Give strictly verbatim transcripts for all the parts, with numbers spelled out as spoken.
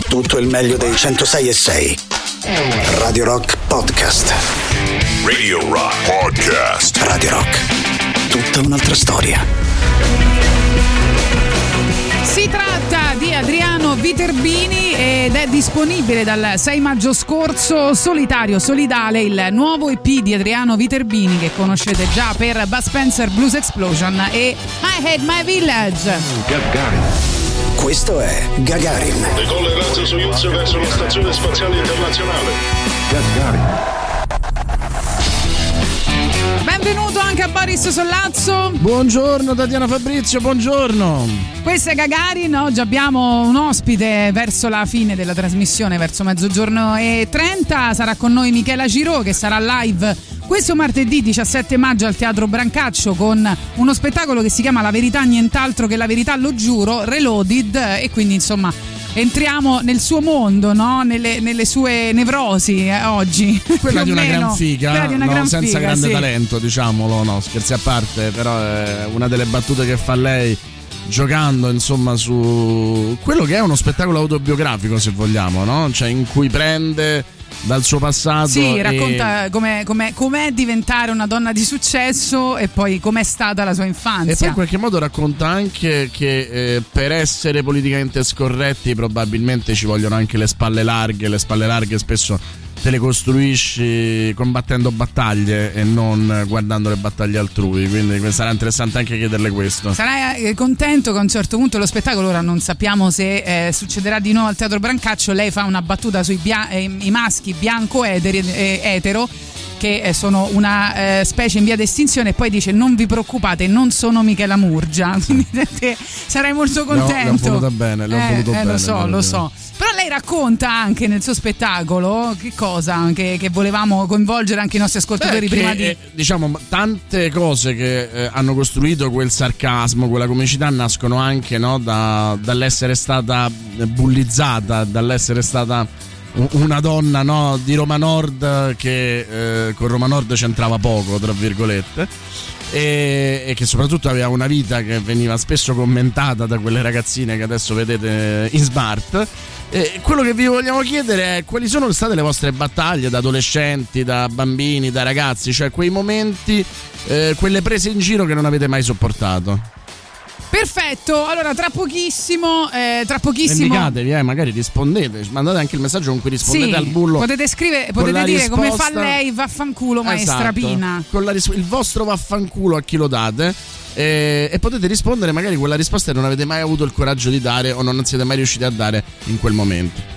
tutto il meglio dei centosei e sei. Radio Rock Podcast. Radio Rock Podcast. Radio Rock. Tutta un'altra storia. Si tratta di Adriano Viterbini ed è disponibile dal sei maggio scorso Solitario Solidale, il nuovo E P di Adriano Viterbini che conoscete già per Bud Spencer Blues Explosion e I Hate My Village. Gagarin. Questo è Gagarin. Decolla il razzo Soyuz verso la stazione spaziale internazionale. Gagarin. Benvenuto anche a Boris Sollazzo. Buongiorno Tatiana Fabrizio, buongiorno. Questo è Gagarin, oggi abbiamo un ospite verso la fine della trasmissione, verso mezzogiorno e trenta. Sarà con noi Michela Giraud che sarà live questo martedì diciassette maggio al Teatro Brancaccio con uno spettacolo che si chiama La verità nient'altro che la verità lo giuro, Reloaded, e quindi insomma entriamo nel suo mondo, no? nelle, nelle sue nevrosi eh, oggi. Quella di una meno. gran figa, Quella di una no, gran senza figa, grande sì. talento, diciamolo, no, scherzi a parte, però è una delle battute che fa lei giocando insomma su quello che è uno spettacolo autobiografico, se vogliamo, no? Cioè in cui prende dal suo passato. Sì, e... racconta com'è, com'è, com'è diventare una donna di successo e poi com'è stata la sua infanzia. E poi in qualche modo racconta anche che eh, per essere politicamente scorretti probabilmente ci vogliono anche le spalle larghe. Le spalle larghe spesso te le costruisci combattendo battaglie e non guardando le battaglie altrui, quindi sarà interessante anche chiederle questo. Sarai contento che a un certo punto lo spettacolo, ora non sappiamo se eh, succederà di nuovo al Teatro Brancaccio, lei fa una battuta sui bia- eh, i maschi bianco eteri, eh, etero che sono una eh, specie in via d'estinzione, e poi dice non vi preoccupate, non sono Michela Murgia. Quindi te sarai molto contento. Le ho voluto bene, le ho eh, voluto eh, bene. Lo so, lo so. Però lei racconta anche nel suo spettacolo che cosa che, che volevamo coinvolgere anche i nostri ascoltatori. Beh, prima che, di eh, diciamo tante cose che eh, hanno costruito quel sarcasmo, quella comicità nascono anche, no, da, dall'essere stata bullizzata, dall'essere stata una donna, no, di Roma Nord che eh, con Roma Nord c'entrava poco, tra virgolette, e, e che soprattutto aveva una vita che veniva spesso commentata da quelle ragazzine che adesso vedete in smart. E quello che vi vogliamo chiedere è quali sono state le vostre battaglie da adolescenti, da bambini, da ragazzi, cioè quei momenti, eh, quelle prese in giro che non avete mai sopportato. Perfetto, allora tra pochissimo eh, tra pochissimo indicatevi, eh, magari rispondete, mandate anche il messaggio con cui rispondete sì, al bullo. potete scrivere, potete dire risposta... come fa lei, vaffanculo maestra, esatto, Pina, con la ris- il vostro vaffanculo a chi lo date, eh, e potete rispondere magari quella risposta che non avete mai avuto il coraggio di dare o non siete mai riusciti a dare in quel momento.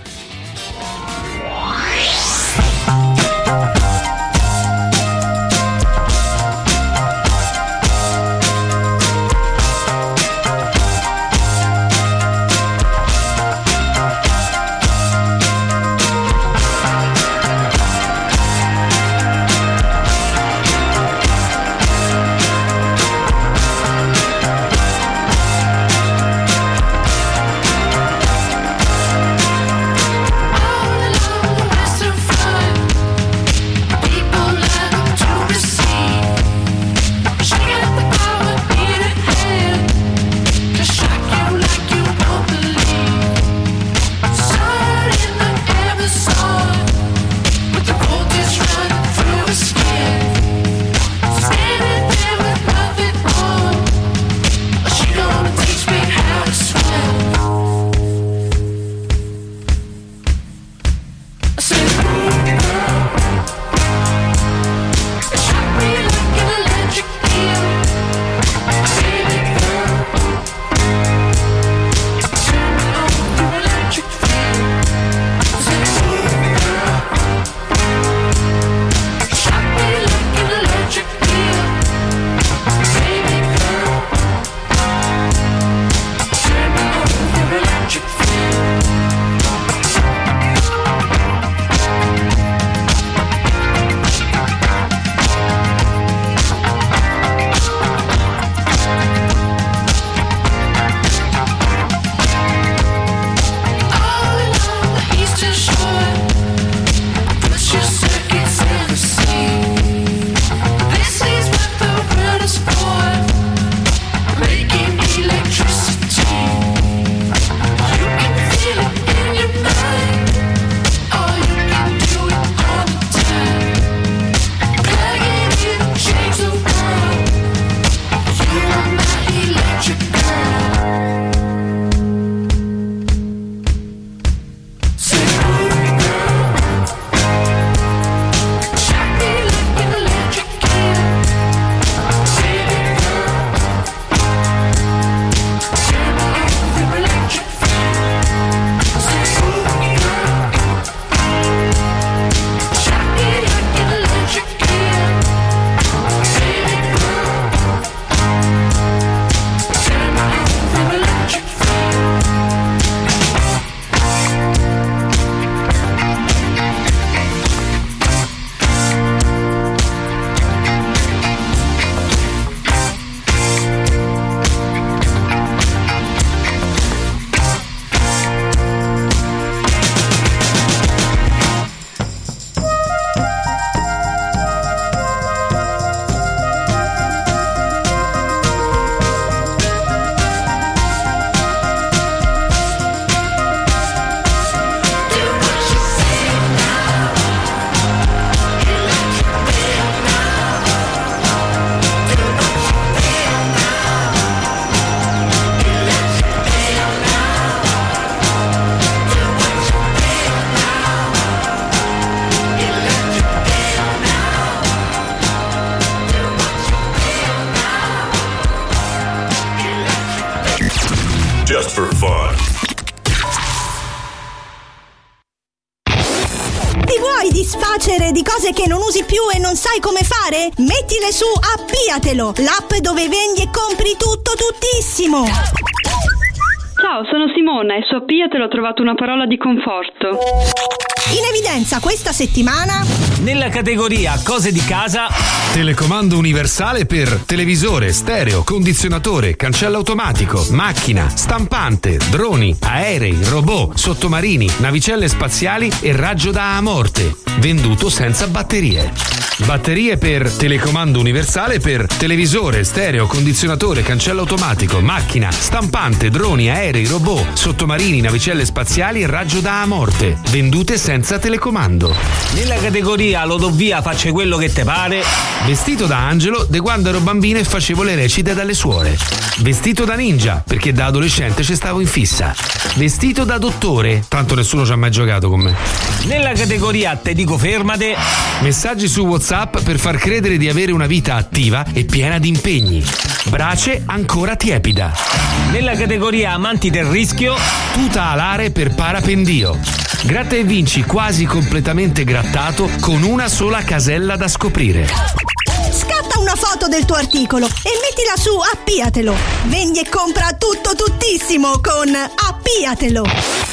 Ti vuoi disfacere di cose che non usi più e non sai come fare? Mettile su Appiatelo, l'app dove vendi e compri tutto tuttissimo. Ciao, sono Simona e su Appiatelo ho trovato una parola di conforto. In evidenza questa settimana nella categoria cose di casa, telecomando universale per televisore, stereo, condizionatore, cancello automatico, macchina, stampante, droni, aerei, robot, sottomarini, navicelle spaziali e raggio da a morte, venduto senza batterie. Batterie per telecomando universale per televisore, stereo, condizionatore, cancello automatico, macchina, stampante, droni, aerei, robot, sottomarini, navicelle spaziali e raggio da a morte, vendute senza telecomando. Nella categoria lo do via, faccia quello che te pare, vestito da angelo de quando ero bambino e facevo le recite dalle suore. Vestito da ninja, perché da adolescente ci stavo in fissa. Vestito da dottore, tanto nessuno ci ha mai giocato con me. Nella categoria te dico fermate, messaggi su WhatsApp per far credere di avere una vita attiva e piena di impegni. Brace ancora tiepida. Nella categoria amanti del rischio, tuta alare per parapendio. Gratta e vinci quasi completamente grattato con una sola casella da scoprire. Scatta una foto del tuo articolo e mettila su Appiatelo. Vendi e compra tutto tuttissimo con Appiatelo.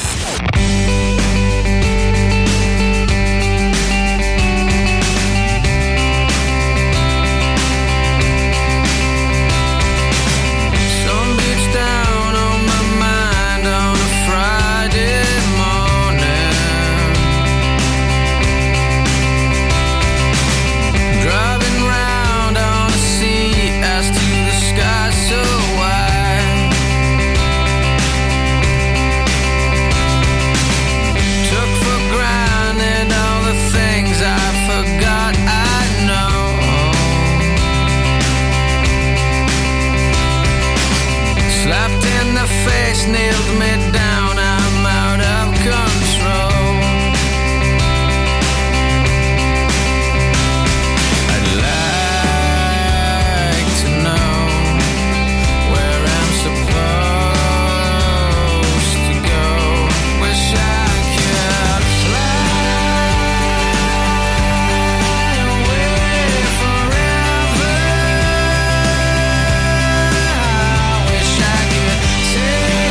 Nailed me down, I'm out of control. I'd like to know where I'm supposed to go. Wish I could fly away forever. I wish I could take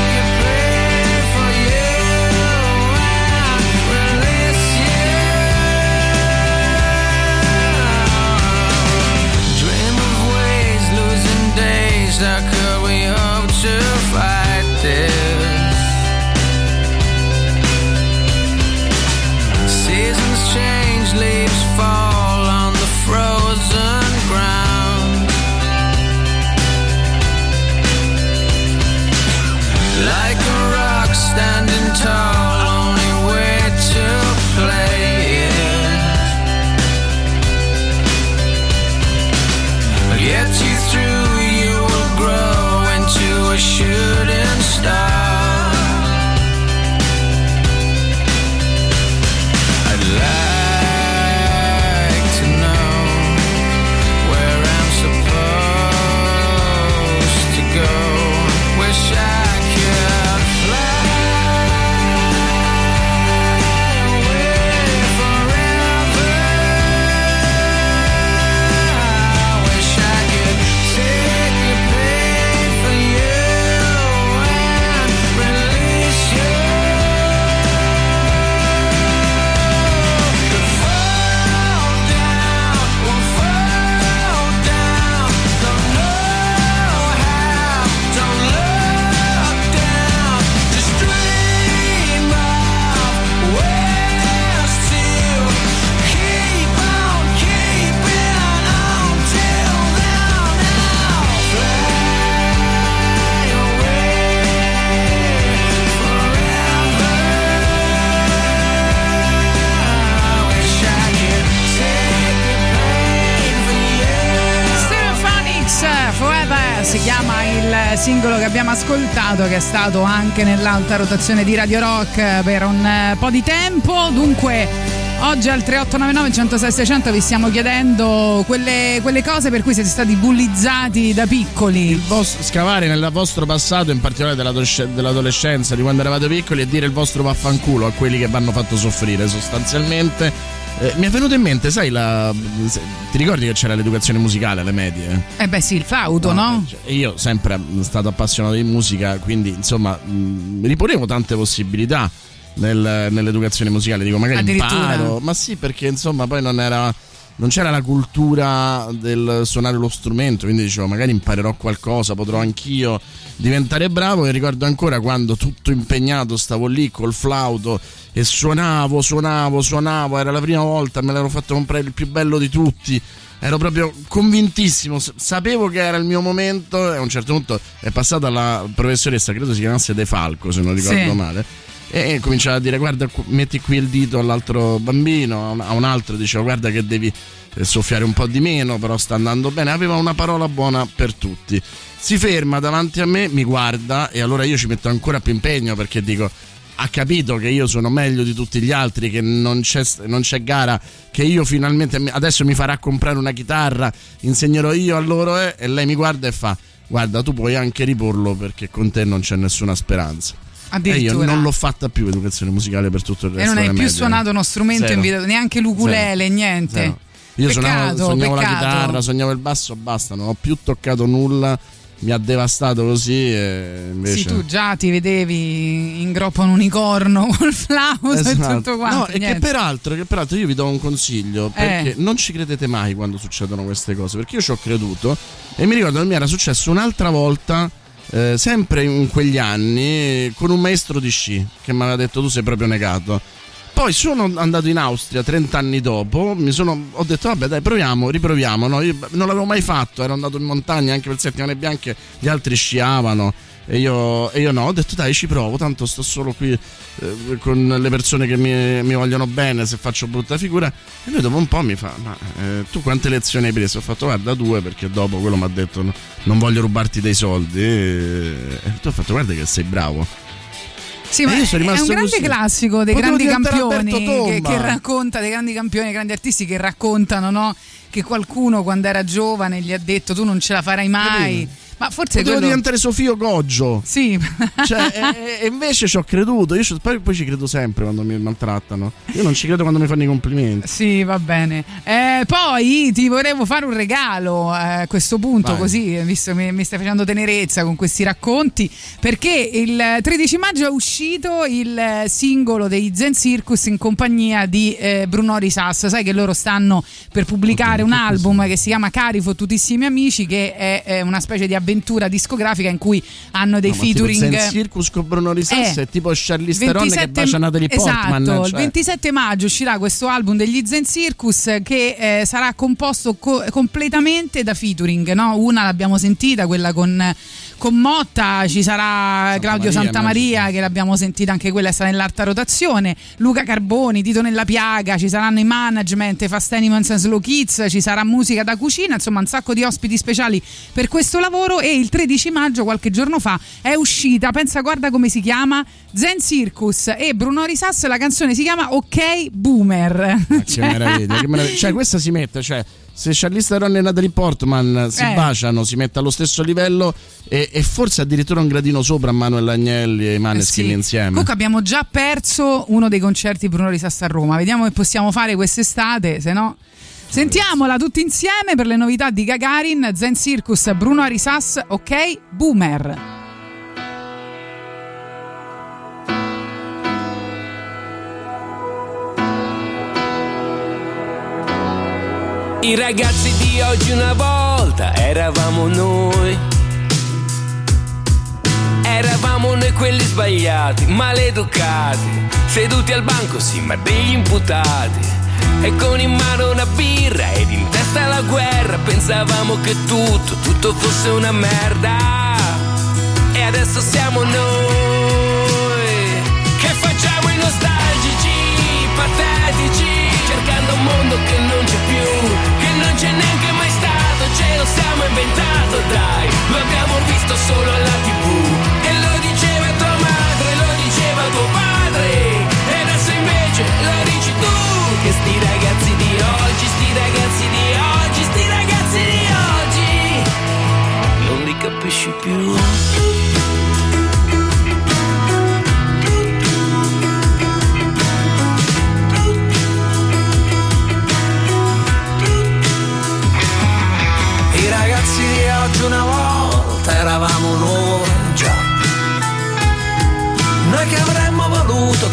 how could we hope to fight this? Seasons change, leaves fall on the frozen ground. Like a rock standing tall, only way to play it. I'll get you through, grow into a shooting star. I'd like to know where I'm supposed to go. Wish I could fly away forever. I wish I could take si chiama il singolo che abbiamo ascoltato, che è stato anche nell'alta rotazione di Radio Rock per un po' di tempo. Dunque Oggi al tre otto nove nove, centosei seicento vi stiamo chiedendo quelle, quelle cose per cui siete stati bullizzati da piccoli. Il vostro, scavare nel vostro passato, in particolare dell'adolescenza, di quando eravate piccoli, e dire il vostro vaffanculo a quelli che vi hanno fatto soffrire sostanzialmente. Eh, mi è venuto in mente, sai, la, ti ricordi che c'era l'educazione musicale alle medie? Eh beh sì, il flauto, no? no? Cioè, io sempre stato appassionato di musica, quindi insomma mh, riponevo tante possibilità nel, nell'educazione musicale, dico magari imparo, ma sì, perché insomma poi non era non c'era la cultura del suonare lo strumento, quindi dicevo magari imparerò qualcosa, potrò anch'io diventare bravo. E ricordo ancora quando tutto impegnato stavo lì col flauto e suonavo, suonavo, suonavo, era la prima volta, me l'ero fatto comprare il più bello di tutti, ero proprio convintissimo, sapevo che era il mio momento. E a un certo punto è passata la professoressa, credo si chiamasse De Falco se non ricordo sì. male, e cominciava a dire guarda, metti qui il dito all'altro bambino, a un altro diceva guarda che devi soffiare un po' di meno, però sta andando bene. Aveva una parola buona per tutti. Si ferma davanti a me, mi guarda, e allora io ci metto ancora più impegno, perché dico ha capito che io sono meglio di tutti gli altri, che non c'è, non c'è gara, che io finalmente adesso mi farà comprare una chitarra, insegnerò io a loro, eh, e lei mi guarda e fa guarda, tu puoi anche riporlo perché con te non c'è nessuna speranza. E io non l'ho fatta più educazione musicale per tutto il resto. E non hai più media. suonato uno strumento, invitato neanche l'ukulele, Zero. niente. Zero. Io peccato, suonavo, sognavo peccato. la chitarra, sognavo il basso, basta, non ho più toccato nulla. Mi ha devastato così, e invece... Sì, tu già ti vedevi in groppa un unicorno col flauto esatto. e tutto quanto. No, e che peraltro, che peraltro io vi do un consiglio, perché eh. non ci credete mai quando succedono queste cose, perché io ci ho creduto e mi ricordo che mi era successo un'altra volta, eh, sempre in quegli anni, con un maestro di sci che mi aveva detto tu sei proprio negato. Poi sono andato in Austria trent'anni dopo, mi sono, ho detto vabbè dai proviamo, riproviamo, no? Io non l'avevo mai fatto, ero andato in montagna anche per settimane bianche, gli altri sciavano e io, e io no, ho detto dai ci provo, tanto sto solo qui eh, con le persone che mi, mi vogliono bene, se faccio brutta figura. E lui dopo un po' mi fa ma eh, tu quante lezioni hai preso? Ho fatto guarda due, perché dopo quello mi ha detto no, non voglio rubarti dei soldi, e, e tu hai fatto guarda che sei bravo. Sì, ma è un grande così. classico dei Potevo grandi campioni che, che racconta, dei grandi campioni, dei grandi artisti che raccontano, no? Che qualcuno quando era giovane gli ha detto tu non ce la farai mai. Capito? Ma forse potevo quello... diventare Sofio Goggio. Sì. Cioè, e, e invece ci ho creduto. Io ci, poi, poi ci credo sempre quando mi maltrattano. Io non ci credo quando mi fanno i complimenti. Sì, va bene. Eh, poi ti volevo fare un regalo eh, a questo punto, Vai. così, visto che mi, mi stai facendo tenerezza con questi racconti, perché il tredici maggio è uscito il singolo dei Zen Circus in compagnia di eh, Bruno Risas. Sai che loro stanno per pubblicare okay, un album così. che si chiama Cari fottutissimi amici, che è, è una specie di avventura discografica in cui hanno dei no, featuring. Tipo Zen Circus con Bruno Risas eh, è tipo Charlize Theron che bacia Natalie Portman. Esatto, cioè. Il ventisette maggio uscirà questo album degli Zen Circus che eh, sarà composto co- completamente da featuring, no? Una l'abbiamo sentita, quella con con Motta, ci sarà Santa Claudio Maria, Santamaria che l'abbiamo sentita, anche quella è stata nell'alta rotazione, Luca Carboni, Tito Nella Piaga, ci saranno i Management, Fast Animals and Slow Kids, ci sarà musica da cucina, insomma un sacco di ospiti speciali per questo lavoro. E il tredici maggio, qualche giorno fa, è uscita, pensa, guarda come si chiama, Zen Circus e Bruno Risas, la canzone si chiama Ok Boomer. Ma che meraviglia, che meraviglia. Cioè questa si mette, cioè se Charlize Theron e Natalie Portman si eh. baciano, si mette allo stesso livello e, e forse addirittura un gradino sopra Manuel Agnelli e i Maneskin eh sì. insieme. Comunque abbiamo già perso uno dei concerti di Bruno Risas a Roma, vediamo che possiamo fare quest'estate, se no sentiamola tutti insieme per le novità di Gagarin, Zen Circus, Bruno Risas, Ok Boomer. I ragazzi di oggi una volta eravamo noi. Eravamo noi quelli sbagliati, maleducati, seduti al banco, sì, ma degli imputati. E con in mano una birra ed in testa la guerra, pensavamo che tutto, tutto fosse una merda. E adesso siamo noi che facciamo i nostalgici, patetici, cercando un mondo che non c'è più, che non c'è neanche mai stato, ce lo siamo inventato, dai, lo abbiamo visto solo alla tivù. E lo diceva tua madre, lo diceva tuo padre, e adesso invece lo dici tu, che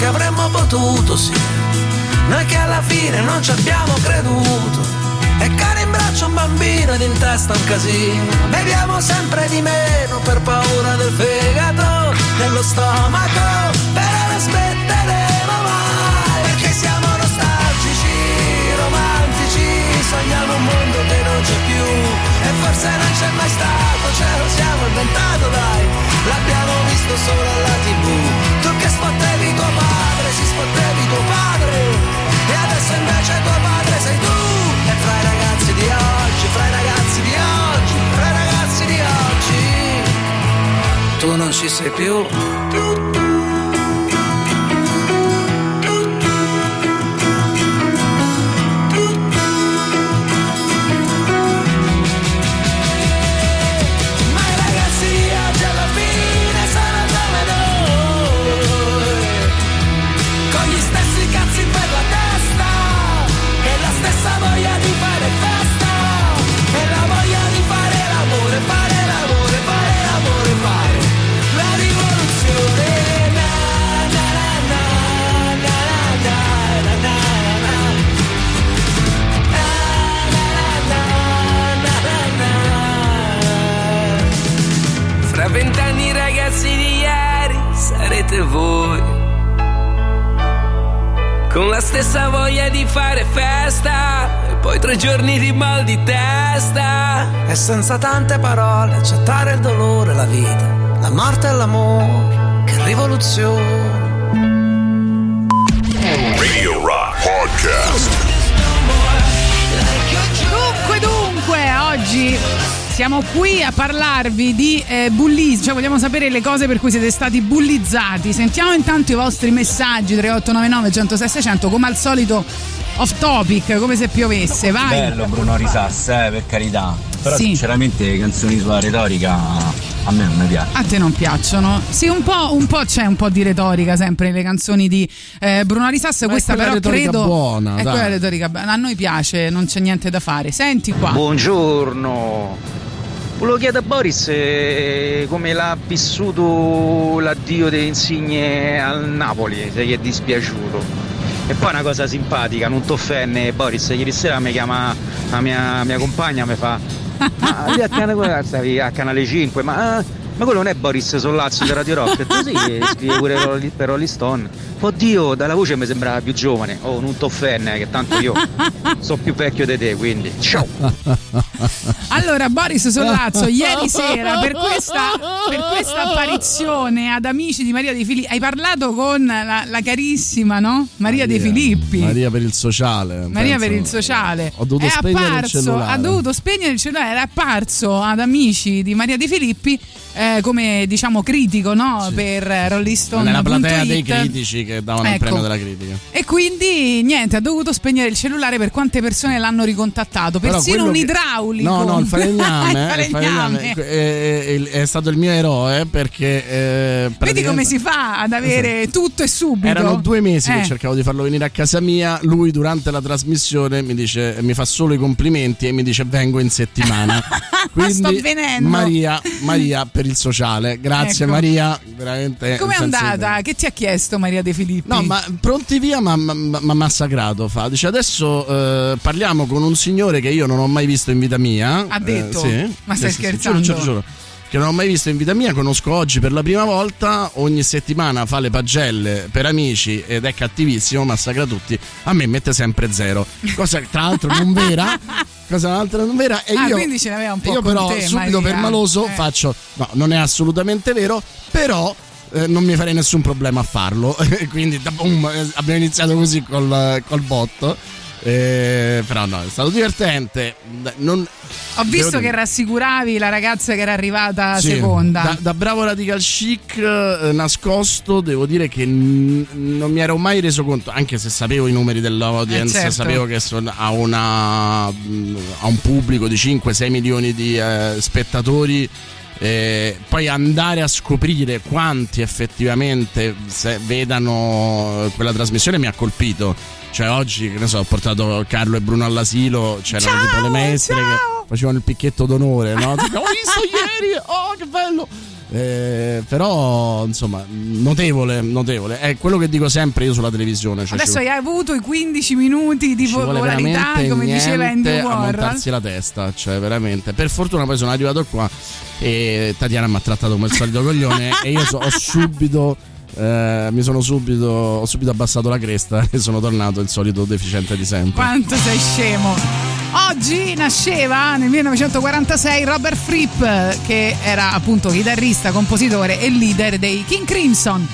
che avremmo potuto, sì, noi che alla fine non ci abbiamo creduto. E cane in braccio un bambino ed in testa un casino. Beviamo sempre di meno per paura del fegato, dello stomaco, però non smetteremo mai, perché siamo nostalgici, romantici, sogniamo un mondo che non c'è più, e forse non c'è mai stato, ce lo siamo inventato, dai, l'abbiamo visto solo alla tivù. Tu che spottevi tuo padre, si spottevi tuo padre, e adesso invece tuo padre sei tu. E fra i ragazzi di oggi, fra i ragazzi di oggi, fra i ragazzi di oggi, tu non ci sei più. Fra vent'anni ragazzi di ieri sarete voi, con la stessa voglia di fare festa e poi tre giorni di mal di testa, e senza tante parole accettare il dolore, la vita, la morte e l'amore. Che rivoluzione. Radio Rock Podcast. Dunque, dunque, oggi siamo qui a parlarvi di eh, bullismo, cioè vogliamo sapere le cose per cui siete stati bullizzati. Sentiamo intanto i vostri messaggi tre otto nove nove, uno zero sei, sei zero zero, come al solito off topic, come se piovesse, vai. Bello Bruno Risassa, eh, per carità, però sì, sinceramente canzoni sulla retorica a me non mi piace. A te non piacciono? Sì, un po', un po' c'è un po' di retorica sempre nelle canzoni di eh, Bruno Risassa. Questa però credo buona, è dai. quella retorica buona. A noi piace, non c'è niente da fare. Senti qua. Buongiorno. Volevo chiedere a Boris eh, come l'ha vissuto l'addio delle Insigne al Napoli, se gli è dispiaciuto. E poi una cosa simpatica, non t'offende Boris, ieri sera mi chiama la mia, mia compagna, mi fa ma lì a canale, stavi a Canale cinque, ma, ma quello non è Boris Sollazzo di Radio Rock? E così scrive pure per Rolling Stone. Oddio, dalla voce mi sembrava più giovane. Oh, non t'offende, che tanto io sono più vecchio di te, quindi ciao. Allora, Boris Sollazzo, ieri sera per questa, per questa apparizione ad Amici di Maria De Filippi hai parlato con la, la carissima, no? Maria, Maria De Filippi. Maria per il sociale. Maria penso. per il sociale. Ho dovuto è spegnere apparso, il cellulare. Ha dovuto spegnere il cellulare, era apparso ad Amici di Maria De Filippi eh, come diciamo critico, no? Sì. Per Rolling Stone. Nella platea dei critici che davano ecco. il premio della critica. E quindi niente, ha dovuto spegnere il cellulare. Per quante persone l'hanno ricontattato? Persino un che... idraulico. No, no, il falegname, il falegname. Il falegname è, è, è stato il mio eroe perché eh, vedi come si fa ad avere sì. tutto e subito. Erano due mesi eh. che cercavo di farlo venire a casa mia. Lui durante la trasmissione mi dice, mi fa solo i complimenti e mi dice vengo in settimana. Quindi sto venendo. Maria, Maria per il sociale. Grazie ecco. Maria, veramente. Com'è andata? Che ti ha chiesto Maria De Filippi? No, ma pronti via ma ha massacrato. Fa. Dice adesso eh, parliamo con un signore che io non ho mai visto in vita mia. Ha detto? Eh, sì. Ma stai sì, scherzando? Sì, giuro, giuro, giuro. Che non ho mai visto in vita mia, conosco oggi per la prima volta, ogni settimana fa le pagelle per Amici ed è cattivissimo, massacra tutti. A me mette sempre zero. Cosa tra l'altro non vera. Cosa l'altra non vera. E ah, io, quindi ce l'aveva un po' io con però te, subito Maria. per maloso eh. faccio no, non è assolutamente vero, però eh, non mi farei nessun problema a farlo. Quindi da boom, abbiamo iniziato così col, col botto. Eh, però no, è stato divertente. Non, ho visto che rassicuravi la ragazza che era arrivata sì, seconda. Da, da bravo radical chic eh, nascosto, devo dire che n- non mi ero mai reso conto, anche se sapevo i numeri dell'audience, eh certo. sapevo che son, ha, una, ha un pubblico di cinque sei milioni di eh, spettatori. Eh, poi andare a scoprire quanti effettivamente se vedano quella trasmissione mi ha colpito. Cioè oggi, che ne so, ho portato Carlo e Bruno all'asilo, c'erano ciao, tipo le maestre ciao. che facevano il picchetto d'onore, no? Abbiamo visto ieri, oh che bello! Eh, però insomma notevole, notevole è quello che dico sempre io sulla televisione, cioè adesso ci... hai avuto i quindici minuti di ci vuole popolarità, come diceva Andy a Warhol, montarsi la testa, cioè veramente. Per fortuna poi sono arrivato qua e Tatiana mi ha trattato come il solito coglione e io so, ho subito eh, mi sono subito ho subito abbassato la cresta e sono tornato il solito deficiente di sempre. Quanto sei scemo. Oggi nasceva nel millenovecentoquarantasei Robert Fripp, che era appunto chitarrista, compositore e leader dei King Crimson.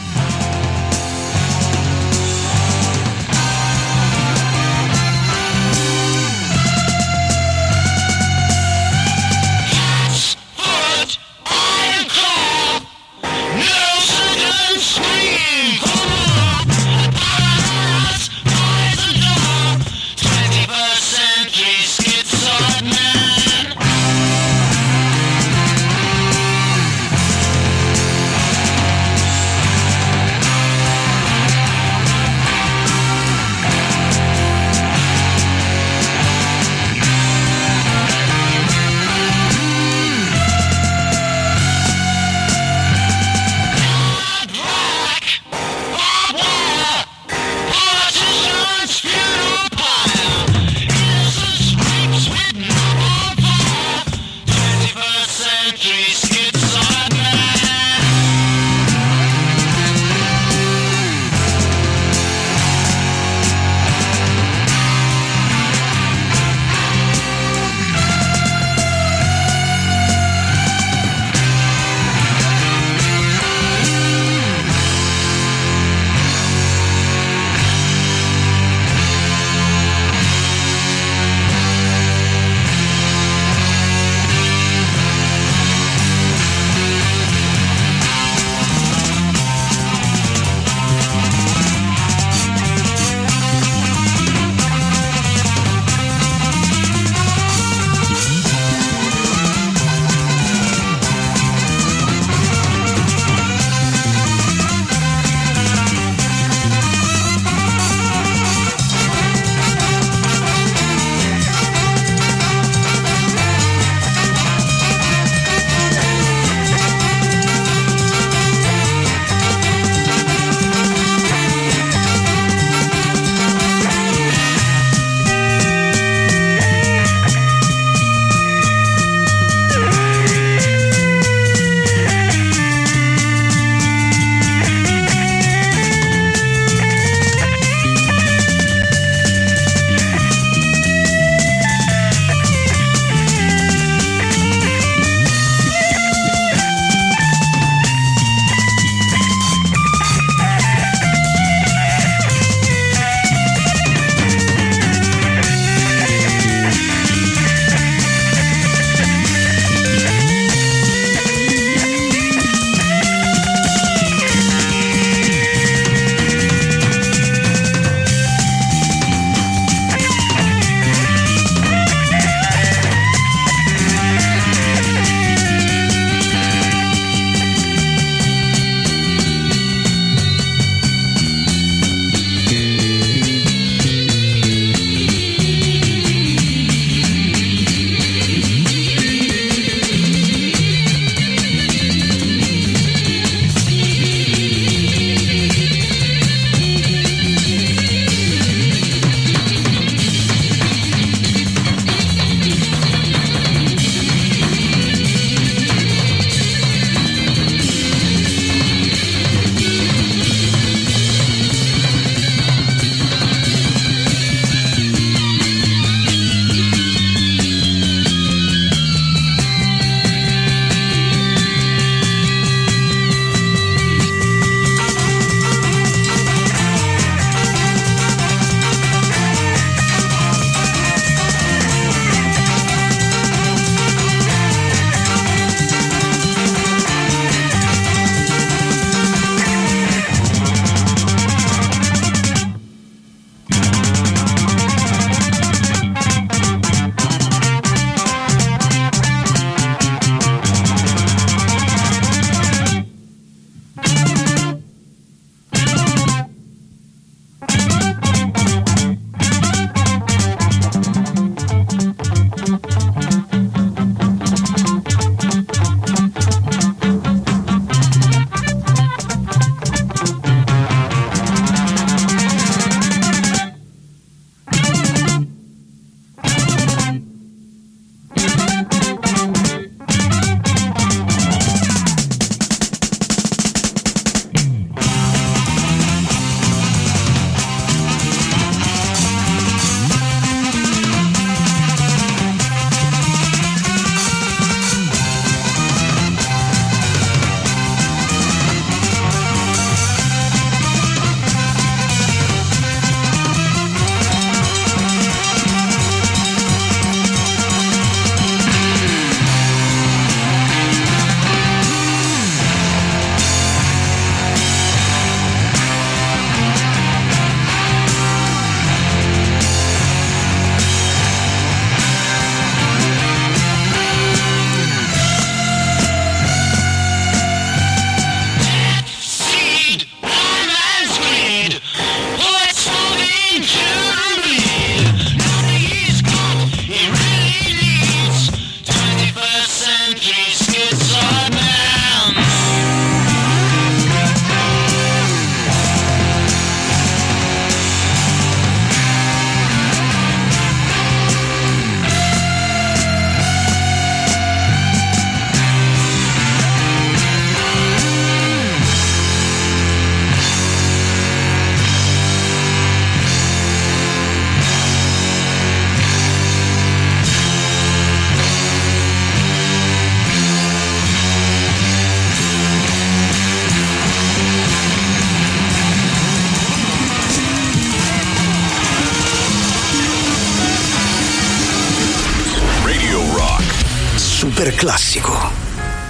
super classico.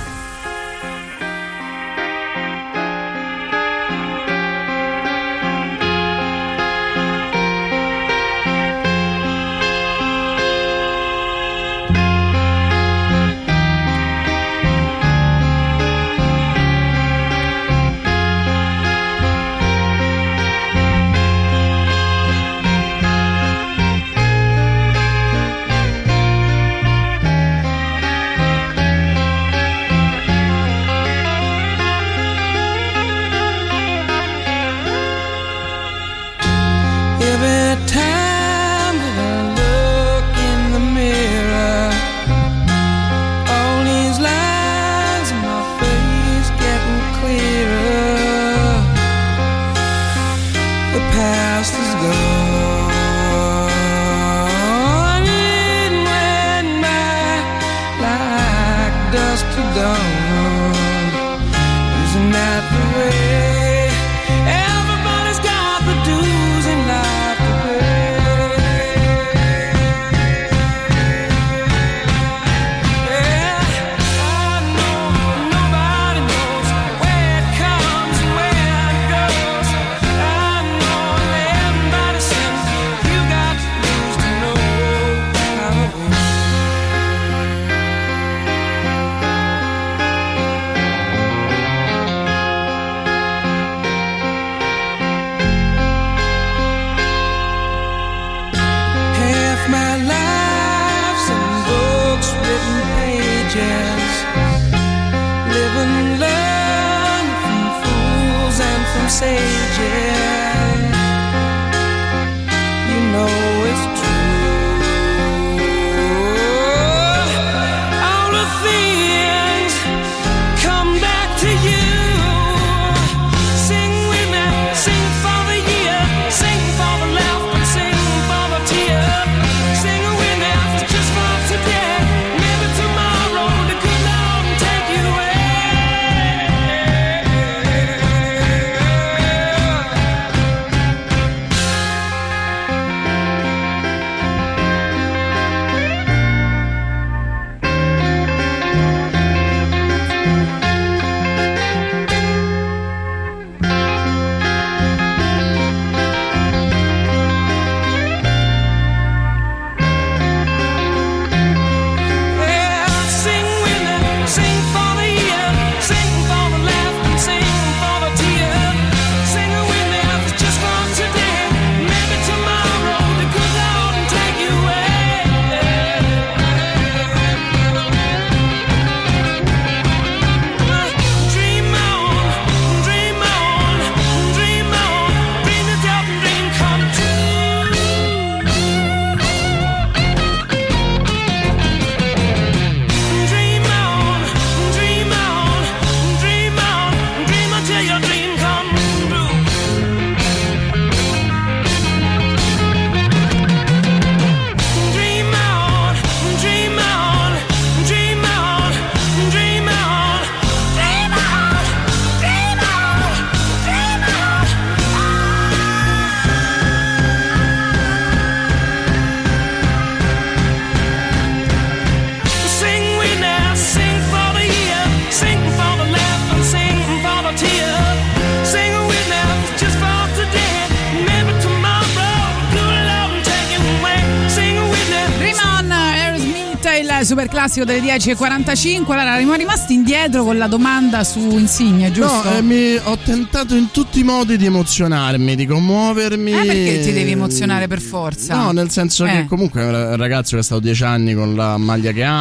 Super classico delle dieci e quarantacinque. Allora siamo rimasti indietro con la domanda su Insigne, giusto? No, eh, mi, ho tentato in tutti i modi di emozionarmi, di commuovermi. Eh, perché ti devi emozionare per forza? No, nel senso eh. che comunque è un ragazzo che è stato dieci anni con la maglia che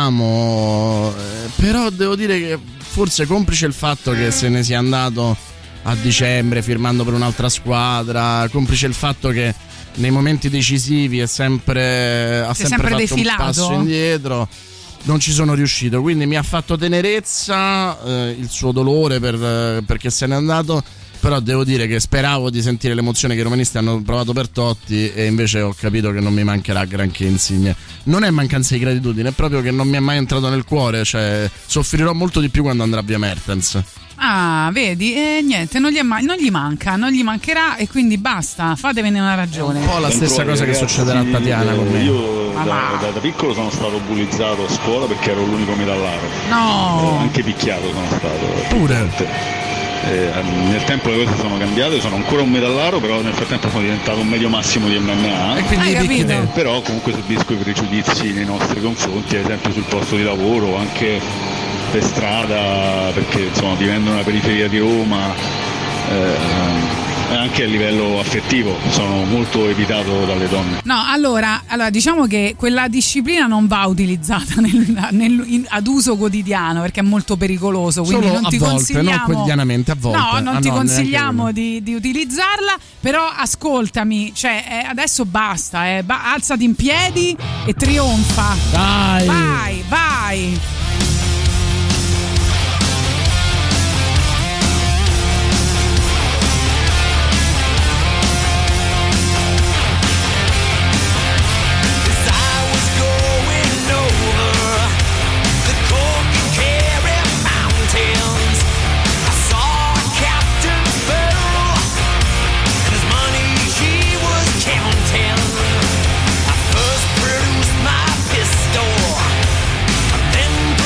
amo, eh, però devo dire che forse complice il fatto che se ne sia andato a dicembre firmando per un'altra squadra, complice il fatto che nei momenti decisivi è sempre, ha sempre, sempre fatto defilato. Un passo indietro. Non ci sono riuscito, quindi mi ha fatto tenerezza eh, il suo dolore per, eh, perché se n'è andato. Però devo dire che speravo di sentire l'emozione che i romanisti hanno provato per Totti, e invece ho capito che non mi mancherà granché Insigne. Non è mancanza di gratitudine, è proprio che non mi è mai entrato nel cuore. Cioè, soffrirò molto di più quando andrà via Mertens. Ah, vedi, e niente, non gli, ma- non gli manca, non gli mancherà, e quindi basta, fatevene una ragione. È un po' la stessa cosa che succederà a Tatiana con me. Io io da, da, da piccolo sono stato bullizzato a scuola perché ero l'unico metallaro. No! Eh, anche picchiato sono stato. Pure. Eh, nel tempo le cose sono cambiate, sono ancora un metallaro, però nel frattempo sono diventato un medio massimo di M M A. E quindi picchi te. Però comunque subisco i pregiudizi nei nostri confronti, ad esempio sul posto di lavoro, anche per strada, perché insomma vivendo nella periferia di Roma, eh, e anche a livello affettivo sono molto evitato dalle donne. No, allora, allora diciamo che quella disciplina non va utilizzata nel, nel, in, ad uso quotidiano perché è molto pericoloso, quindi Solo non ti a volte, consigliamo, non quotidianamente, a volte. No, non ah, ti no, consigliamo di, di utilizzarla, però ascoltami, cioè eh, adesso basta, eh, ba- alzati in piedi e trionfa. Dai! Vai, vai! Then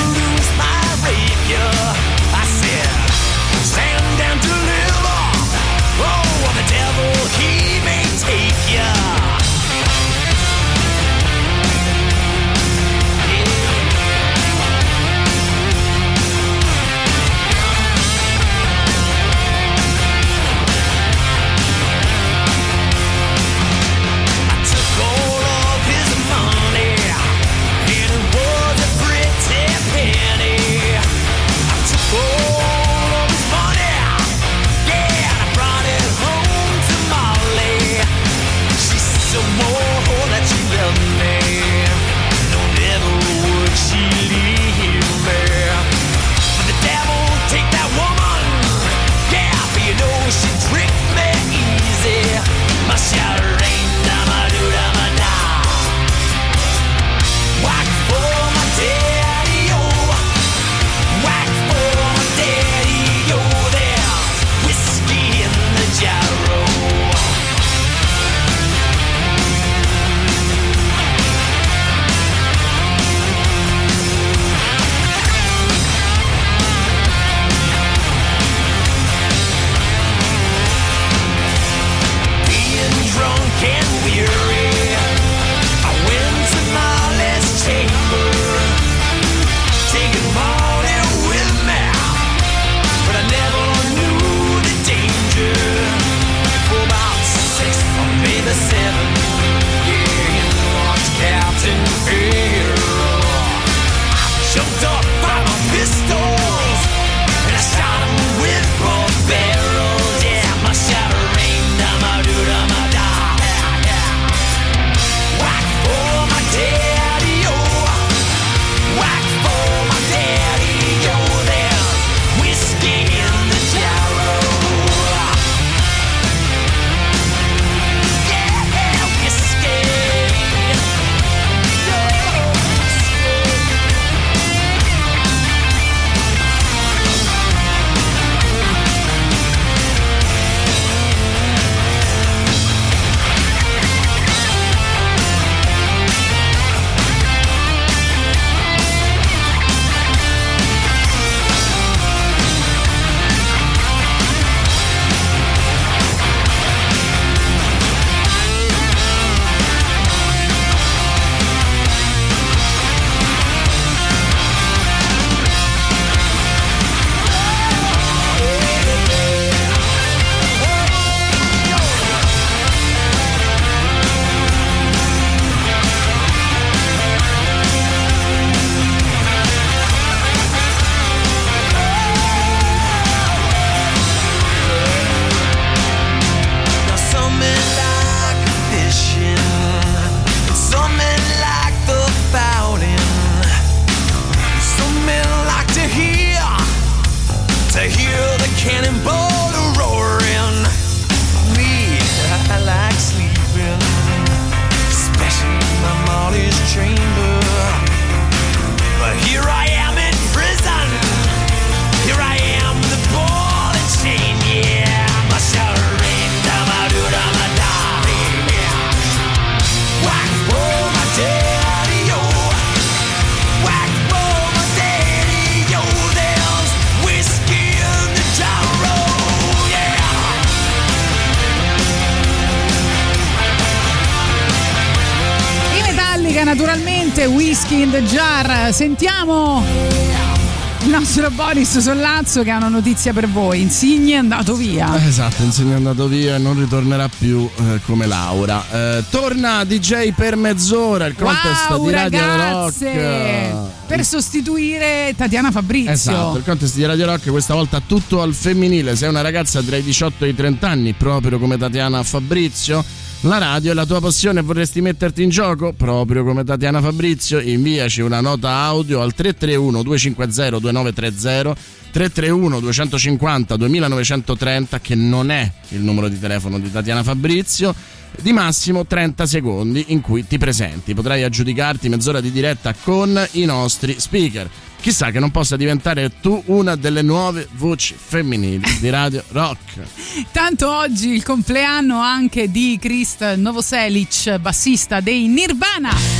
musica naturalmente, Whiskey in the Jar. Sentiamo il nostro Boris Sollazzo che ha una notizia per voi. Insigne è andato via. Esatto, Insigne è andato via e non ritornerà più eh, come Laura. Eh, torna D J per mezz'ora, il contest wow, di Radio ragazze, Rock per sostituire Tatiana Fabrizio. Esatto, il contest di Radio Rock questa volta tutto al femminile. Sei una ragazza tra i diciotto e i trenta anni, proprio come Tatiana Fabrizio. La radio è la tua passione e vorresti metterti in gioco? Proprio come Tatiana Fabrizio, inviaci una nota audio al tre tre uno due cinque zero due nove tre zero, tre tre uno due cinque zero due nove tre zero, che non è il numero di telefono di Tatiana Fabrizio, di massimo trenta secondi in cui ti presenti. Potrai aggiudicarti mezz'ora di diretta con i nostri speaker. Chissà che non possa diventare tu una delle nuove voci femminili di Radio Rock. Tanto oggi il compleanno anche di Krist Novoselic, bassista dei Nirvana.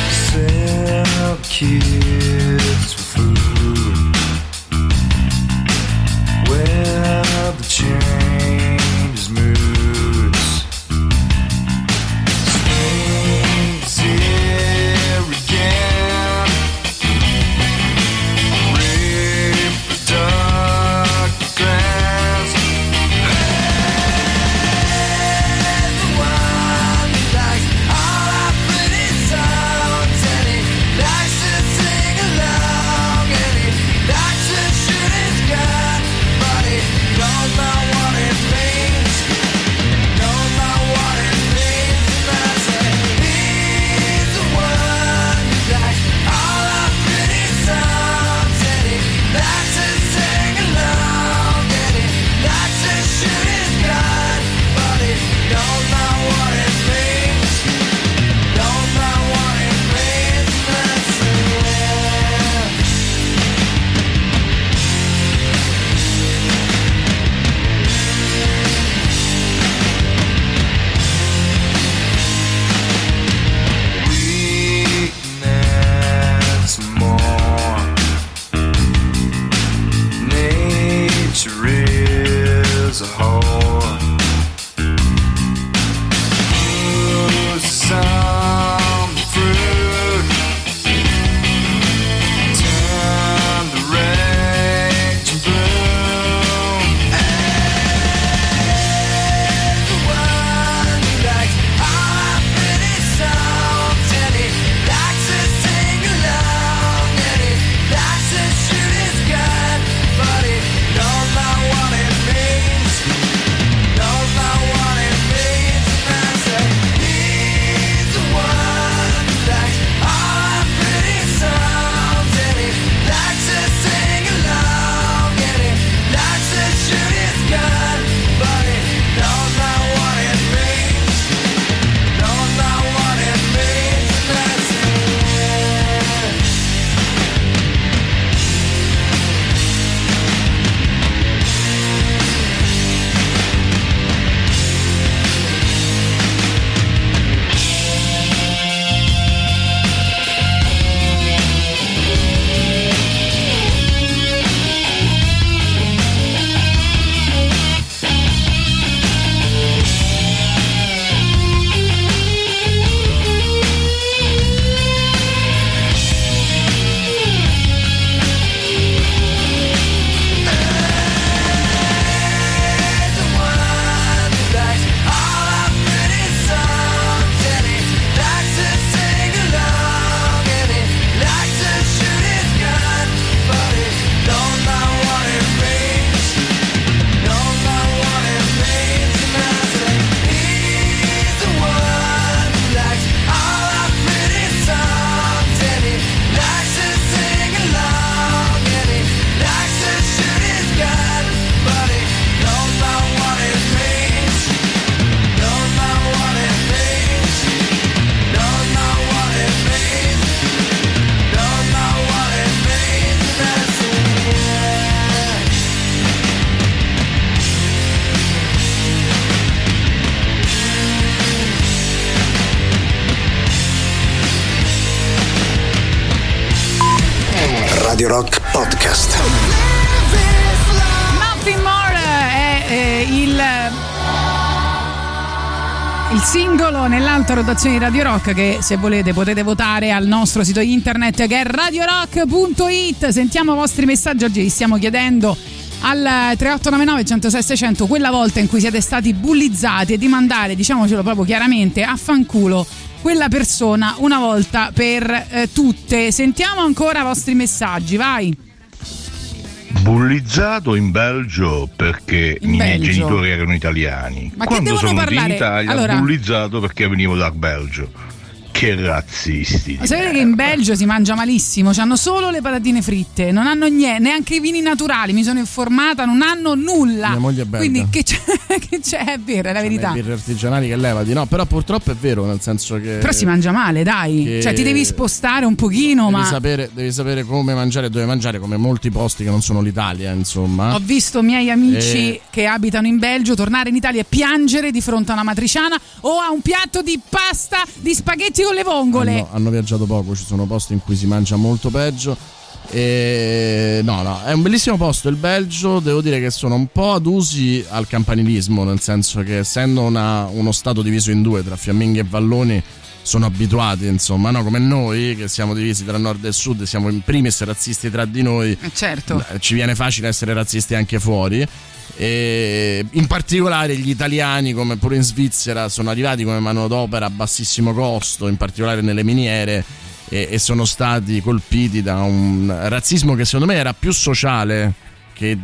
Kids with food. Radio Rock Podcast. Nothing More è eh, il il singolo nell'alta rotazione di Radio Rock, che se volete potete votare al nostro sito internet che è radio rock punto it. Sentiamo i vostri messaggi. Oggi vi stiamo chiedendo al tre otto nove nove, uno zero sei, seicento quella volta in cui siete stati bullizzati, e di mandare, diciamocelo proprio chiaramente, a fanculo quella persona una volta per eh, tutte. Sentiamo ancora i vostri messaggi, vai. Bullizzato in Belgio perché In i miei Belgio? genitori erano italiani. Ma che Quando devono sono parlare? venuti in Italia, Allora- bullizzato perché venivo dal Belgio. Che razzisti. Ma sapete che in Belgio si mangia malissimo, hanno solo le patatine fritte, non hanno niente, neanche i vini naturali, mi sono informata, non hanno nulla. Mia moglie è belga. Quindi che c'è, che c'è è vero, è la verità. Le birre artigianali che levati, no, però purtroppo è vero, nel senso che Però si mangia male, dai. che- Cioè ti devi spostare un pochino, devi ma sapere, devi sapere come mangiare e dove mangiare, come molti posti che non sono l'Italia, insomma. ho visto miei amici E- che abitano in Belgio tornare in Italia e piangere di fronte a una matriciana o a un piatto di pasta di spaghetti con le vongole. hanno, hanno viaggiato poco, ci sono posti in cui si mangia molto peggio. E no, no, è un bellissimo posto il Belgio. Devo dire che sono un po' adusi al campanilismo, nel senso che essendo una- uno stato diviso in due tra fiamminghi e valloni, sono abituati, insomma, no? Come noi che siamo divisi tra nord e sud, siamo in primis razzisti tra di noi. Eh, certo. Eh, ci viene facile essere razzisti anche fuori. E in particolare gli italiani, come pure in Svizzera, sono arrivati come manodopera a bassissimo costo, in particolare nelle miniere, e, e sono stati colpiti da un razzismo che secondo me era più sociale che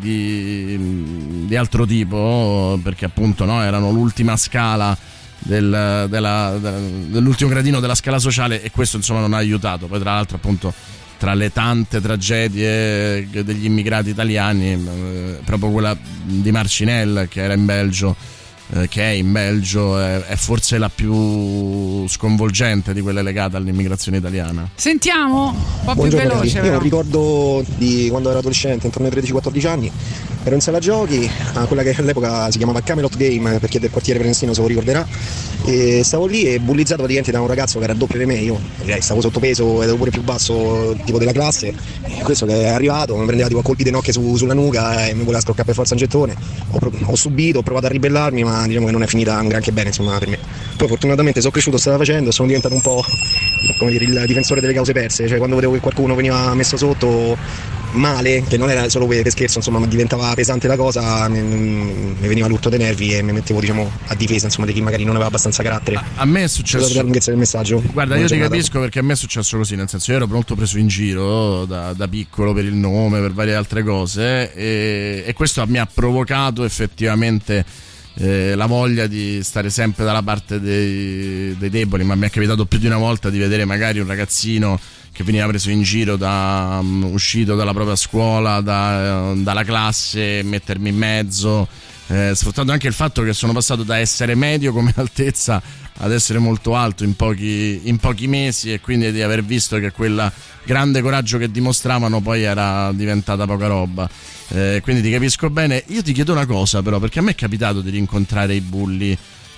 di, di altro tipo, perché appunto, no, erano l'ultima scala del, della, dell'ultimo gradino della scala sociale, e questo insomma non ha aiutato. Poi tra l'altro appunto tra le tante tragedie degli immigrati italiani, eh, proprio quella di Marcinelle, che era in Belgio, eh, che è in Belgio, è, è forse la più sconvolgente di quelle legate all'immigrazione italiana. Sentiamo un po' più Buongiorno, veloce, Io però. ho ricordo di quando ero adolescente, intorno ai tredici quattordici anni, ero in sala giochi a quella che all'epoca si chiamava Camelot Game, per chi è del quartiere Prensino se lo ricorderà, e stavo lì e bullizzato praticamente da un ragazzo che era doppio di me. Io direi, stavo sottopeso ed ero pure più basso tipo della classe, e questo che è arrivato mi prendeva tipo a colpi di nocche su, sulla nuca e mi voleva scroccare per forza un gettone. Ho, pro- ho subito, ho provato a ribellarmi, ma diciamo che non è finita un granché bene, insomma, per me. Poi fortunatamente sono cresciuto, stava facendo, sono diventato un po', come dire, il difensore delle cause perse. Cioè quando vedevo che qualcuno veniva messo sotto male, che non era solo per scherzo, insomma, ma diventava pesante la cosa, mi, mi veniva l'urto dei nervi e mi mettevo, diciamo, a difesa, insomma, di chi magari non aveva abbastanza carattere. A me è successo. Scusate la lunghezza del messaggio. Guarda, Buona io ti giornata. capisco, perché a me è successo così, nel senso io ero molto preso in giro da, da piccolo per il nome, per varie altre cose, e, e questo mi ha provocato effettivamente eh, la voglia di stare sempre dalla parte dei, dei deboli. Ma mi è capitato più di una volta di vedere magari un ragazzino che veniva preso in giro da um, uscito dalla propria scuola, da, uh, dalla classe, mettermi in mezzo, eh, sfruttando anche il fatto che sono passato da essere medio come altezza ad essere molto alto in pochi, in pochi mesi, e quindi di aver visto che quella grande coraggio che dimostravano poi era diventata poca roba. Eh, quindi ti capisco bene. Io ti chiedo una cosa però, perché a me è capitato di rincontrare i bulli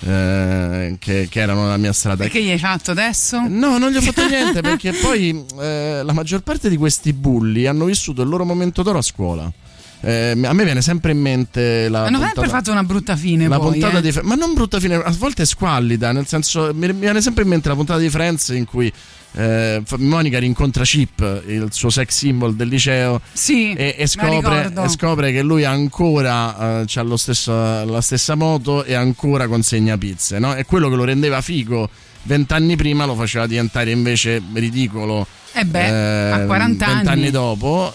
Eh, che, che erano nella mia strada. E che gli hai fatto adesso? No, non gli ho fatto niente, perché poi eh, la maggior parte di questi bulli hanno vissuto il loro momento d'oro a scuola. Eh, a me viene sempre in mente la Hanno puntata, sempre fatto una brutta fine, la poi, puntata eh. di ma non brutta fine, a volte è squallida, nel senso mi, mi viene sempre in mente la puntata di Friends in cui eh, Monica rincontra Chip, il suo sex symbol del liceo, sì, e, e, me scopre, ricordo. e scopre che lui ancora eh, c'ha lo stesso, la stessa moto e ancora consegna pizze, no? E quello che lo rendeva figo vent'anni prima lo faceva diventare invece ridicolo Eh beh, a quaranta anni. vent'anni dopo.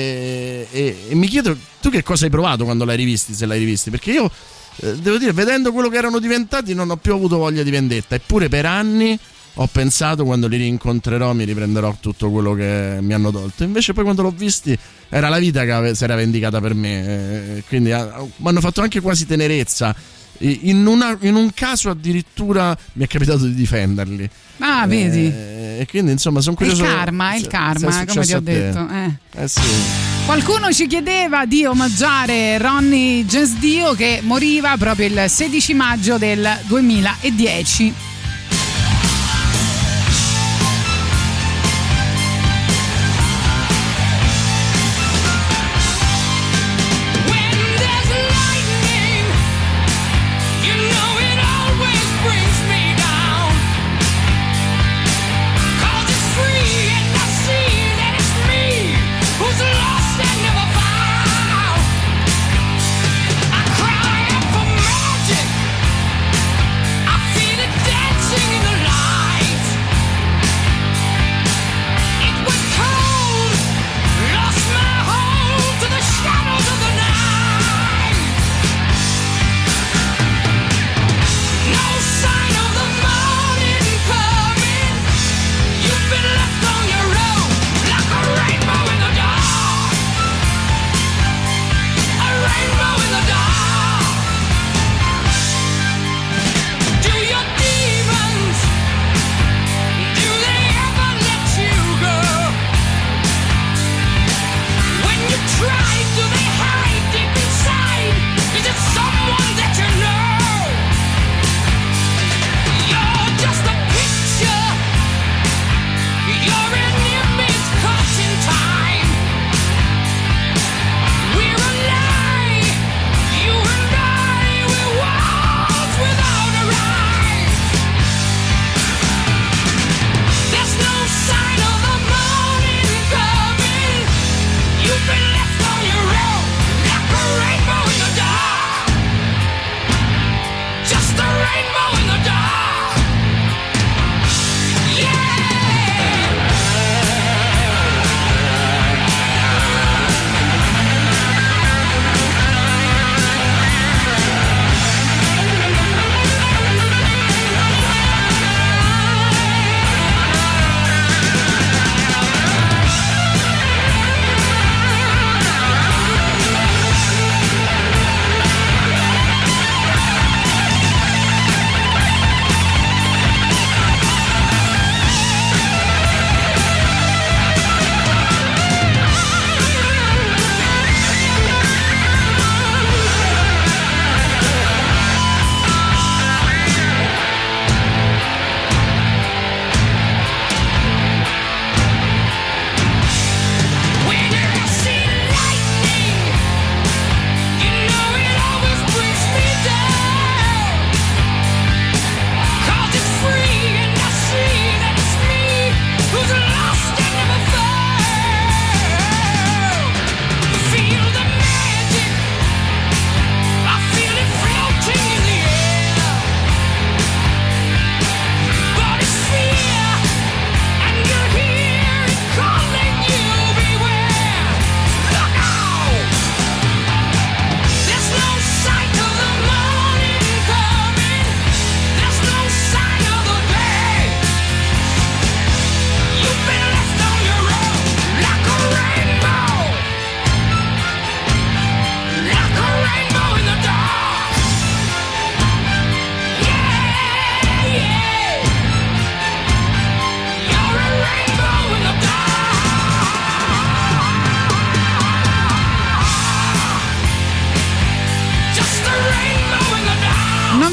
E, e, e mi chiedo, tu che cosa hai provato quando l'hai rivisti, se l'hai rivisti? Perché io eh, devo dire, vedendo quello che erano diventati, non ho più avuto voglia di vendetta, eppure per anni ho pensato, quando li rincontrerò mi riprenderò tutto quello che mi hanno tolto. Invece poi quando l'ho visti era la vita che ave- si era vendicata per me, eh, quindi mi hanno fatto anche quasi tenerezza. In, una, in un caso addirittura mi è capitato di difenderli. Ah, vedi? E eh, quindi insomma sono curioso. È il karma, è il se, karma, se è come ti ho successo a te. detto. Eh. Eh sì. Qualcuno ci chiedeva di omaggiare Ronnie James Dio, che moriva proprio il sedici maggio del duemiladieci.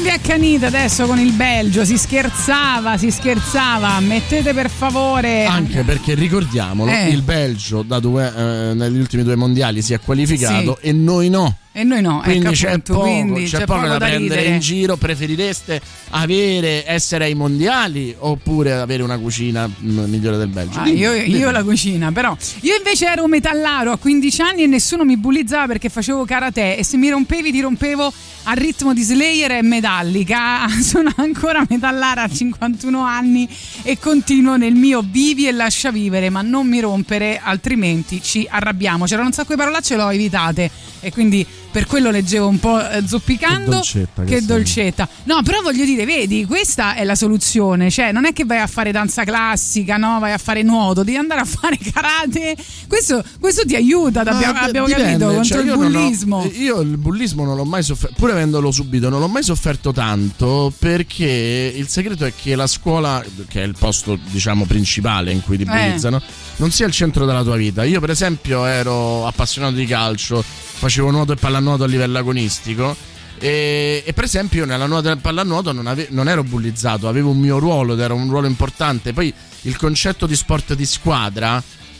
vi accanite adesso con il Belgio, si scherzava, si scherzava, mettete per favore. Anche perché ricordiamolo, eh. il Belgio da due, eh, negli ultimi due mondiali si è qualificato, sì, e noi no. E noi no, quindi, ecco, c'è, appunto, poco, quindi c'è, c'è poco, poco da, da prendere ridere. in giro. Preferireste avere essere ai mondiali oppure avere una cucina mh, migliore del Belgio? Ah, io, io la cucina, però io invece ero metallaro a quindici anni e nessuno mi bullizzava perché facevo karate, e se mi rompevi ti rompevo al ritmo di Slayer e Metallica. Sono ancora metallara a cinquantuno anni e continuo nel mio vivi e lascia vivere, ma non mi rompere, altrimenti ci arrabbiamo. C'erano un sacco di parolacce, l'ho evitate e quindi per quello leggevo un po' eh, zoppicando. Che dolcetta, che che dolcetta. No, però voglio dire, vedi, questa è la soluzione. Cioè, non è che vai a fare danza classica, no? Vai a fare nuoto, devi andare a fare karate. Questo, questo ti aiuta, abbiamo, abbiamo capito, contro cioè, il io bullismo. Non ho, io il bullismo non l'ho mai sofferto, pur avendolo subito, non l'ho mai sofferto tanto, perché il segreto è che la scuola, che è il posto, diciamo, principale in cui ti bullizzano, eh. non sia il centro della tua vita. Io, per esempio, ero appassionato di calcio, facevo nuoto e pallanuoto a livello agonistico e, e per esempio io nella nuoto e pallanuoto non, ave, non ero bullizzato, avevo un mio ruolo ed era un ruolo importante. Poi il concetto di sport di squadra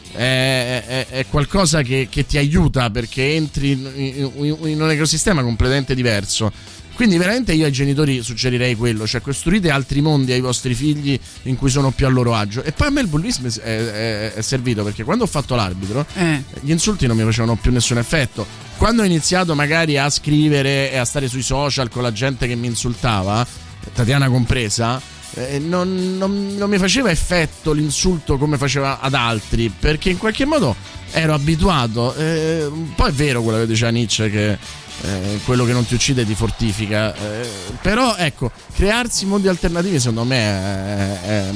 è, è, è qualcosa che, che ti aiuta, perché entri in, in, in un ecosistema completamente diverso. Quindi veramente io ai genitori suggerirei quello, cioè costruite altri mondi ai vostri figli in cui sono più a loro agio. E poi a me il bullismo è, è, è servito, perché quando ho fatto l'arbitro eh. gli insulti non mi facevano più nessun effetto. Quando ho iniziato magari a scrivere e a stare sui social con la gente che mi insultava, Tatiana compresa, eh, non, non, non mi faceva effetto l'insulto come faceva ad altri, perché in qualche modo ero abituato. Eh, poi è vero quello che diceva Nietzsche, che Eh, quello che non ti uccide ti fortifica, eh, però ecco, crearsi mondi alternativi secondo me è, è,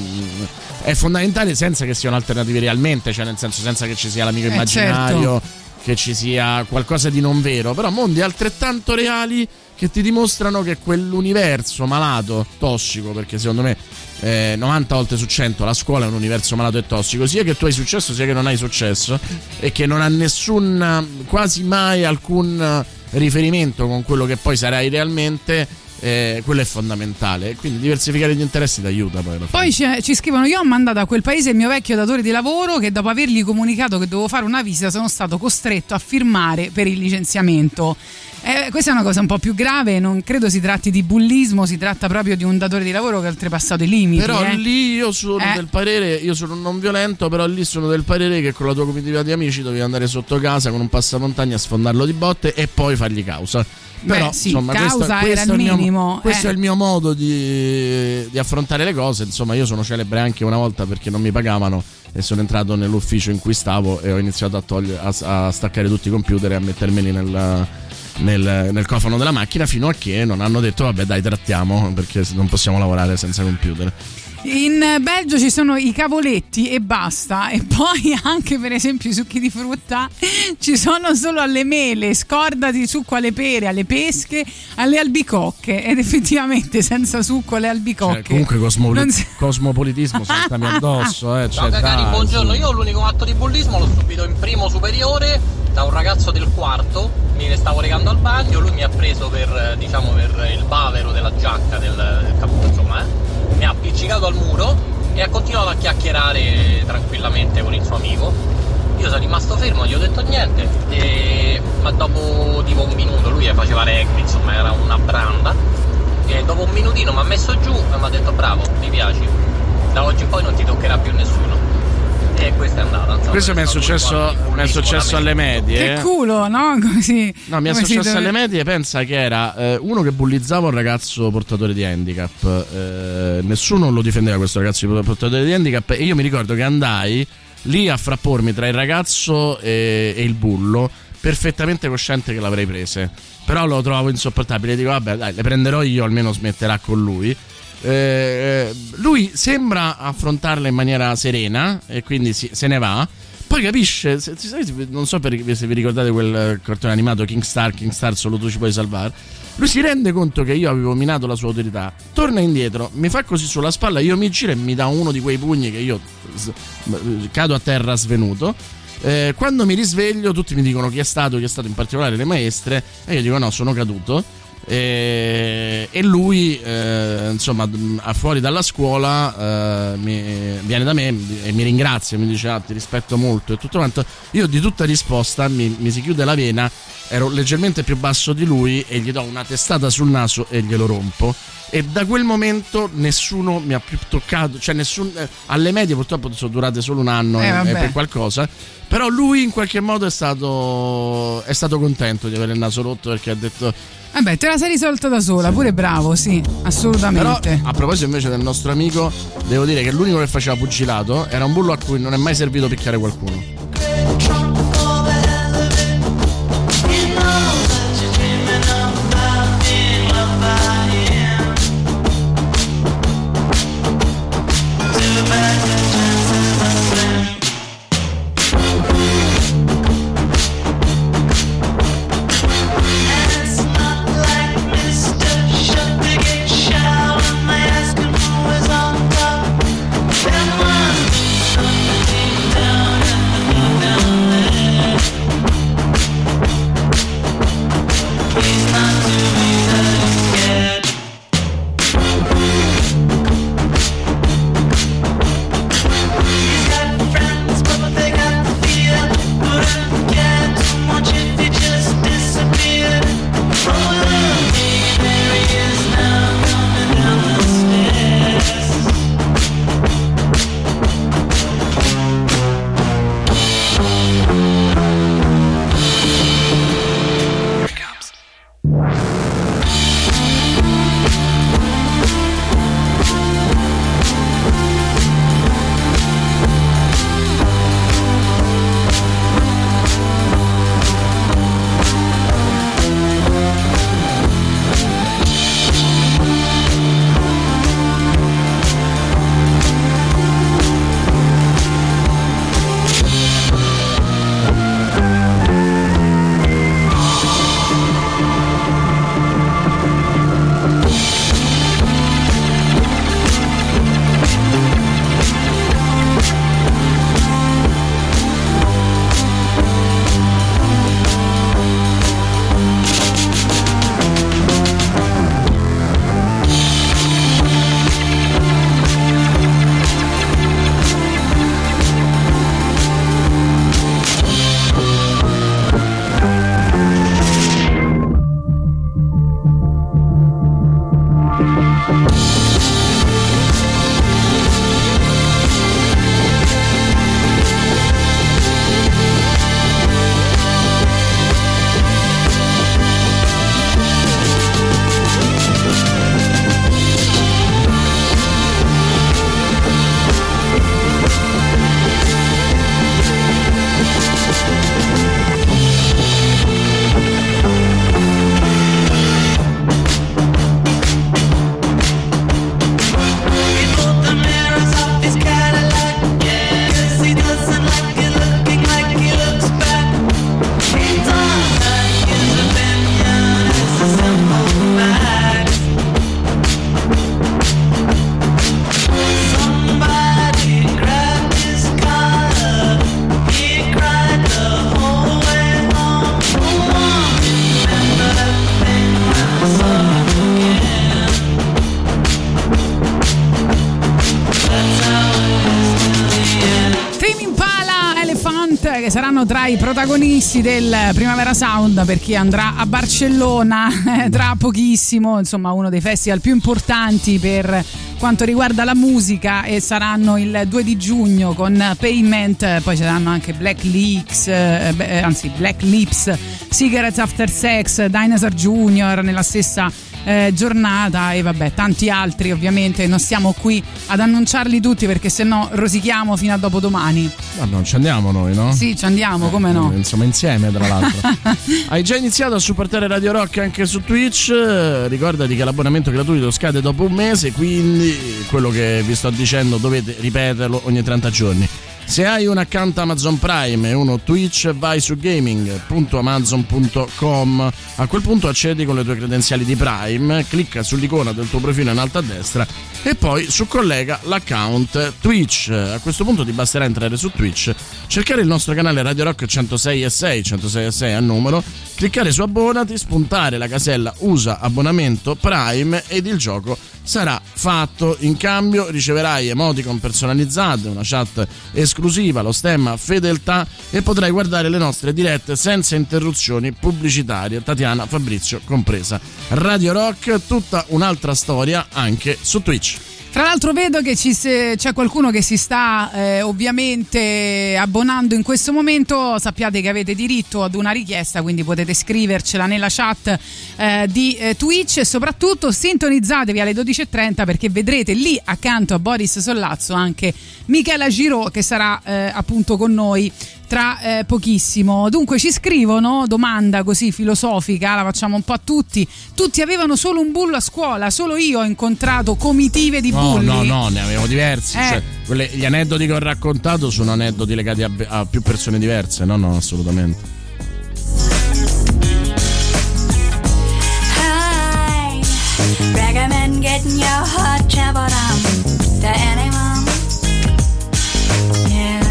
è fondamentale, senza che siano alternativi realmente, cioè nel senso senza che ci sia l'amico eh, immaginario, certo, che ci sia qualcosa di non vero, però mondi altrettanto reali che ti dimostrano che quell'universo malato, tossico, perché secondo me eh, novanta volte su cento la scuola è un universo malato e tossico, sia che tu hai successo sia che non hai successo, e che non ha nessun, quasi mai alcun riferimento con quello che poi sarai realmente. Eh, quello è fondamentale, quindi diversificare gli interessi ti aiuta. Poi, poi ci, ci scrivono: io ho mandato a quel paese il mio vecchio datore di lavoro che dopo avergli comunicato che dovevo fare una visita sono stato costretto a firmare per il licenziamento. Eh, questa è una cosa un po' più grave, non credo si tratti di bullismo, si tratta proprio di un datore di lavoro che ha oltrepassato i limiti. Però eh. lì io sono eh. del parere, io sono non violento, però lì sono del parere che con la tua comitiva di amici devi andare sotto casa con un passamontagna a sfondarlo di botte e poi fargli causa. Però Beh, sì, insomma, causa questo, era questo, il è il minimo, mio, questo eh. è il mio modo di, di affrontare le cose. Insomma, io sono celebre anche una volta perché non mi pagavano e sono entrato nell'ufficio in cui stavo e ho iniziato a, togliere, a, a staccare tutti i computer e a mettermeli nel, nel, nel cofano della macchina, fino a che non hanno detto vabbè dai, trattiamo, perché non possiamo lavorare senza computer. In Belgio ci sono i cavoletti e basta, e poi anche per esempio i succhi di frutta ci sono solo alle mele, scordati succo alle pere, alle pesche, alle albicocche, ed effettivamente senza succo alle albicocche. Cioè, comunque cosmopoli- si... cosmopolitismo saltami addosso, eh. Cioè, Ciao cari, dai, buongiorno, sì. Io l'unico atto di bullismo l'ho subito in primo superiore da un ragazzo del quarto, mi ne stavo recando al bagno, lui mi ha preso per, diciamo, per il bavero della giacca, del, del cappuccio, insomma, eh. Mi ha appiccicato al muro e ha continuato a chiacchierare tranquillamente con il suo amico. Io sono rimasto fermo, non gli ho detto niente, e... ma dopo tipo un minuto, lui faceva rugby, insomma era una branda, e dopo un minutino mi ha messo giù e mi ha detto bravo, mi piaci, da oggi in poi non ti toccherà più nessuno. E questo è andato. So, questo mi è successo, mi è successo alle medie. Che culo, no? Così. No, mi è successo deve... alle medie. Pensa che era eh, uno che bullizzava un ragazzo portatore di handicap. Eh, nessuno lo difendeva, questo ragazzo portatore di handicap. E io mi ricordo che andai lì a frappormi tra il ragazzo e, e il bullo, perfettamente cosciente che l'avrei prese. Però lo trovavo insopportabile. Dico vabbè dai, le prenderò io, almeno smetterà con lui. Eh, lui sembra affrontarla in maniera serena e quindi si, se ne va. Poi capisce, se, se, non so per, se vi ricordate quel cartone animato King Star, King Star solo tu ci puoi salvare. Lui si rende conto che io avevo minato la sua autorità, torna indietro, mi fa così sulla spalla, io mi giro e mi dà uno di quei pugni che io cado a terra svenuto. Eh, quando mi risveglio tutti mi dicono chi è stato, chi è stato, in particolare le maestre, e io dico no, sono caduto. E, e lui eh, insomma a fuori dalla scuola eh, mi, viene da me e mi ringrazia, mi dice ah, ti rispetto molto e tutto quanto. Io di tutta risposta mi, mi si chiude la vena, ero leggermente più basso di lui e gli do una testata sul naso e glielo rompo. E da quel momento nessuno mi ha più toccato, cioè nessun, eh, alle medie purtroppo sono durate solo un anno eh, e, e per qualcosa, però lui in qualche modo è stato è stato contento di avere il naso rotto, perché ha detto vabbè, te la sei risolta da sola, pure bravo, sì, assolutamente. Però a proposito invece del nostro amico, devo dire che l'unico che faceva pugilato era un bullo a cui non è mai servito picchiare qualcuno. che saranno tra i protagonisti del Primavera Sound, perché andrà a Barcellona tra pochissimo, insomma uno dei festival più importanti per quanto riguarda la musica, e saranno il due di giugno con Payment, poi ci saranno anche Black Lips, eh, anzi Black Lips, Cigarettes After Sex, Dinosaur Junior nella stessa eh, giornata, e vabbè tanti altri. Ovviamente non stiamo qui ad annunciarli tutti perché sennò rosichiamo fino a dopodomani. Ma non ci andiamo noi, no? Sì, ci andiamo, eh, come no? Insomma, insieme tra l'altro. Hai già iniziato a supportare Radio Rock anche su Twitch? Ricordati che l'abbonamento gratuito scade dopo un mese, quindi quello che vi sto dicendo dovete ripeterlo ogni trenta giorni. Se hai un account Amazon Prime e uno Twitch, vai su gaming punto amazon punto com. A quel punto accedi con le tue credenziali di Prime, clicca sull'icona del tuo profilo in alto a destra e poi su collega l'account Twitch. A questo punto ti basterà entrare su Twitch, cercare il nostro canale Radio Rock centosei e sei, centosei e sei a numero, cliccare su abbonati, spuntare la casella usa abbonamento Prime ed il gioco sarà fatto. In cambio riceverai emoticon personalizzate, una chat esclusiva, lo stemma fedeltà e potrai guardare le nostre dirette senza interruzioni pubblicitarie, Tatiana, Fabrizio compresa. Radio Rock, tutta un'altra storia anche su Twitch. Tra l'altro vedo che ci se, c'è qualcuno che si sta eh, ovviamente abbonando in questo momento. Sappiate che avete diritto ad una richiesta, quindi potete scrivercela nella chat eh, di eh, Twitch e soprattutto sintonizzatevi alle dodici e trenta perché vedrete lì accanto a Boris Sollazzo anche Michela Giraud che sarà eh, appunto con noi tra eh, pochissimo. Dunque ci scrivono, domanda così filosofica, la facciamo un po' a tutti. Tutti avevano solo un bullo a scuola, solo io ho incontrato comitive di no, bulli. No, no, ne avevo diversi. Eh. Cioè, quelle, gli aneddoti che ho raccontato sono aneddoti legati a, a più persone diverse. No, no, assolutamente. Hi, recommend getting your heart traveled on to anyone. Yeah.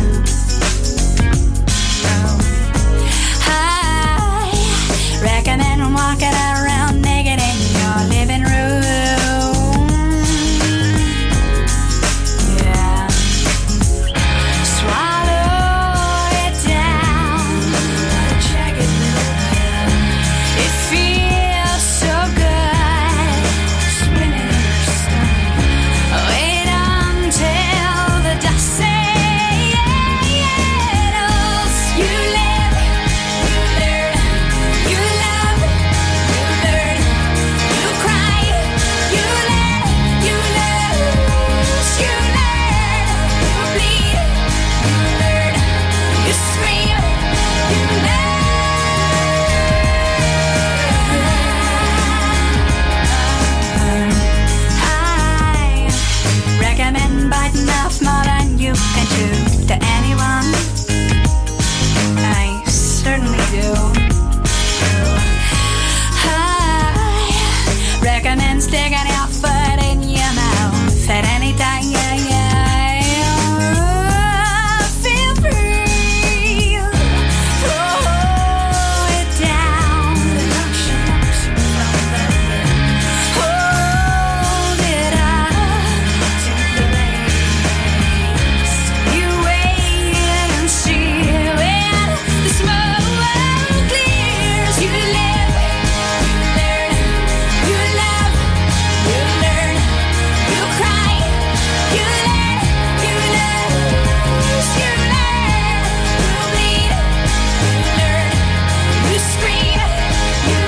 Recommend walking around naked in your living room. Yeah. Swallow it down. Check it out. It feels so good. Swimming in your stomach. Wait until the dust settles. You live, you learn. You love, you learn, you cry, you let, you lose, you learn, you bleed, you learn, you scream, you learn. I recommend biting off more than you can chew to anyone. I certainly do. Recommend sticking your foot in your mouth at any time. Yeah, yeah. Feel free. Throw it down. Hold it up to the base. You wait and see when the smoke clears. You live, you learn. You love, you learn, you cry, you learn, you lose, you learn, you bleed, you learn, you scream, you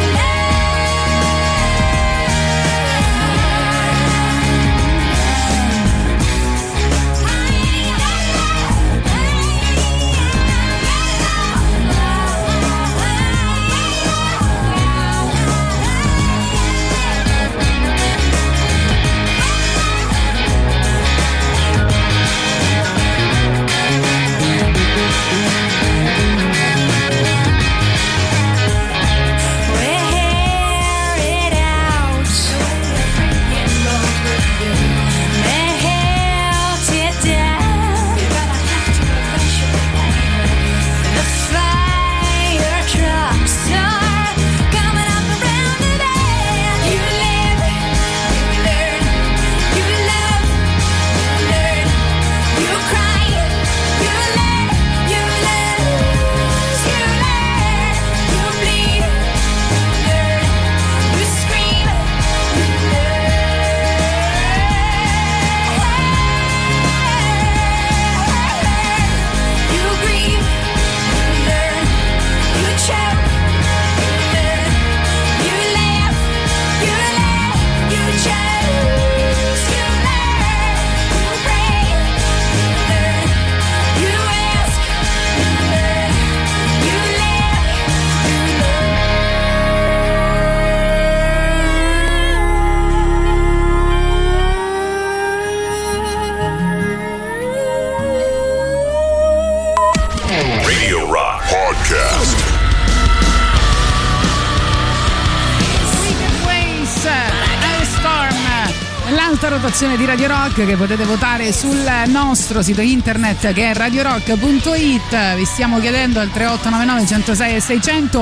l'alta rotazione di Radio Rock che potete votare sul nostro sito internet che è radio rock punto it. Vi stiamo chiedendo al tre otto nove nove uno zero sei e seicento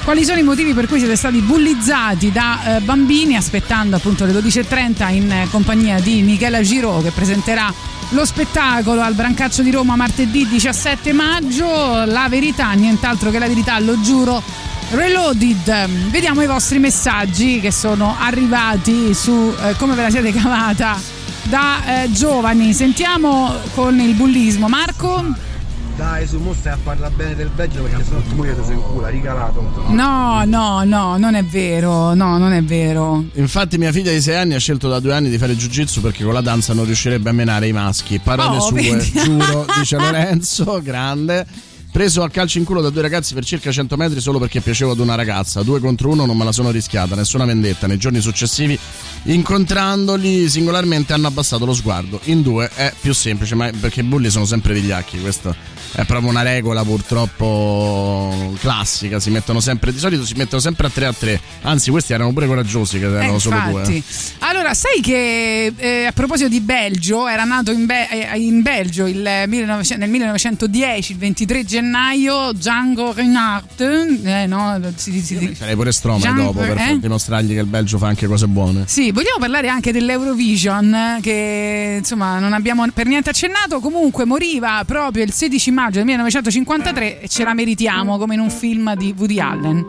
quali sono i motivi per cui siete stati bullizzati da eh, bambini, aspettando appunto le dodici e trenta in eh, compagnia di Michela Giraud, che presenterà lo spettacolo al Brancaccio di Roma martedì diciassette maggio. La verità, nient'altro che la verità, lo giuro. Reloaded. Vediamo i vostri messaggi che sono arrivati su eh, come ve la siete cavata da eh, giovani. Sentiamo con il bullismo. Marco? Dai, su, mo stai a parlare bene del Belgio perché sennò tu muoio sei in culo, ricalato. No, no, no, non è vero, no, non è vero. Infatti mia figlia di sei anni ha scelto da due anni di fare jiu-jitsu perché con la danza non riuscirebbe a menare i maschi. Parole oh, sue, vedi? giuro, dice Lorenzo, grande. Preso a calci in culo da due ragazzi per circa cento metri solo perché piacevo ad una ragazza. Due contro uno non me la sono rischiata, nessuna vendetta. Nei giorni successivi, incontrandoli singolarmente, hanno abbassato lo sguardo. In due è più semplice, ma perché i bulli sono sempre vigliacchi. Questo è proprio una regola purtroppo classica. Si mettono sempre, di solito si mettono sempre a tre a tre. Anzi, questi erano pure coraggiosi che erano eh, solo due. Eh. Allora, sai che eh, a proposito di Belgio, era nato in, Be- in Belgio il millenovecento, nel millenovecentodieci, il ventitré gennaio, Django Reinhardt, eh, no? Si, si, si, farei pure Stroma Jean, dopo per eh? dimostrargli che il Belgio fa anche cose buone. Sì, vogliamo parlare anche dell'Eurovision, che insomma non abbiamo per niente accennato. Comunque moriva proprio il sedici maggio del millenovecentocinquantatré e ce la meritiamo, come in un film di Woody Allen.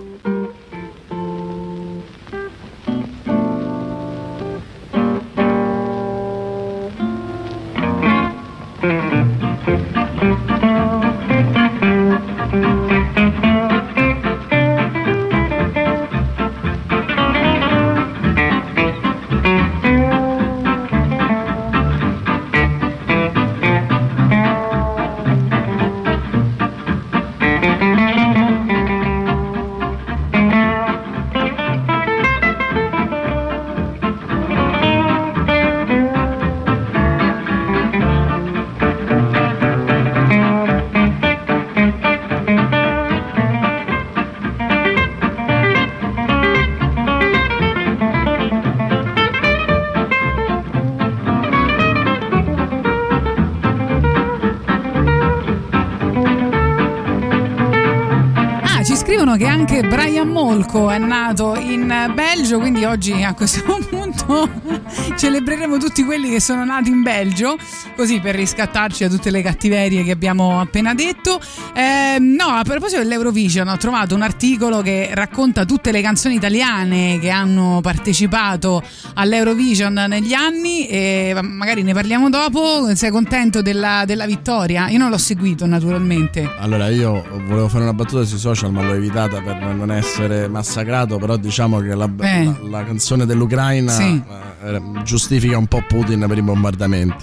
Che anche Brian Molko è nato in Belgio, quindi oggi a questo punto celebreremo tutti quelli che sono nati in Belgio, così per riscattarci da tutte le cattiverie che abbiamo appena detto. Eh, no, a proposito dell'Eurovision, ho trovato un articolo che racconta tutte le canzoni italiane che hanno partecipato all'Eurovision negli anni e magari ne parliamo dopo. Sei contento della, della vittoria? Io non l'ho seguito naturalmente. Allora, io volevo fare una battuta sui social ma l'ho evitata per non essere massacrato, però diciamo che la, eh. la, la canzone dell'Ucraina sì. eh, giustifica un po' Putin per i bombardamenti.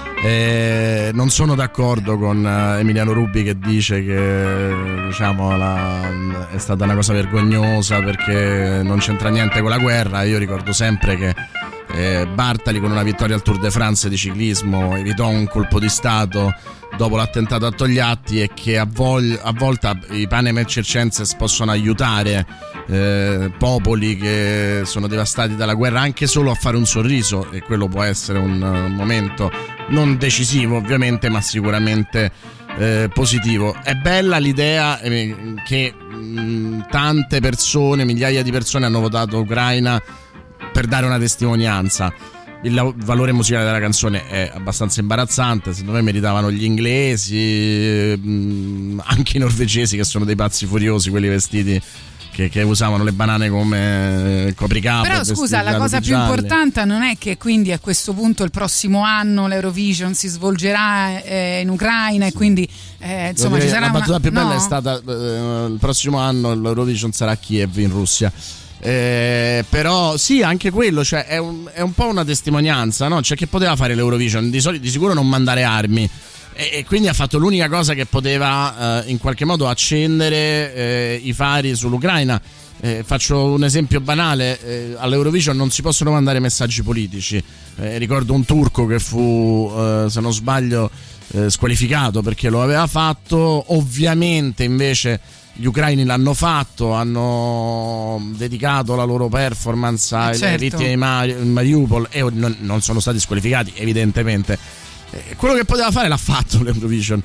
Eh, non sono d'accordo con Emiliano Rubi che dice che diciamo la, è stata una cosa vergognosa perché non c'entra niente con la guerra. Io ricordo sempre che eh, Bartali con una vittoria al Tour de France di ciclismo evitò un colpo di stato dopo l'attentato a Togliatti e che a, vol- a volte i panem et circenses possono aiutare eh, popoli che sono devastati dalla guerra anche solo a fare un sorriso, e quello può essere un, un momento non decisivo ovviamente ma sicuramente eh, positivo. È bella l'idea eh, che mh, tante persone, migliaia di persone hanno votato Ucraina per dare una testimonianza. Il valore musicale della canzone è abbastanza imbarazzante, secondo me meritavano gli inglesi, mh, anche i norvegesi che sono dei pazzi furiosi, quelli vestiti che, che usavano le banane come copricapo. Però scusa, la cosa più importante non è che quindi a questo punto il prossimo anno l'Eurovision si svolgerà eh, in Ucraina e quindi eh, insomma ci sarà la battuta una... più bella no? è stata eh, il prossimo anno l'Eurovision sarà a Kiev in Russia. Eh, però sì, anche quello, cioè è un, è un po' una testimonianza, no? Cioè, che poteva fare l'Eurovision? Di solito, di sicuro non mandare armi, e, e quindi ha fatto l'unica cosa che poteva eh, in qualche modo accendere eh, i fari sull'Ucraina. Eh, faccio un esempio banale, eh, all'Eurovision non si possono mandare messaggi politici. Eh, ricordo un turco che fu, eh, se non sbaglio, eh, squalificato perché lo aveva fatto. Ovviamente invece gli ucraini l'hanno fatto, hanno dedicato la loro performance ai certo. vittime di Mari- Mariupol e non sono stati squalificati evidentemente. Eh, quello che poteva fare l'ha fatto l'Eurovision.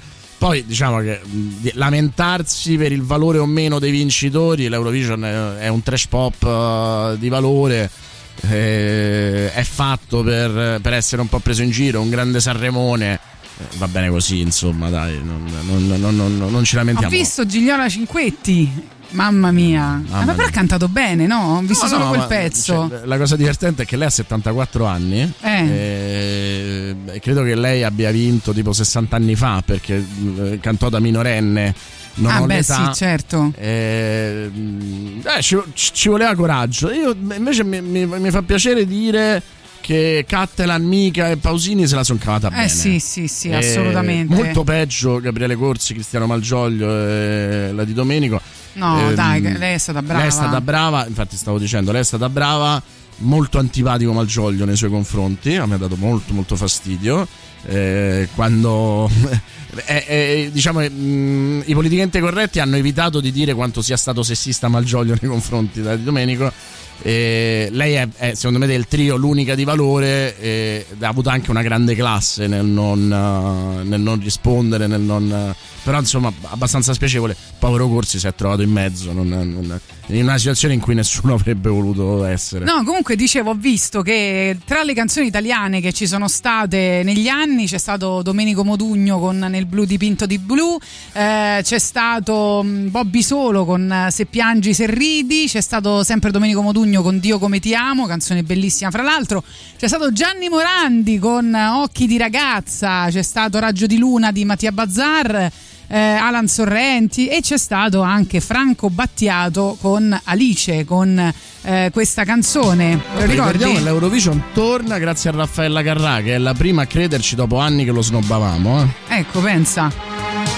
poi diciamo che mh, lamentarsi per il valore o meno dei vincitori, l'Eurovision è, è un trash pop uh, di valore, eh, è fatto per, per essere un po' preso in giro, un grande Sanremone, eh, va bene così, insomma, dai, non, non, non, non, non ci lamentiamo. Ho visto Gigliola Cinquetti. Mamma mia, Mamma ah, ma però ha cantato bene, no? Ho visto no, solo no, quel ma, pezzo. Cioè, la cosa divertente è che lei ha settantaquattro anni eh. e credo che lei abbia vinto tipo sessanta anni fa, perché eh, cantò da minorenne. Non ah ho beh l'età. sì, certo. Eh, eh, ci, ci voleva coraggio. Io invece mi, mi, mi fa piacere dire che Cattelan, Mica e Pausini se la son cavata eh bene. sì sì sì, eh, assolutamente. Molto peggio Gabriele Corsi, Cristiano Malgioglio e la Di Domenico. No, eh, dai, lei è stata brava. Lei è stata brava, infatti stavo dicendo, lei è stata brava, molto antipatico Malgioglio nei suoi confronti, a me ha dato molto molto fastidio. Eh, quando eh, eh, diciamo mh, i politicamente corretti hanno evitato di dire quanto sia stato sessista Malgioglio nei confronti di Domenico. Eh, lei è, è secondo me del trio l'unica di valore, eh, ha avuto anche una grande classe nel non, uh, nel non rispondere, nel non, uh, però insomma abbastanza spiacevole. Povero Corsi si è trovato in mezzo, non, non, in una situazione in cui nessuno avrebbe voluto essere. No, comunque dicevo, ho visto che tra le canzoni italiane che ci sono state negli anni c'è stato Domenico Modugno con Nel blu dipinto di blu, eh, c'è stato Bobby Solo con Se piangi se ridi, c'è stato sempre Domenico Modugno con Dio come ti amo, canzone bellissima fra l'altro, c'è stato Gianni Morandi con Occhi di ragazza, c'è stato Raggio di luna di Mattia Bazzar, eh, Alan Sorrenti, e c'è stato anche Franco Battiato con Alice, con eh, questa canzone. Te lo ricordi? Ricordiamo che l'Eurovision torna grazie a Raffaella Carrà, che è la prima a crederci dopo anni che lo snobbavamo, eh. Ecco, pensa.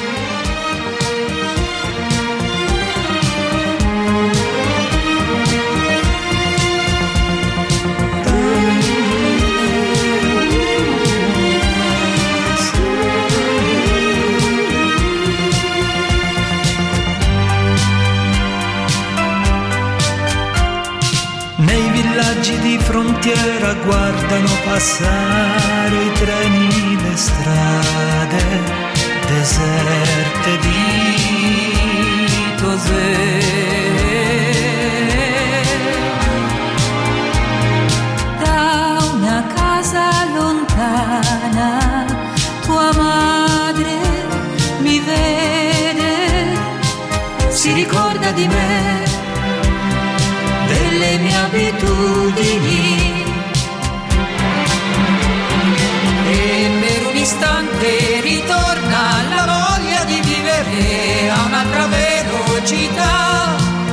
Di frontiera guardano passare i treni, le strade deserte di Tosè. Da una casa lontana tua madre mi vede, si ricorda di me, delle mie abitudini, e per un istante ritorna la voglia di vivere a un'altra velocità.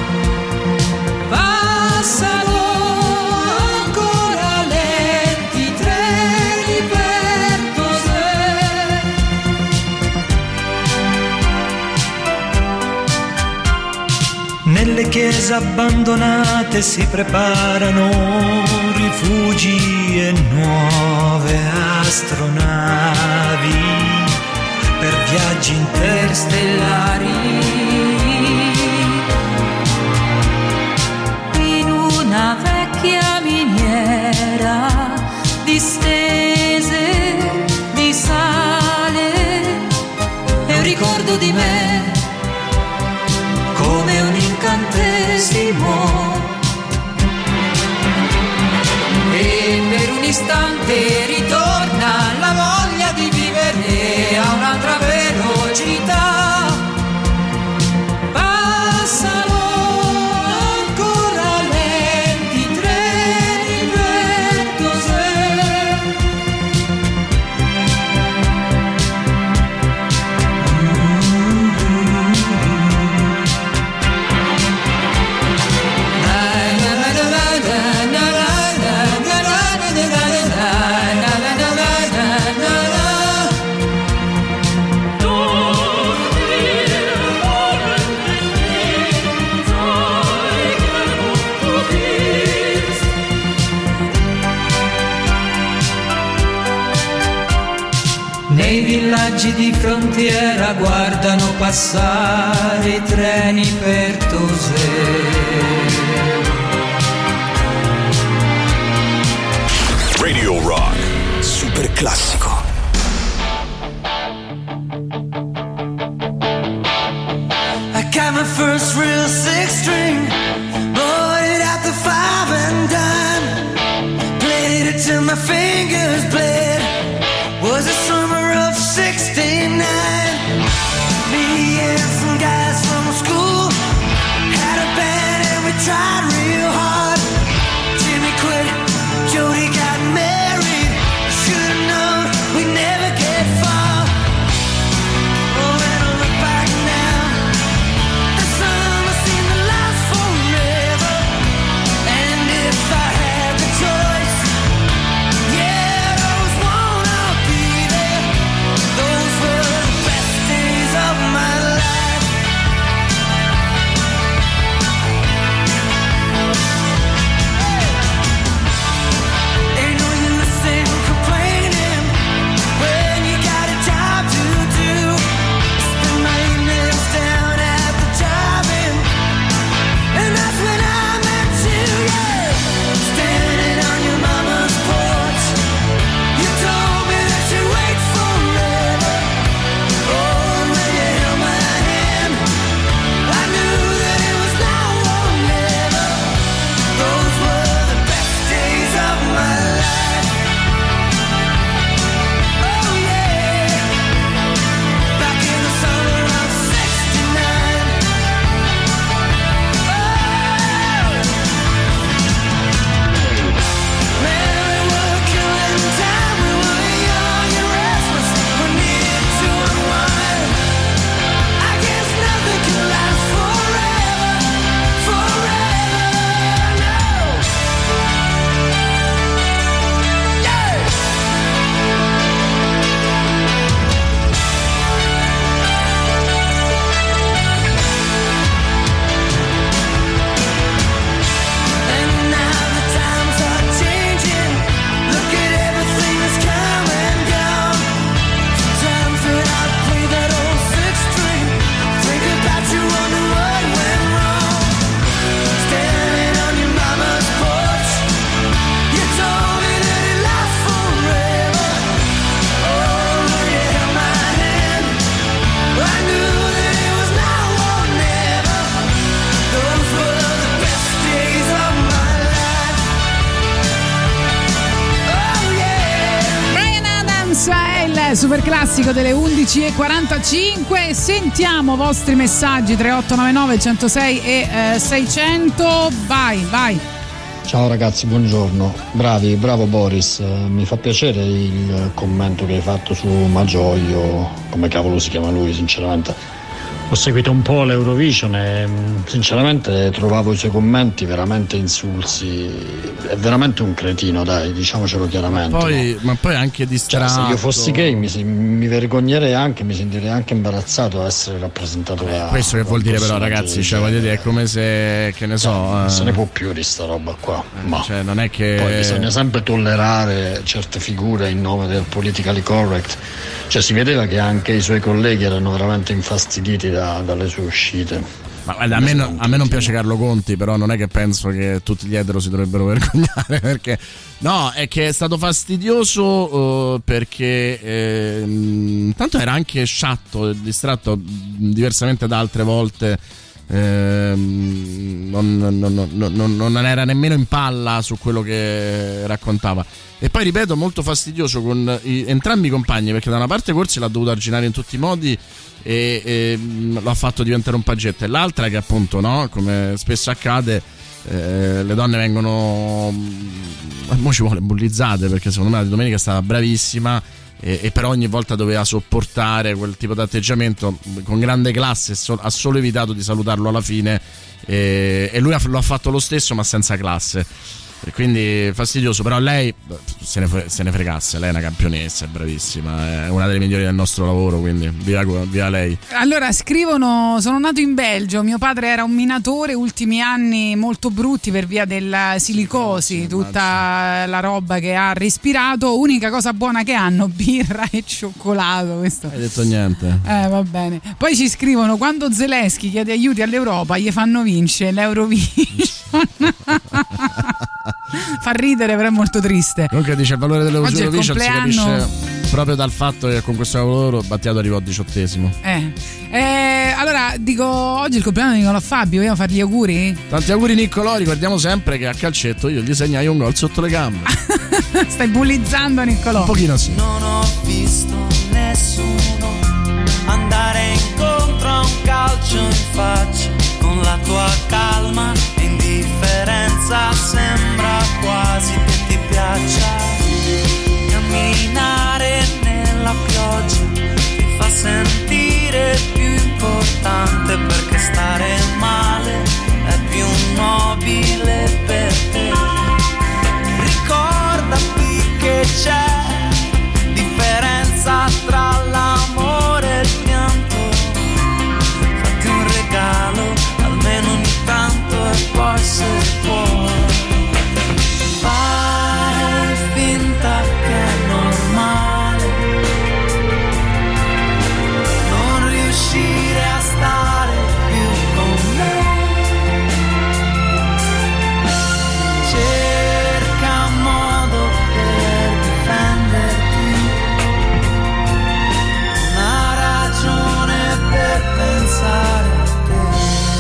Passano ancora lenti treni per Tosè. Nelle chiese abbandonate si preparano rifugi e nuove astronavi per viaggi interstellari. In una vecchia miniera distese di sale è un ricordo di me, come un incantesimo, e per un istante ritorna la voglia di vivere a un'altra velocità. Passano ancora lenti treni per Tosè. Nei villaggi di frontiera guardano passare i treni per Tosè. Radio Rock. Super classico. six string, bought it at the five and dime, played it till my fingers bled. Was the summer of sixty-nine. Me and some guys from school had a band and we tried real hard. Jimmy quit, Jody got married. Should've known we'd never get far. Oh, when I look back now, the summer seemed to last forever. And if I had the choice, yeah, those won't all be there. Those were the best days of my life. Ain't no use in complaining when you got a job to do. Spend my evenings down at the drive-in, and that's when I met you, yeah. Standing on your mama's porch, you told me that you'd wait forever. Oh, when you held my hand, I knew that it was now or never. Those were the best days of my life. Oh yeah, back in the summer of sixty-nine. Oh, man, we were killing time. We were young and restless. We needed to unwind. I guess nothing can last forever, forever, no. Yeah. And now the times are changing. Look at everything that's come and gone. Sometimes when I play that old six string, think about you, wonder what went wrong. Standing on your mama's porch, you told me that it lasts forever. Oh, when you held my hand, I knew that it was now or never. Those were the best days of my life. Oh yeah. Bryan Adams è il super classico delle undici e quarantacinque. Sentiamo vostri messaggi tre otto nove nove uno zero sei e eh, seicento. Vai, vai. Ciao ragazzi, buongiorno. Bravi, bravo Boris. Eh, Mi fa piacere il commento che hai fatto su Maggiolio, come cavolo si chiama lui, sinceramente. Ho seguito un po' l'Eurovision e mh, sinceramente trovavo i suoi commenti veramente insulsi. È veramente un cretino, dai, diciamocelo chiaramente. Poi, ma poi anche Cioè, distratto. se io fossi gay mi, mi vergognerei anche, mi sentirei anche imbarazzato a essere rappresentato da Questo che vuol dire però, personaggio ragazzi, del cioè voglio genere. dire, è come se, che ne so, Non eh, se ne può più di sta roba qua. Ma cioè non è che poi bisogna sempre tollerare certe figure in nome del politically correct. Cioè si vedeva che anche i suoi colleghi erano veramente infastiditi da- dalle sue uscite. Ma guarda, a me, no- a me non piace Carlo Conti, però non è che penso che tutti gli etero si dovrebbero vergognare, perché no, è che è stato fastidioso eh, perché eh, mh, tanto era anche sciatto e distratto, mh, diversamente da altre volte. ehm, non, non- non- non- non era nemmeno in palla su quello che raccontava. E poi ripeto, molto fastidioso con i- entrambi i compagni, perché da una parte Corsi l'ha dovuto arginare in tutti i modi e, e mh, lo ha fatto diventare un paggetto, e l'altra che appunto, no, come spesso accade, eh, le donne vengono mh, mo ci vuole bullizzate, perché secondo me la di domenica è stata bravissima e, e però ogni volta doveva sopportare quel tipo di atteggiamento con grande classe. So- ha solo evitato di salutarlo alla fine e, e lui ha- lo ha fatto lo stesso ma senza classe. E quindi fastidioso, però lei se ne, fre- se ne fregasse, lei è una campionessa, è bravissima, è una delle migliori del nostro lavoro, quindi via, via lei. Allora scrivono: sono nato in Belgio, mio padre era un minatore, ultimi anni molto brutti per via della silicosi, tutta la roba che ha respirato, unica cosa buona che hanno birra e cioccolato. Questo. Hai detto niente. Eh, va bene. Poi ci scrivono: quando Zelensky chiede aiuti all'Europa gli fanno vincere l'Eurovision. Fa ridere, però è molto triste. Comunque dice il valore dell'Eurovision si compleanno... capisce proprio dal fatto che con questo lavoro Battiato arrivò a diciottesimo. Eh. eh allora dico, oggi è il compleanno di Nicolò Fabio, vogliamo fargli auguri? Tanti auguri Niccolò, ricordiamo sempre che a calcetto io gli segnai un gol sotto le gambe. Stai bullizzando Niccolò. Un pochino sì. Non ho visto nessuno andare incontro a un calcio in faccia, con la tua calma e indifferenza sembra quasi che ti piaccia. Camminare nella pioggia ti fa sentire più importante, perché stare male è più nobile per te. Ricordati che c'è differenza tra l'amore e il pianto. Fatti un regalo almeno ogni tanto e poi se può fai finta che è normale non riuscire a stare più con me. Cerca un modo per difenderti, una ragione per pensare a te.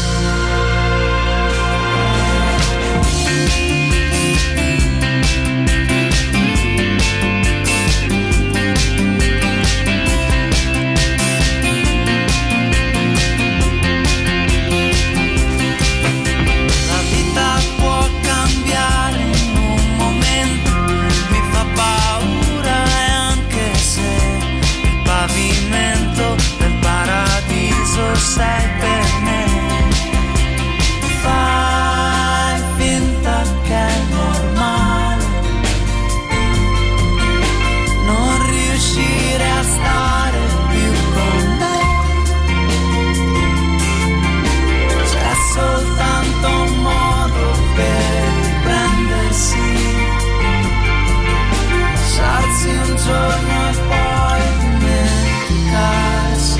La vita può cambiare in un momento, mi fa paura e anche se il pavimento del paradiso sei per me. Fai finta che è normale non riuscire a stare più con me. C'è soltanto un modo per riprendersi, lasciarsi un giorno e poi dimenticarsi.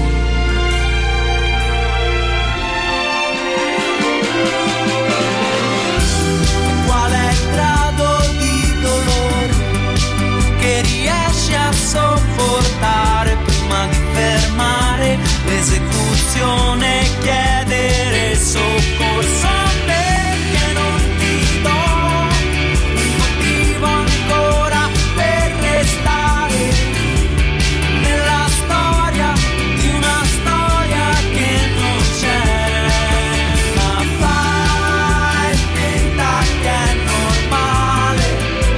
Qual è il grado di dolore che riesci a sopportare prima di fermare l'esecuzione e chiedere soccorso? Perché non ti do un motivo ancora per restare nella storia di una storia che non c'è. Ma fai finta che è normale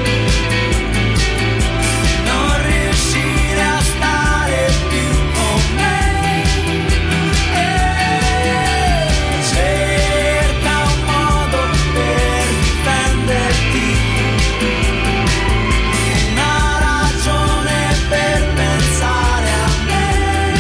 non riuscire a stare più con me. E cerca un modo per difenderti, una ragione per pensare a me.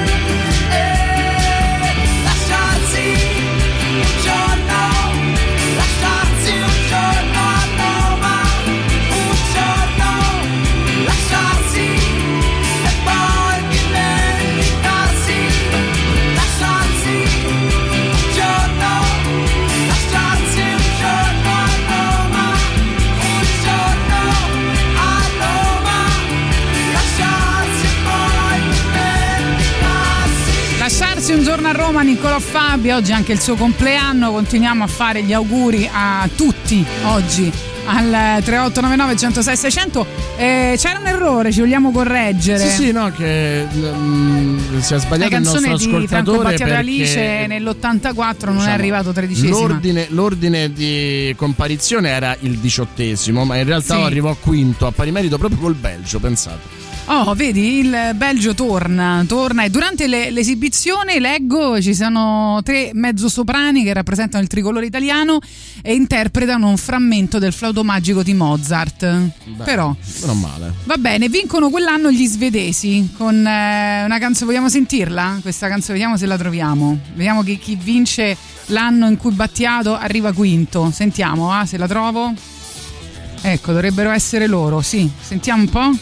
E lasciarsi un giorno, lasciarsi un giorno a Roma, un giorno lasciarsi e poi dimenticarsi. Lasciarsi un giorno, lasciarsi un giorno a Roma, un giorno a Roma, lasciarsi e poi dimenticarsi. Lasciarsi un giorno a Roma, Niccolò Fabio. Oggi è anche il suo compleanno, continuiamo a fare gli auguri a tutti oggi al tre otto nove nove uno zero sei sei zero zero. Eh, c'era un errore, ci vogliamo correggere. Sì, sì, no, che mm, si è La sbagliato il canzone nostro di Franco ascoltatore Battiato perché Alice nell'ottantaquattro non è diciamo, arrivato tredicesimo. L'ordine, l'ordine di comparizione era il diciottesimo, ma in realtà Sì. arrivò quinto a pari merito proprio col Belgio, pensate. Oh, vedi, il Belgio torna, torna e durante le, l'esibizione leggo ci sono tre mezzosoprani che rappresentano il tricolore italiano e interpretano un frammento del flauto magico di Mozart. Beh, Però non male. va bene, vincono quell'anno gli svedesi con eh, una canzone, vogliamo sentirla? Questa canzone, vediamo se la troviamo. Vediamo chi, chi vince l'anno in cui Battiato arriva quinto. Sentiamo, ah, se la trovo. Ecco, dovrebbero essere loro, sì. Sentiamo un po'.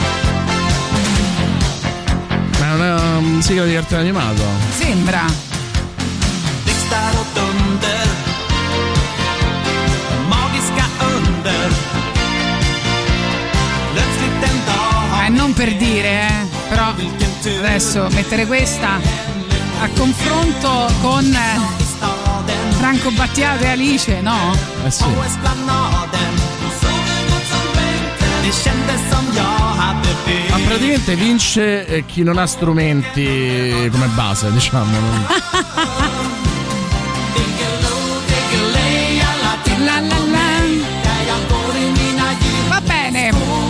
Ma è una um, sigla di cartone animato. Sembra. per dire, eh. Però adesso mettere questa a confronto con Franco Battiato e Alice, no? Eh sì. Ma praticamente vince eh, chi non ha strumenti come base, diciamo. Non... la, la, la. Va bene.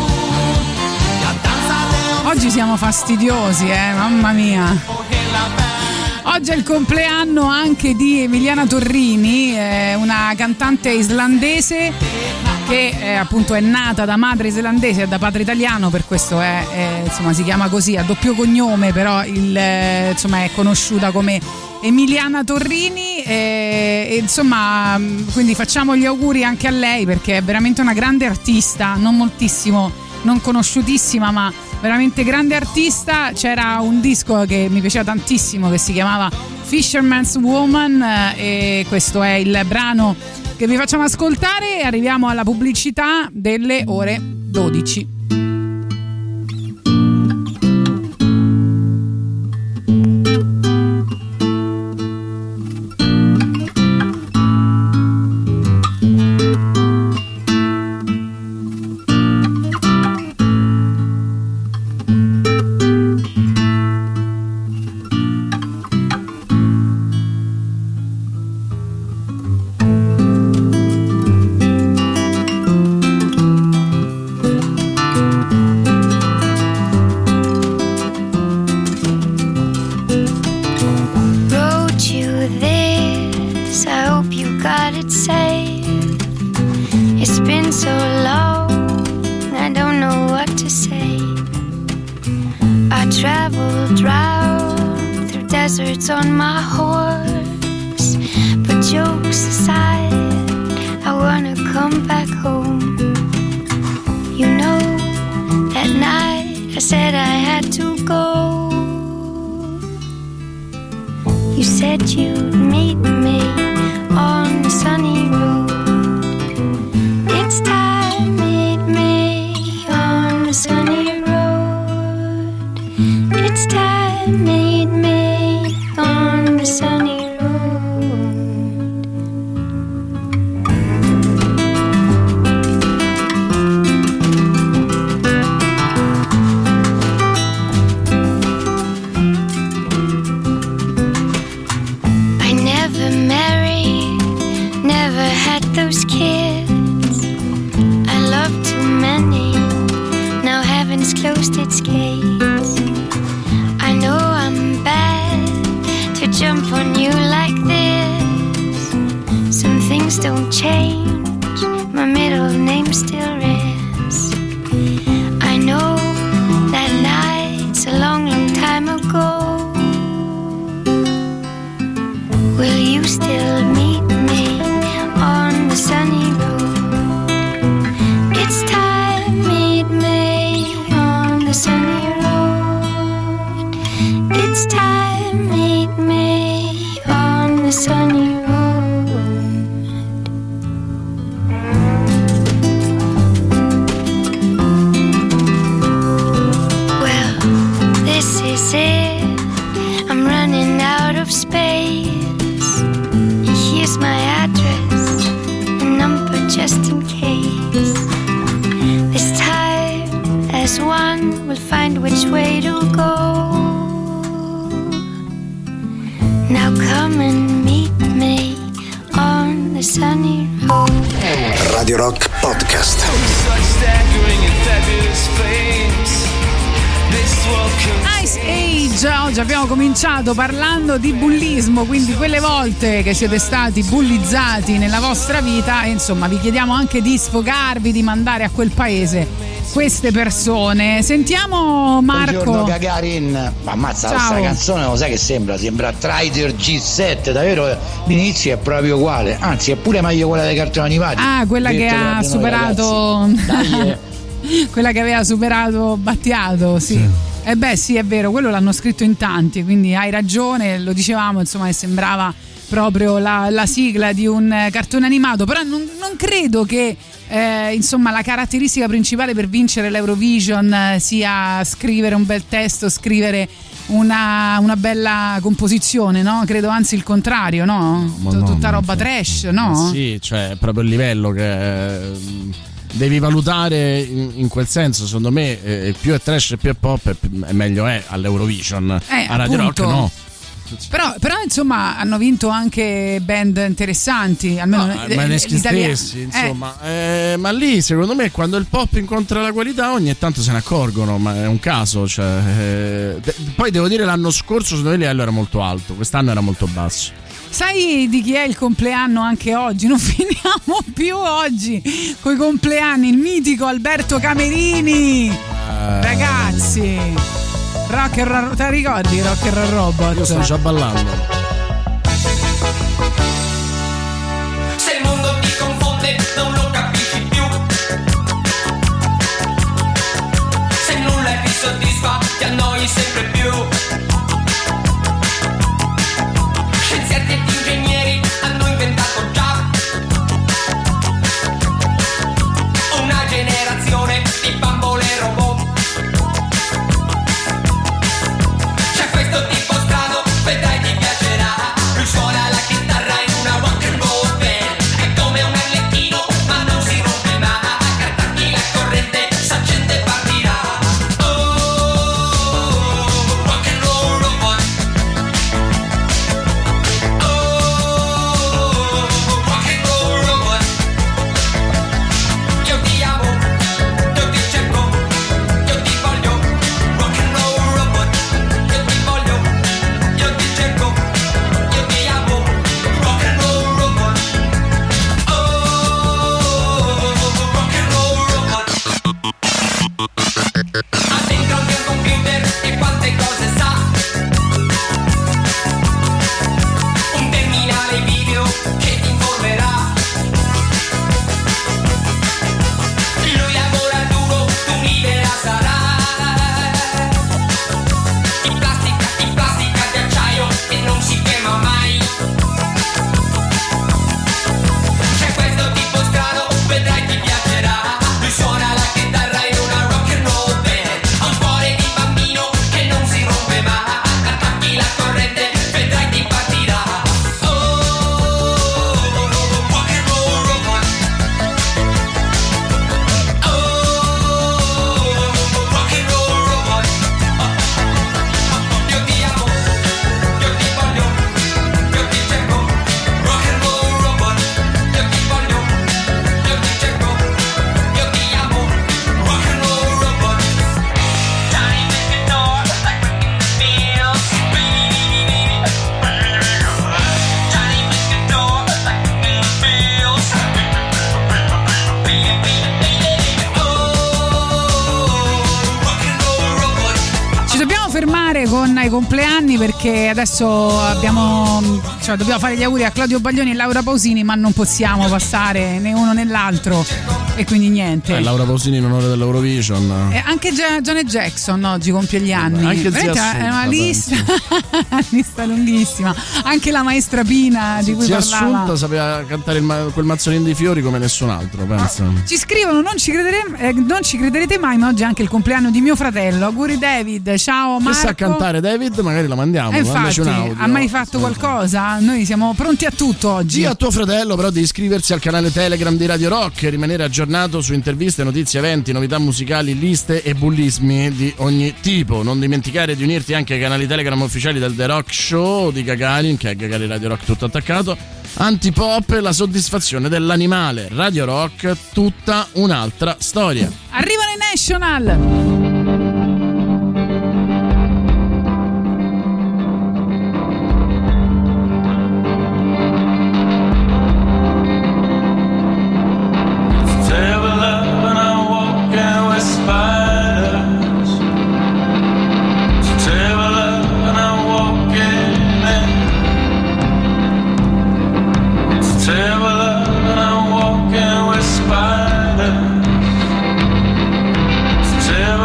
Oggi siamo fastidiosi, eh, mamma mia. Oggi è il compleanno anche di Emiliana Torrini, eh, una cantante islandese che eh, appunto è nata da madre islandese e da padre italiano, per questo è, è, insomma, si chiama così, a doppio cognome, però il, eh, insomma, è conosciuta come Emiliana Torrini e, e insomma, quindi facciamo gli auguri anche a lei, perché è veramente una grande artista, non moltissimo, non conosciutissima, ma veramente grande artista. C'era un disco che mi piaceva tantissimo che si chiamava Fisherman's Woman, eh, e questo è il brano che vi facciamo ascoltare. Arriviamo alla pubblicità delle ore dodici. Radio Rock Podcast. Ice Age, oggi abbiamo cominciato parlando di bullismo, quindi quelle volte che siete stati bullizzati nella vostra vita, e insomma vi chiediamo anche di sfogarvi, di mandare a quel paese queste persone. Sentiamo Marco. Buongiorno Gagarin. Ammazza, questa canzone lo sai che sembra? Sembra Trader G sette, davvero l'inizio è proprio uguale, anzi è pure meglio quella dei cartoni animati. Ah, quella che ha superato quella che aveva superato Battiato, sì. sì. E eh beh sì, è vero, quello l'hanno scritto in tanti, quindi hai ragione, lo dicevamo, insomma, che sembrava proprio la, la sigla di un cartone animato, però non, non credo che eh, insomma la caratteristica principale per vincere l'Eurovision eh, sia scrivere un bel testo, scrivere una, una bella composizione, no? Credo anzi il contrario, no? Ma T- no, tutta ma roba cioè, trash, no? ma sì, cioè è proprio il livello che eh, devi valutare in, in quel senso. Secondo me eh, più è trash e più è pop e più, meglio è all'Eurovision. Eh, a Radio appunto. Rock no. Però, però insomma hanno vinto anche band interessanti, almeno No, ma Maneskin stessi, insomma. Eh. Eh, ma lì secondo me quando il pop incontra la qualità ogni tanto se ne accorgono, ma è un caso. Cioè, eh, de- poi devo dire l'anno scorso secondo me il livello era molto alto, quest'anno era molto basso. Sai di chi è il compleanno anche oggi? Non finiamo più oggi con i compleanni, il mitico Alberto Camerini. Eh. Ragazzi, Rock and Roll, te la ricordi Rock and Roll Robot? Io sto già ballando. Se il mondo ti confonde non lo capisci più, se nulla ti soddisfa ti annoi sempre più. Scienziati ed ingegneri hanno inventato già una generazione di bambole robot. C'è questo tipo strano, vedrai ti piacerà. Lui suona la chitarra in una rock and roll band. È come un arlecchino ma non si rompe mai. Attacchi la corrente, s'accende e partirà. Oh, rock and roll robot. Oh, rock and roll robot. Io ti amo, io ti cerco, io ti voglio. Rock and roll robot. Io ti voglio, io ti cerco, io ti amo. Rock and roll robot. Oh, rock and roll robot. Ha dentro anche un computer e quante cose sa. Un terminale video che ti informerà. Lui lavora duro, tu un'idea sarà. In plastica, in plastica di acciaio e non si quema mai. C'è questo tipo strano, vedrai ti piacerà. Lui suona la chitarra in una rock and roll band. Ha un cuore di bambino che non si rompe mai. Attacchi la corrente, vedrai ti partirà. Oh, rock and roll robot. Oh, rock and roll robot. Io ti amo, io ti voglio, io ti cerco. Rock and roll robot. Io ti voglio, io ti cerco, io ti amo. Rock and roll robot. Johnny make it door like breaking the wheels. Johnny make it door like breaking the wheels. Oh, rock and roll robot. Ci dobbiamo fermare con i compleanni perché adesso abbiamo, cioè dobbiamo fare gli auguri a Claudio Baglioni e Laura Pausini, ma non possiamo passare né uno né l'altro e quindi niente. Eh, Laura Pausini in onore dell'Eurovision. E anche Gia- Janet Jackson oggi compie gli anni. Anche zia Veramente è una Assunta, lista, una lista lunghissima. Anche la maestra Pina di cui Zia parlava. Assunta sapeva cantare il ma- quel mazzolino di fiori come nessun altro, pensa. Ci scrivono, non ci, credere- eh, non ci crederete mai, ma oggi è anche il compleanno di mio fratello. Auguri David, ciao Che Marco. sa cantare David? Magari la mandiamo. Eh, mandaci infatti, un audio. ha mai fatto qualcosa? Noi siamo pronti a tutto oggi. Sì, a tuo fratello però di iscriversi al canale Telegram di Radio Rock e rimanere aggiornato su interviste, notizie, eventi, novità musicali, liste e bullismi di ogni tipo. Non dimenticare di unirti anche ai canali Telegram ufficiali del The Rock Show di Gagarin, che è Gagarin Radio Rock tutto attaccato, Antipop e la soddisfazione dell'animale. Radio Rock, tutta un'altra storia. Arrivano i National. Terrible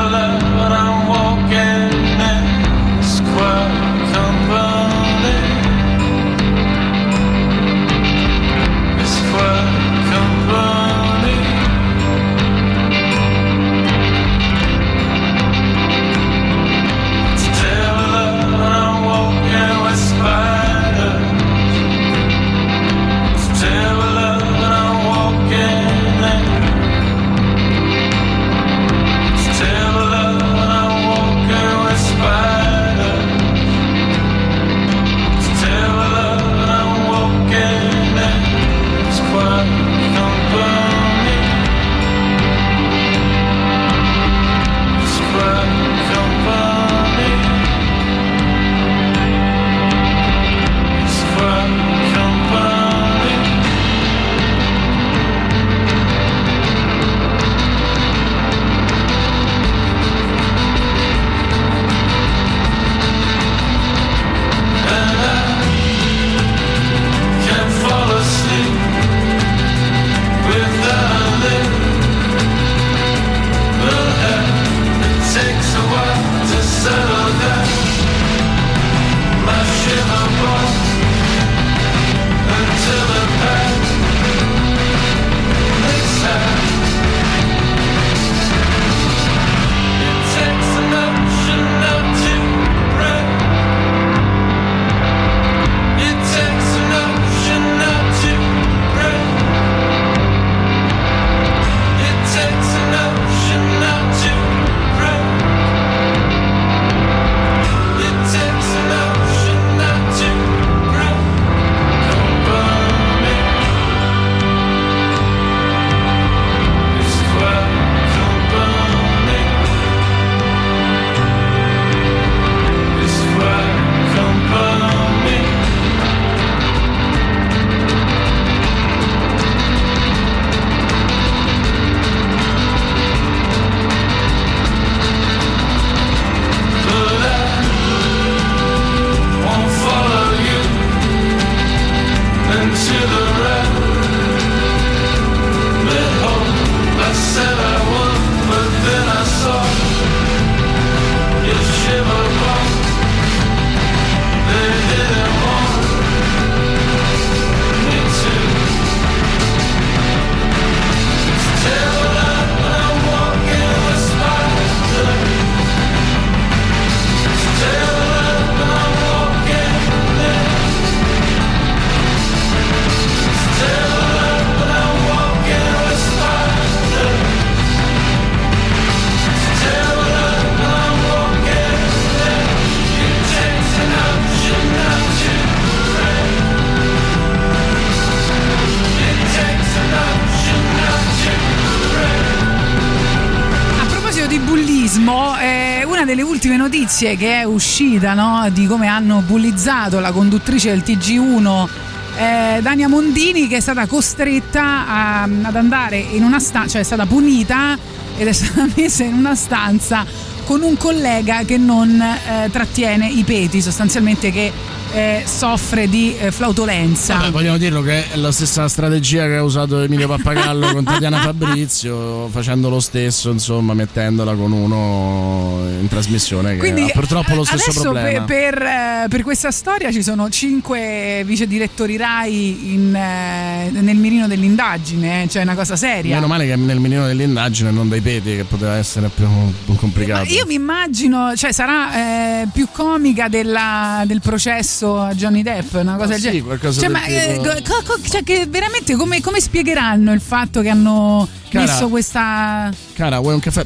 notizie che è uscita, no? Di come hanno bullizzato la conduttrice del T G uno, eh, Dania Mondini, che è stata costretta a, ad andare in una stanza, cioè è stata punita ed è stata messa in una stanza con un collega che non eh, trattiene i peti, sostanzialmente, che eh, soffre di eh, flautolenza. Vabbè, vogliamo dirlo che è la stessa strategia che ha usato Emilio Pappagallo con Tatiana Fabrizio, facendo lo stesso, insomma, mettendola con uno in trasmissione che Quindi, ha purtroppo lo stesso adesso problema. Per, per, eh, per questa storia ci sono cinque vice direttori Rai in, eh, nel mirino dell'indagine, eh, cioè una cosa seria. Meno male che nel mirino dell'indagine, non dai peti, che poteva essere più, più complicato. Ma io mi immagino, cioè sarà eh, più comica della, del processo a Johnny Depp, una cosa del sì, genere. qualcosa Cioè, del ma tipo... eh, co- co- cioè che veramente come, come spiegheranno il fatto che hanno Cara, messo questa. Cara, vuoi un caffè?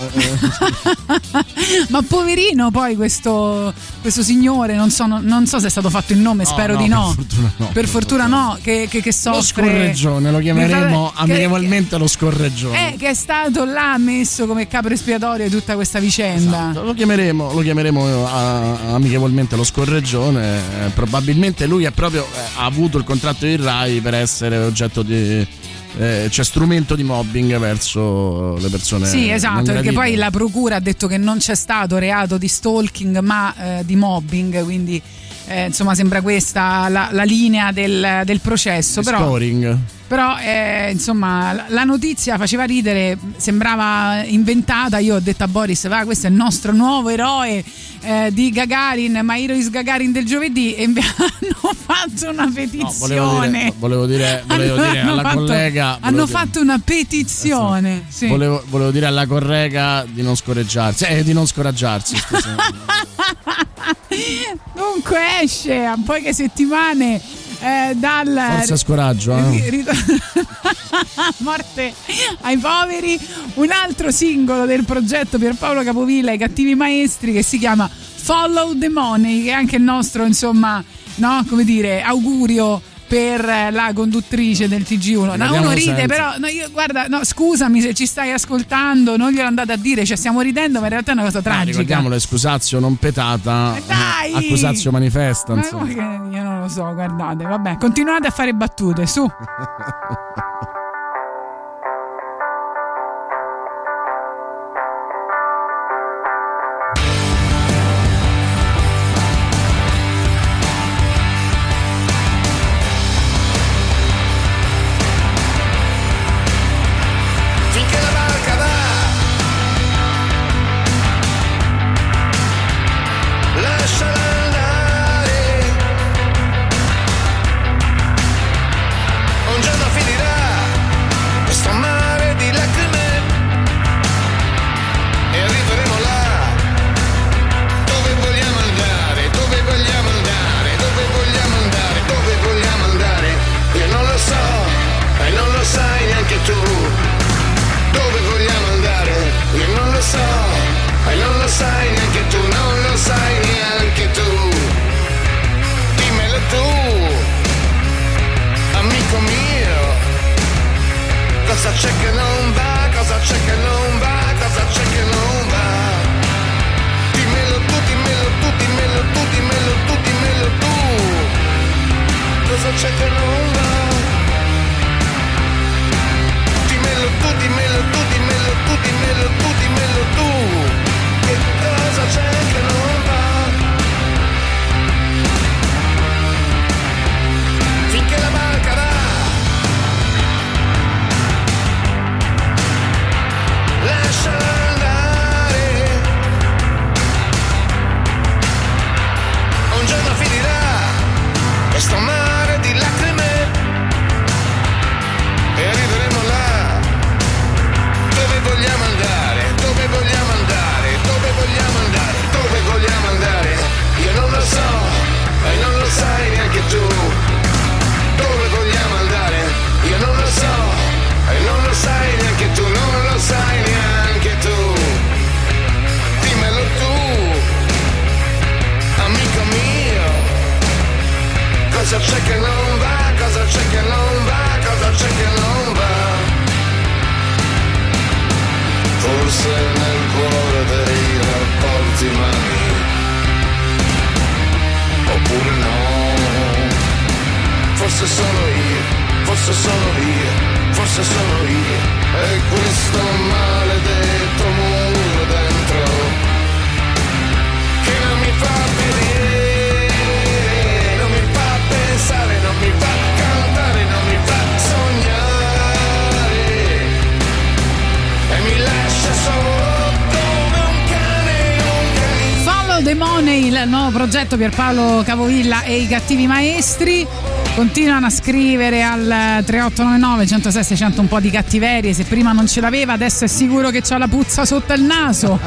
Ma poverino, poi questo, questo signore, non so, non, non so se è stato fatto il nome, No, spero no, di no. Per fortuna no. Per fortuna no, che, che, che Lo soffre. scorreggione, lo chiameremo che- amichevolmente lo scorreggione. Eh, che è stato là messo come capo espiatorio di tutta questa vicenda. Esatto, Lo chiameremo, lo chiameremo a- amichevolmente lo scorreggione. Eh, probabilmente lui ha proprio eh, ha avuto il contratto di Rai per essere oggetto di. Eh, cioè strumento di mobbing verso le persone. Sì, esatto, non perché gradite. poi la procura ha detto che non c'è stato reato di stalking ma eh, di mobbing, quindi eh, insomma sembra questa la, la linea del, del processo. Di Però, scoring. però eh, insomma la, la notizia faceva ridere, sembrava inventata. Io ho detto a Boris, va, questo è il nostro nuovo eroe eh, di Gagarin, ma Heroes Gagarin del giovedì, e invece hanno fatto una petizione. No, volevo dire, volevo dire, volevo Hanno- dire hanno alla fatto- collega. hanno volevo dire- fatto una petizione. Sì. Volevo, volevo dire alla collega di non scorreggiarsi, eh, di non scoraggiarsi, scusa. Dunque esce a poche settimane eh, dal Forza scoraggio, eh. ri- rit- morte ai poveri, un altro singolo del progetto Pierpaolo Capovilla e i cattivi maestri, che si chiama Follow the Money, che è anche il nostro, insomma, no, come dire, augurio per la conduttrice del T G uno. No, uno ride, senza. però no, io, guarda, no, scusami se ci stai ascoltando, non glielo andate a dire, cioè stiamo ridendo, ma in realtà è una cosa Ah, tragica. ricordiamolo, excusatio non petata, dai! eh, accusatio manifesta, Ma insomma. come che io non lo so, guardate, vabbè, continuate a fare battute, su. Finché la barca va, lasciala andare. Un giorno finirà questo mare di lacrime e arriveremo là dove vogliamo andare, dove vogliamo andare, dove vogliamo andare, dove vogliamo andare. Io non lo so e non lo sai neanche tu. Dove vogliamo andare? Io non lo so, e non lo sai neanche tu, non lo sai neanche tu. Dimmelo tu, amico mio. Cosa c'è che non va, cosa c'è che non va, cosa c'è che non va. Dimmelo tu, dimmelo tu, dimmelo tu, dimmelo tu, dimmelo tu. Cosa c'è che non va? Dimmelo tu, dimmelo tu, dimmelo tu, dimmelo tu, dimmelo tu. Che cosa c'è che non va? Finché la barca va, lasciala andare. Un giorno finirà questo mare di lacrime e arriveremo là dove vogliamo andare, dove vogliamo andare, dove vogliamo andare, dove vogliamo andare. Io non lo so e non lo sai neanche tu. Dove vogliamo andare? Io non lo so e non lo sai neanche tu, non lo sai neanche tu. Dimmelo tu, amico mio. Cosa c'è che non va, cosa c'è che non va, cosa c'è che non va? Forse nel cuore dei rapporti umani forse sono io, forse sono io, e questo maledetto muro dentro che non mi fa vedere, non mi fa pensare, non mi fa cantare, non mi fa sognare e mi lascia solo come un cane, un cane. Follow the Money, il nuovo progetto Pierpaolo Cavovilla e i cattivi maestri. Continuano a scrivere al tre otto nove nove uno zero sei sei zero zero un po' di cattiverie. Se prima non ce l'aveva, adesso è sicuro che c'ha la puzza sotto il naso.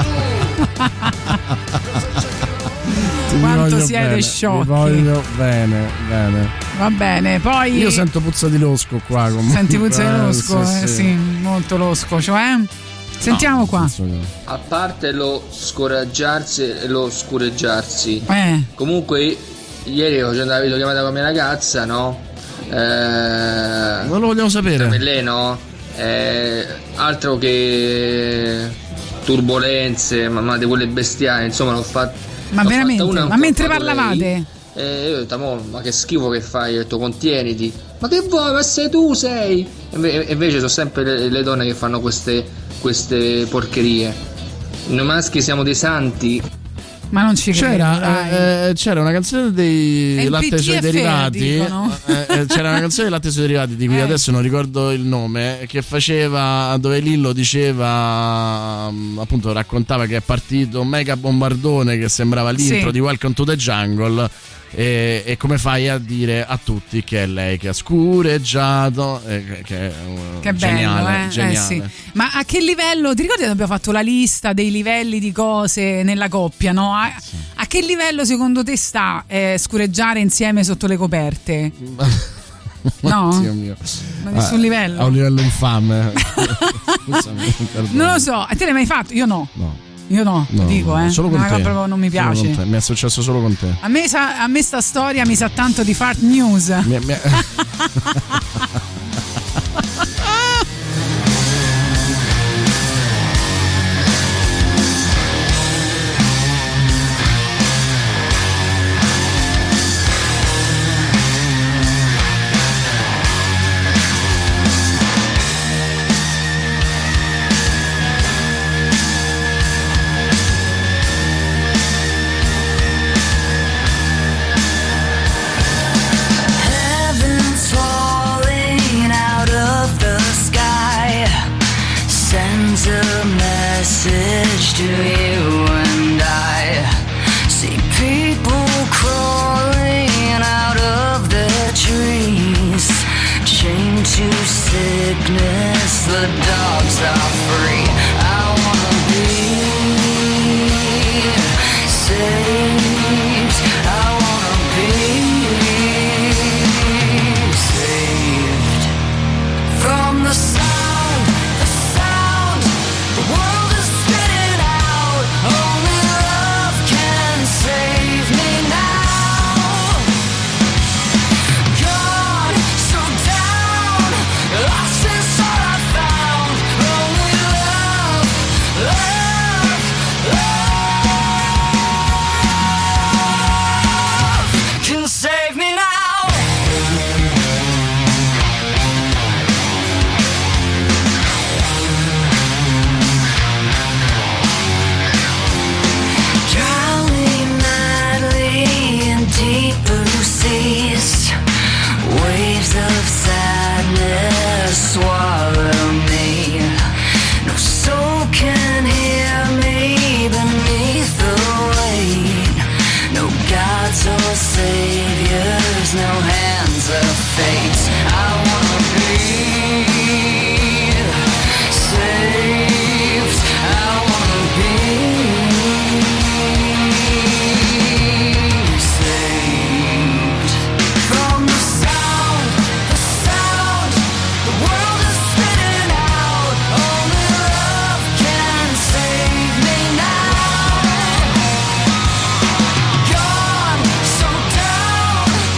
Quanto siete bene, sciocchi. Vi voglio bene, bene. Va bene, poi io sento puzza di losco qua. Comunque. Senti puzza di losco? Eh, sì, eh, sì. sì, molto losco, cioè. Sentiamo no, qua. A parte lo scoraggiarsi e lo scureggiarsi, Eh. comunque ieri ho già avuto chiamata con mia ragazza, no? Eh, non lo vogliamo sapere. Per lei, no? Eh, altro che turbolenze, ma, ma di quelle bestiali, insomma, l'ho fatto. Ma l'ho veramente? fatta una, Ma mentre fatto parlavate? lei, e io ho detto, "Mo, ma che schifo che fai?" Ho detto, contieniti. Ma che vuoi? Ma sei tu, sei? E invece sono sempre le, le donne che fanno queste, queste porcherie. Noi maschi siamo dei santi. Ma non ci credo, C'era, dai. eh, c'era una canzone È dei il latte e suoi P T F, derivati. dicono. eh, eh, c'era una canzone dei latte e suoi derivati di cui Eh. adesso non ricordo il nome, che faceva, dove Lillo diceva, mm, appunto raccontava che è partito un mega bombardone che sembrava l'intro Sì. di Welcome to the Jungle. E, e come fai a dire a tutti che è lei che ha scureggiato, eh, che è uh, Che geniale, bello, eh? geniale. Eh, sì. Ma a che livello? Ti ricordi che abbiamo fatto la lista dei livelli di cose nella coppia, no? A, a che livello secondo te sta eh, scureggiare insieme sotto le coperte? No? Dio mio. Ma nessun Ah, livello? A un livello infame. Scusami, Non lo so, a te l'hai mai fatto? Io no. No. Io no, No, ti dico, eh. solo con Una te. cosa proprio non mi Solo con piace. te. Mi è successo solo con te. A me, sa, a me sta storia mi sa tanto di fart news. Mi- mi- Heaven's falling out of the sky, sends a message to you and I. See people crawling out of their trees, chained to sickness, the dogs are free. I wanna be saved, I wanna be saved from the sound, the sound, the world is spinning out. Only love can save me now. Gone, so down, lost is all I found. Only love, love, love can save me now. Drowning madly in deep blue seas, waves of sadness swallow me. No soul can hear me beneath the weight. No gods or saviors, no hands of fate. I wanna be saved. I wanna be saved from the sound, the sound. The world is spinning out. Only love can save me now. Gone, so down,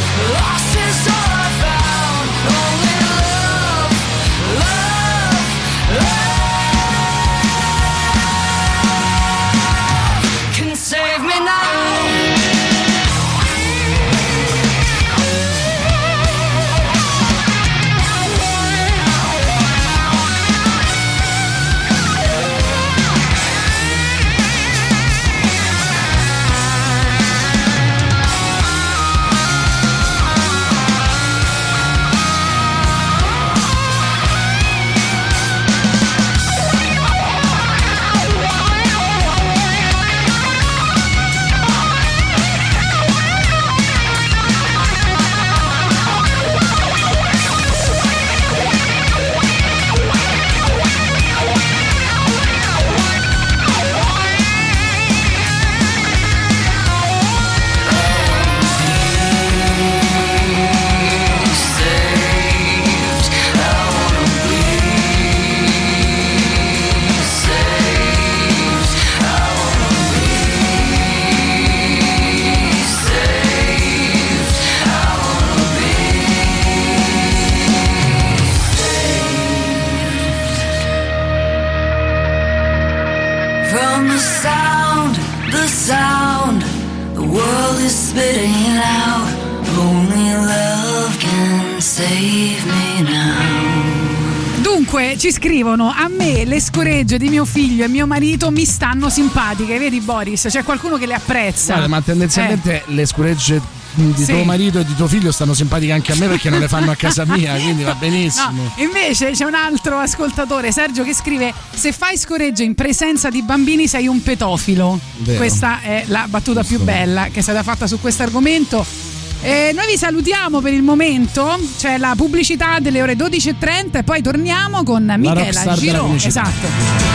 getting loud. Only love can save me now. Dunque ci scrivono: a me le scoregge di mio figlio e mio marito mi stanno simpatiche, vedi Boris, c'è qualcuno che le apprezza. Guarda, ma tendenzialmente eh. le scoregge di sì. tuo marito e di tuo figlio stanno simpatiche anche a me, perché non le fanno a casa mia, quindi va benissimo. No, invece c'è un altro ascoltatore, Sergio, che scrive: se fai scoregge in presenza di bambini sei un pedofilo. Vero. Questa è la battuta Giusto. più bella che è stata fatta su questo argomento. E noi vi salutiamo per il momento, c'è la pubblicità delle ore dodici e trenta e poi torniamo con la Michela Giro. Esatto.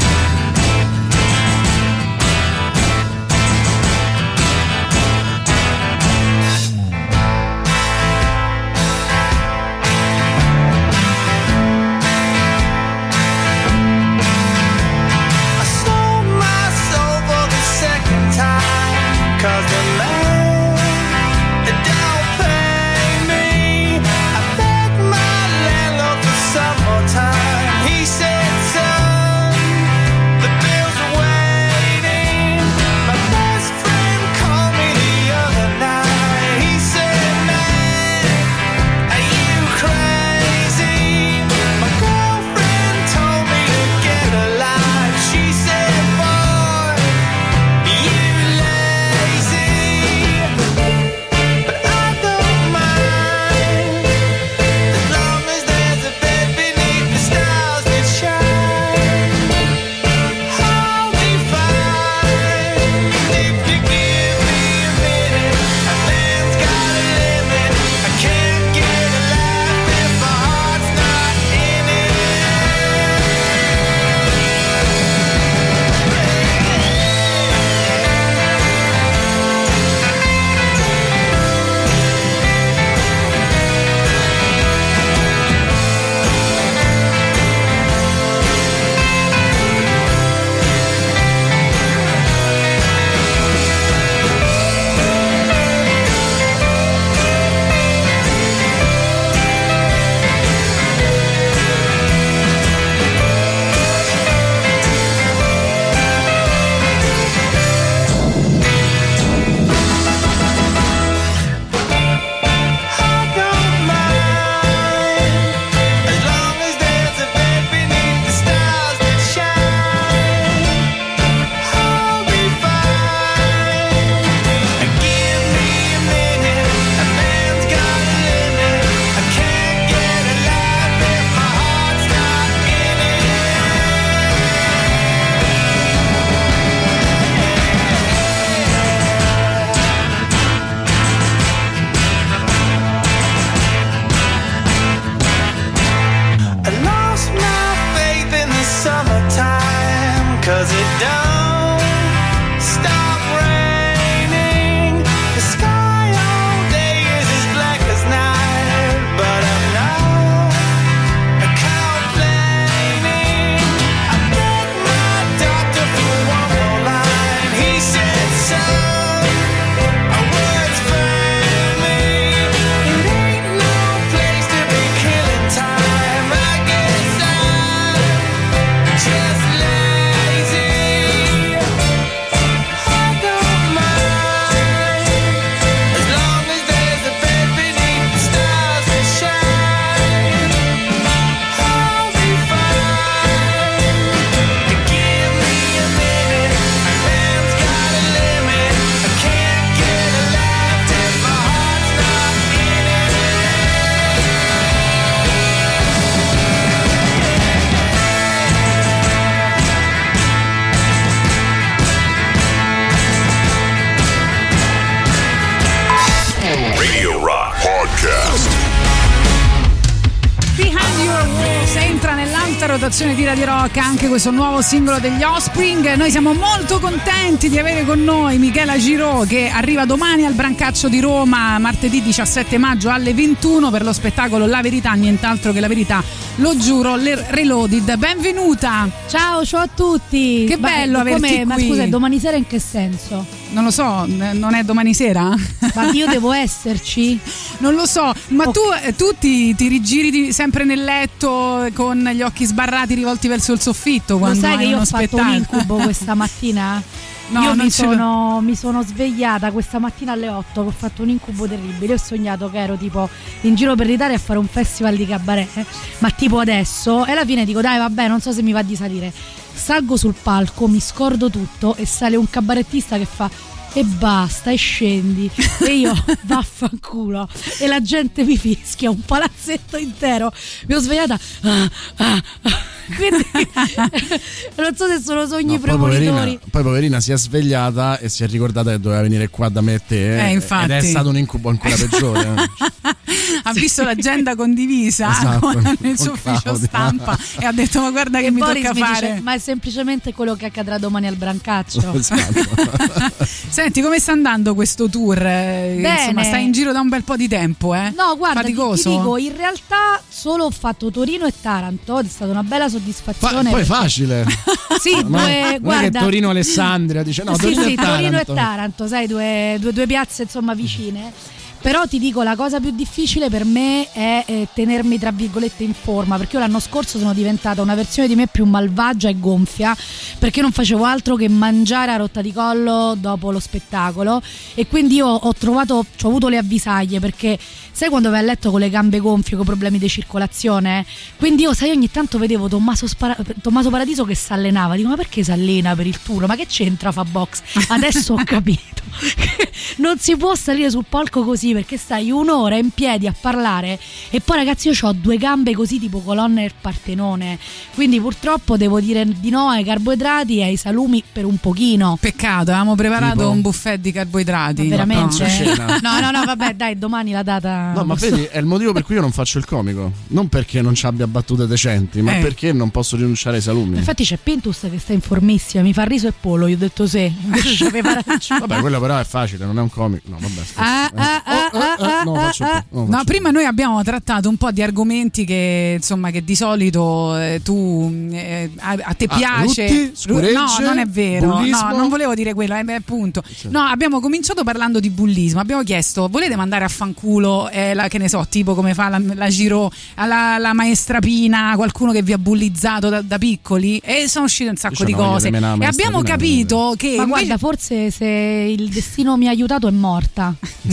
Rotazione di Radio Rock, anche questo nuovo singolo degli Offspring. Noi siamo molto contenti di avere con noi Michela Giro, che arriva domani al Brancaccio di Roma, martedì diciassette maggio alle ventuno, per lo spettacolo La Verità, nient'altro che la verità, lo giuro, le Reloaded. Benvenuta. Ciao, ciao a tutti. Che ma, bello averti come, qui. Ma scusa, domani sera in che senso? Non lo so, non è domani sera? Ma io devo esserci? Non lo so, ma okay. tu, tu ti, ti rigiri di, sempre nel letto con gli occhi sbarrati rivolti verso il soffitto quando lo sai hai che io uno ho spettacolo. fatto un incubo questa mattina? No, Io non mi ci sono, mi sono svegliata questa mattina alle otto che ho fatto un incubo terribile. Ho sognato che ero tipo in giro per l'Italia a fare un festival di cabaret, ma tipo adesso, e alla fine dico dai vabbè, non so se mi va di salire. Salgo sul palco, mi scordo tutto e sale un cabarettista che fa e basta e scendi e io vaffanculo e la gente mi fischia, un palazzetto intero. Mi ho svegliata ah, ah, ah. Quindi non so se sono sogni no, premonitori. Poi poverina, poi poverina si è svegliata e si è ricordata che doveva venire qua da me e te, eh, infatti. Ed è stato un incubo ancora peggiore. Ha visto l'agenda condivisa, esatto, con, con, nel suo ufficio Claudia. Stampa e ha detto ma guarda che e mi Boris tocca mi fare dice, ma è semplicemente quello che accadrà domani al Brancaccio. Esatto. Senti, come sta andando questo tour? Bene. Insomma, stai in giro da un bel po' di tempo, eh? No, guarda, ti, ti Faticoso? dico, in realtà solo ho fatto Torino e Taranto, è stata una bella soddisfazione. Fa, poi perché... facile. Sì, Ma due, non guarda, è che Torino Alessandria dice no, sì, Torino, sì, e Taranto. Torino e Taranto, sai, due, due, due piazze insomma vicine. Però ti dico, la cosa più difficile per me è eh, tenermi tra virgolette in forma, perché io l'anno scorso sono diventata una versione di me più malvagia e gonfia, perché non facevo altro che mangiare a rotta di collo dopo lo spettacolo, e quindi io ho trovato, ho avuto le avvisaglie, perché sai quando vai a letto con le gambe gonfie, con problemi di circolazione? Quindi io, sai, ogni tanto vedevo Tommaso, Spara- Tommaso Paradiso che si allenava, dico ma perché si allena per il tour? Ma che c'entra fa box? Adesso ho capito che non si può salire sul palco così, perché stai un'ora in piedi a parlare e poi ragazzi io ho due gambe così tipo colonne del Partenone, quindi purtroppo devo dire di no ai carboidrati e ai salumi per un pochino. Peccato, avevamo preparato Tipo? un buffet di carboidrati. Ma veramente? No. No, no, no, vabbè, dai, domani la data. No, ma vedi, è il motivo per cui io non faccio il comico. Non perché non ci abbia battute decenti, ma Eh. perché non posso rinunciare ai salumi. Infatti c'è Pintus che sta informissima, mi fa riso e pollo, io ho detto sì, invece c'aveva ragione. Vabbè, quello però è facile, non è un comico. No, vabbè, scherzo. Ah, ah, ah, Oh, oh, oh, no, ah, faccio ah, più. ah. No, No, faccio prima noi abbiamo trattato un po' di argomenti che insomma che di solito eh, tu eh, a, a te Ah, piace. rutti, scuregge, no, non è vero. bullismo? No, non volevo dire quello, eh, beh, appunto. No, abbiamo cominciato parlando di bullismo. Abbiamo chiesto: volete mandare a fanculo eh, la, che ne so, tipo come fa la, la Giro, la, la maestra Pina, qualcuno che vi ha bullizzato da, da piccoli? E sono uscite un sacco Io di c'ho una voglia cose. di menare E la maestra abbiamo Pina, capito che Ma invece- guarda, forse se il destino mi ha aiutato è morta.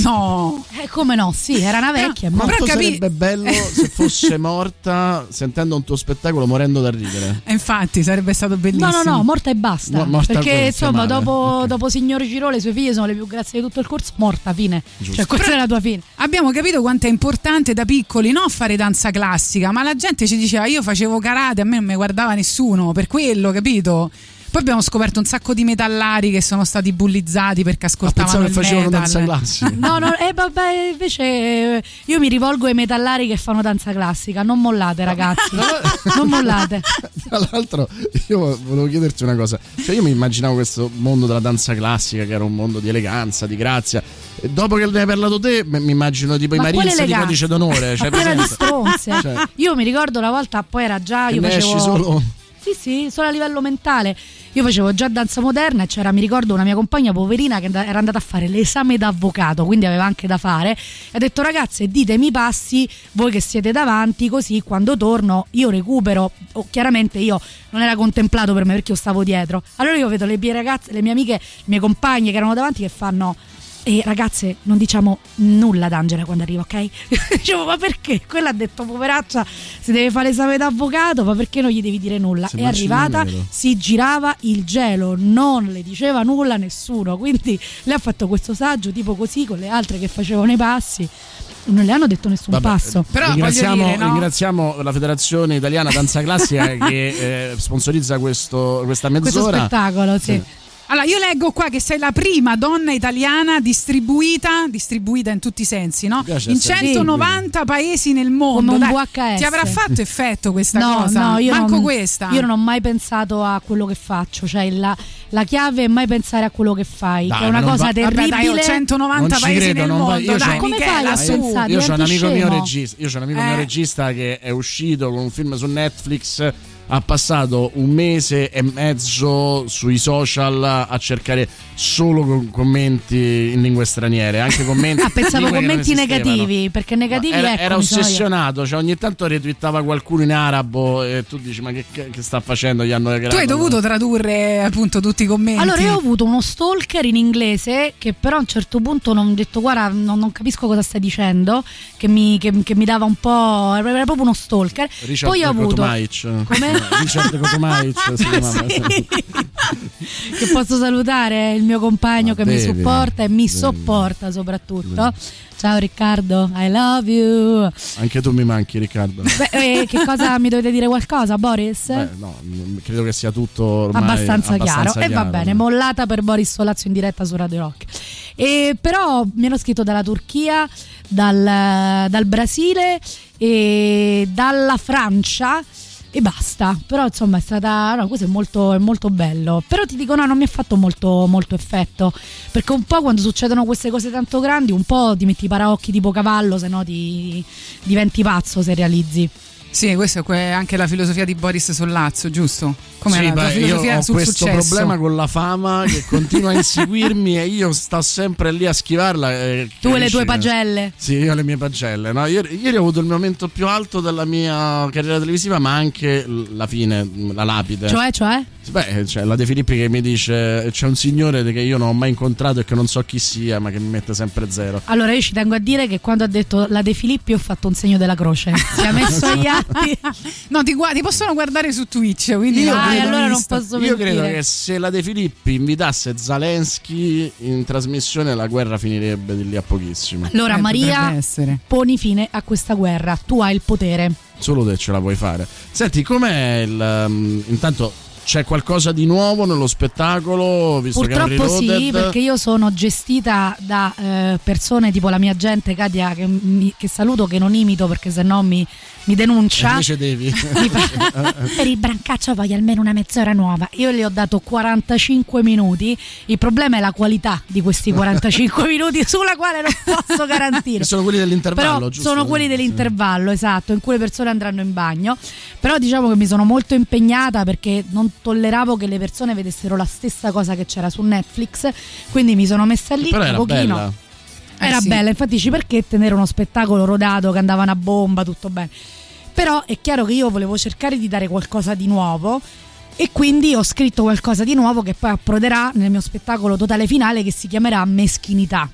no, Eh, come no? Sì, era una vecchia. è Ma morta. quanto capi- sarebbe bello se fosse morta sentendo un tuo spettacolo morendo da ridere. E infatti sarebbe stato bellissimo. No, no, no, morta e basta. Mo- morta Perché e insomma, male. dopo, Ok. dopo Signor Giro, le sue figlie sono le più grazie di tutto il corso. Morta, fine. Giusto. Cioè, questa è la tua fine. Abbiamo capito quanto è importante da piccoli non fare danza classica, ma la gente ci diceva io facevo karate, a me non mi guardava nessuno, per quello, capito? Poi abbiamo scoperto un sacco di metallari che sono stati bullizzati perché Ah, ascoltavano pensavo che il facevano metal. danza classica. No, no, eh, vabbè, invece eh, io mi rivolgo ai metallari che fanno danza classica. Non mollate, ragazzi. Non mollate. Tra l'altro, io volevo chiederti una cosa. Cioè, io mi immaginavo questo mondo della danza classica, che era un mondo di eleganza, di grazia. E dopo che ne hai parlato te, mi mi immagino tipo Ma i Marines quale di eleganza? codice d'onore. Cioè, Ma era di presente? stronze. Cioè, Io mi ricordo una volta, poi era già. che Io ne facevo. esci solo. Sì, sì, solo a livello mentale. Io facevo già danza moderna e c'era, mi ricordo, una mia compagna poverina che era andata a fare l'esame d'avvocato, quindi aveva anche da fare, e ha detto ragazze ditemi i passi, voi che siete davanti, così quando torno io recupero. Oh, chiaramente io non era contemplato per me perché io stavo dietro. Allora io vedo le mie ragazze, le mie amiche, le mie compagne che erano davanti che fanno... E ragazze, non diciamo nulla ad Angela quando arriva, ok? Dicevo, ma perché? Quella ha detto, poveraccia, si deve fare l'esame d'avvocato, ma perché non gli devi dire nulla? Se È non ci arrivata, credo. si girava il gelo, non le diceva nulla a nessuno, quindi lei ha fatto questo saggio tipo così con le altre che facevano i passi. Non le hanno detto nessun Vabbè, passo. Però ringraziamo, voglio dire, no? ringraziamo la Federazione Italiana Danza Classica che eh, sponsorizza questo, questa Questo mezz'ora. spettacolo, sì. Sì. Allora, io leggo qua che sei la prima donna italiana distribuita, distribuita in tutti i sensi, no? Mi piace In essere centonovanta paesi nel mondo. Come un Dai, V H S. ti avrà fatto effetto questa no, cosa? No, io Manco non, questa. Io non ho mai pensato a quello che faccio, cioè la, la chiave è mai pensare a quello che fai, Dai, che è ma una non cosa va- terribile. Vabbè, dai, ho centonovanta Non ci paesi credo, nel non va- mondo. io Dai, c'ho- Come Michela, fai a su. pensare? Io c'ho un Diventi amico mio scemo. regista, io c'ho un amico Eh. mio regista che è uscito con un film su Netflix ha passato un mese e mezzo sui social a cercare solo con commenti in lingue straniere, anche commenti ah, pensavo lingue commenti negativi, perché negativi era, ecco, era ossessionato, cioè ogni tanto retweetava qualcuno in arabo e tu dici ma che, che sta facendo? Gli hanno tu hai dovuto tradurre appunto tutti i commenti. Allora io ho avuto uno stalker in inglese che però a un certo punto non ho detto guarda non, non capisco cosa stai dicendo, che mi, che, che mi dava un po', era proprio uno stalker. Richard Poi ho avuto come? Richard Cotomaic si chiamava, sì. Che posso salutare il mio compagno ma che devi, mi supporta e mi devi. sopporta soprattutto. Devi. Ciao Riccardo, I love you. Anche tu mi manchi, Riccardo. Beh, eh, che cosa mi dovete dire qualcosa, Boris? Beh, no, credo che sia tutto ormai abbastanza, abbastanza chiaro. E va bene, mollata per Boris Solazzo in diretta su Radio Rock. E però mi hanno scritto dalla Turchia, dal, dal Brasile e dalla Francia e basta. Però insomma è stata, no, questo è molto, è molto bello. Però ti dico no, non mi ha fatto molto, molto effetto, perché un po' quando succedono queste cose tanto grandi un po' ti metti i paraocchi tipo cavallo, se no ti diventi pazzo se realizzi. Sì, questa è anche la filosofia di Boris Sollazzo, giusto? Come sì, la beh, filosofia io ho sul questo successo. problema con la fama che continua a inseguirmi e io sto sempre lì a schivarla. E tu e le tue pagelle. Sì, io e le mie pagelle. No? Ieri, ieri ho avuto il momento più alto della mia carriera televisiva, ma anche la fine, la lapide. Cioè, cioè? Beh, c'è la De Filippi che mi dice c'è un signore che io non ho mai incontrato e che non so chi sia, ma che mi mette sempre zero. Allora io ci tengo a dire che quando ha detto la De Filippi ho fatto un segno della croce. Si è messo agli atti. No, ti, guardi, possono guardare su Twitch, quindi io ah, credo, allora non posso io mentire. credo che se la De Filippi invitasse Zelensky in trasmissione la guerra finirebbe di lì a pochissimo. Allora eh, Maria, poni fine a questa guerra, tu hai il potere. Solo te ce la puoi fare. Senti, com'è il um, intanto c'è qualcosa di nuovo nello spettacolo? Visto Purtroppo che sì, perché io sono gestita da eh, persone tipo la mia agente Katia, che, mi, che saluto, che non imito perché sennò mi, mi denuncia. Invece devi. Per il brancaccio voglio almeno una mezz'ora nuova. Io le ho dato quarantacinque minuti. Il problema è la qualità di questi quarantacinque minuti sulla quale non posso garantire. Che sono quelli dell'intervallo, Però giusto? sono quelli dell'intervallo, sì. Esatto, in cui le persone andranno in bagno. Però diciamo che mi sono molto impegnata perché non tolleravo che le persone vedessero la stessa cosa che c'era su Netflix, quindi mi sono messa lì Però un era pochino. Bella. Era eh sì. bella, infatti dici perché tenere uno spettacolo rodato che andavano a bomba, tutto bene. Però è chiaro che io volevo cercare di dare qualcosa di nuovo e quindi ho scritto qualcosa di nuovo che poi approderà nel mio spettacolo totale finale, che si chiamerà Meschinità,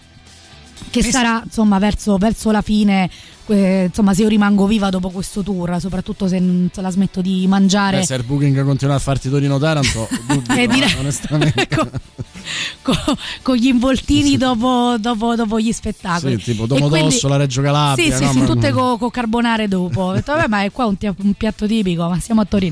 che Mes- sarà insomma verso, verso la fine. Eh, insomma, se io rimango viva dopo questo tour, soprattutto se, se la smetto di mangiare. Beh, se il booking continua a farti Torino-Taranto, dubito, eh, dire- onestamente. con, con, con gli involtini dopo, dopo, dopo gli spettacoli. Sì, tipo Domodossola, quindi, Reggio Calabria. Sì, no? sì, sì, ma... tutte con co carbonare dopo. Ho detto, vabbè, ma è qua un, tia- un piatto tipico, ma siamo a Torino.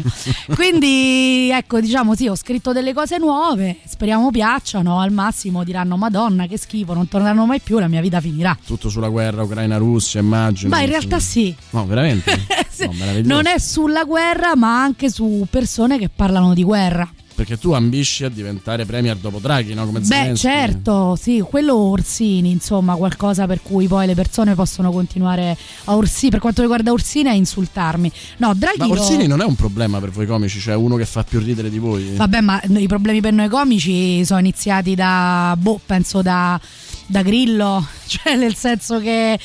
Quindi, ecco, diciamo, sì, ho scritto delle cose nuove, speriamo piacciono. Al massimo diranno, Madonna, che schifo, non torneranno mai più, la mia vita finirà. Tutto sulla guerra Ucraina-Russia, immagino. Ma in realtà sì. No, veramente? No, non è sulla guerra, ma anche su persone che parlano di guerra. Perché tu ambisci a diventare premier dopo Draghi, no? Come Beh, Zelensky. certo, sì, quello Orsini, insomma, qualcosa per cui poi le persone possono continuare a Orsini, per quanto riguarda Orsini, a insultarmi. No, Draghi. Ma Orsini lo... non è un problema per voi comici, cioè uno che fa più ridere di voi. Vabbè, ma i problemi per noi comici sono iniziati da, boh, penso da, da Grillo, cioè nel senso che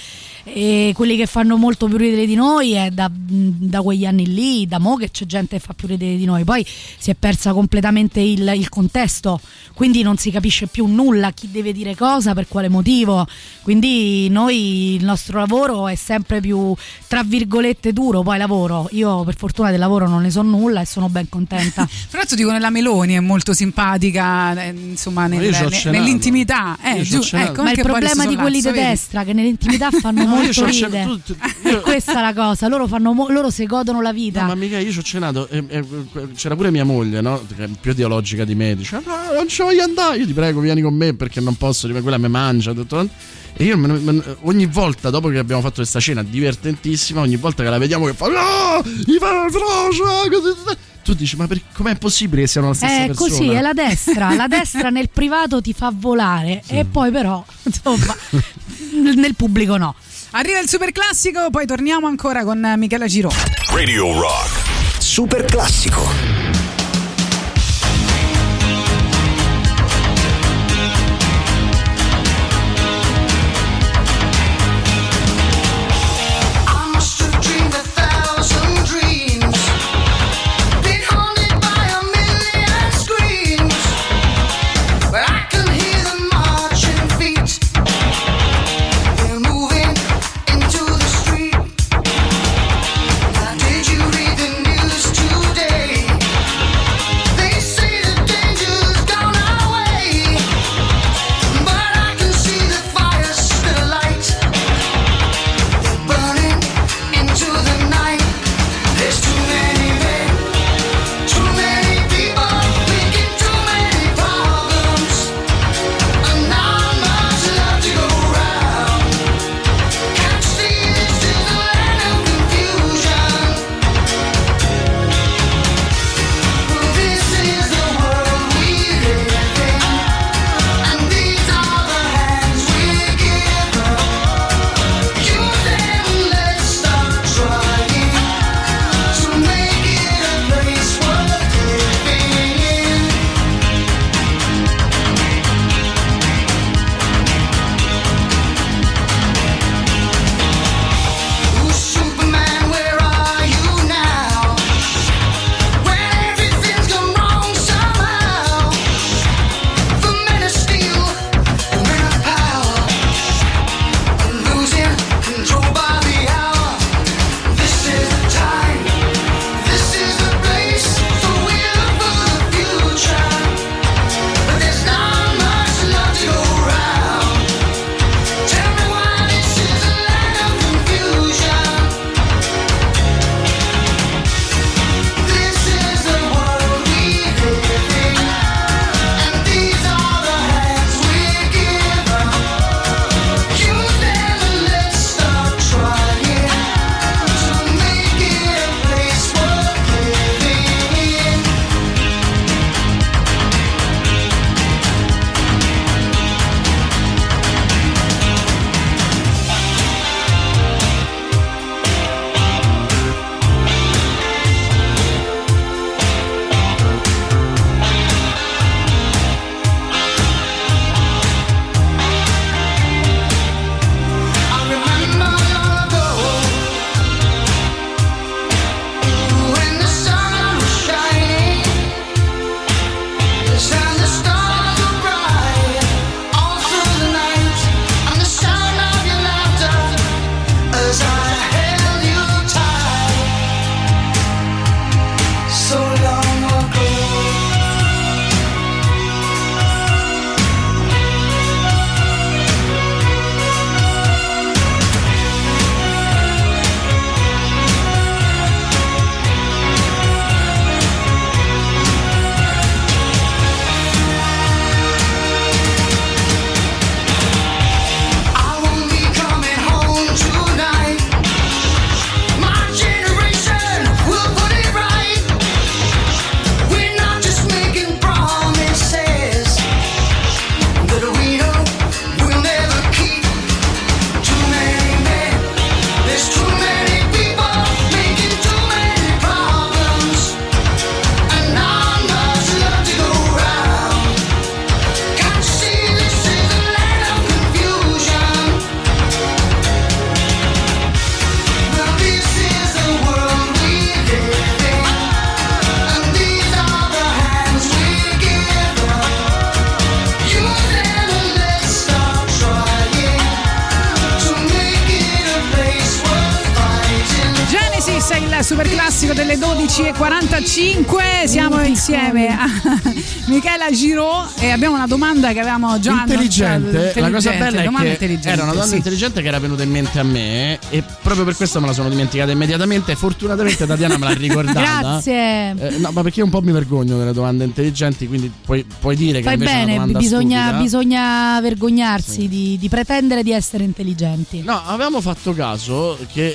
e quelli che fanno molto più ridere di noi è da, da quegli anni lì, da mo' che c'è gente che fa più ridere di noi, poi si è persa completamente il, il contesto, quindi non si capisce più nulla, chi deve dire cosa, per quale motivo, quindi noi il nostro lavoro è sempre più tra virgolette duro, poi lavoro, io per fortuna del lavoro non ne so nulla e sono ben contenta. Però tu dico, nella Meloni è molto simpatica, eh, insomma nel, ne, nell'intimità, eh, giù, ecco, ma il problema di quelli di destra che nell'intimità fanno No, molto ridere, questa è la cosa, loro, fanno mo- loro si godono la vita. No, ma mica io ci ho cenato e, e, c'era pure mia moglie, no? Che è più ideologica di me, dice no, non ci voglio andare, io ti prego vieni con me perché non posso, quella mi mangia, ho detto, e io me, me, ogni volta dopo che abbiamo fatto questa cena divertentissima, ogni volta che la vediamo che fa no, gli fa la croce, così, tu dici ma per, com'è possibile che siano la stessa è persona? Così è la destra, la destra nel privato ti fa volare, sì. E poi però insomma nel pubblico no. Arriva il super classico, poi torniamo ancora con Michela Giro. Radio Rock super classico. super classico delle dodici e quarantacinque. Siamo insieme a Michela Giraud e abbiamo una domanda che avevamo già intelligente. intelligente. La cosa bella è che era una domanda sì. intelligente che era venuta in mente a me e proprio per questo me la sono dimenticata immediatamente. Fortunatamente Tatiana me l'ha ricordata. Grazie. Eh, no, ma perché io un po' mi vergogno delle domande intelligenti, quindi puoi, puoi dire che Fai invece bene, è una domanda bisogna, stupida. bisogna vergognarsi sì. di, di pretendere di essere intelligenti. No, avevamo fatto caso che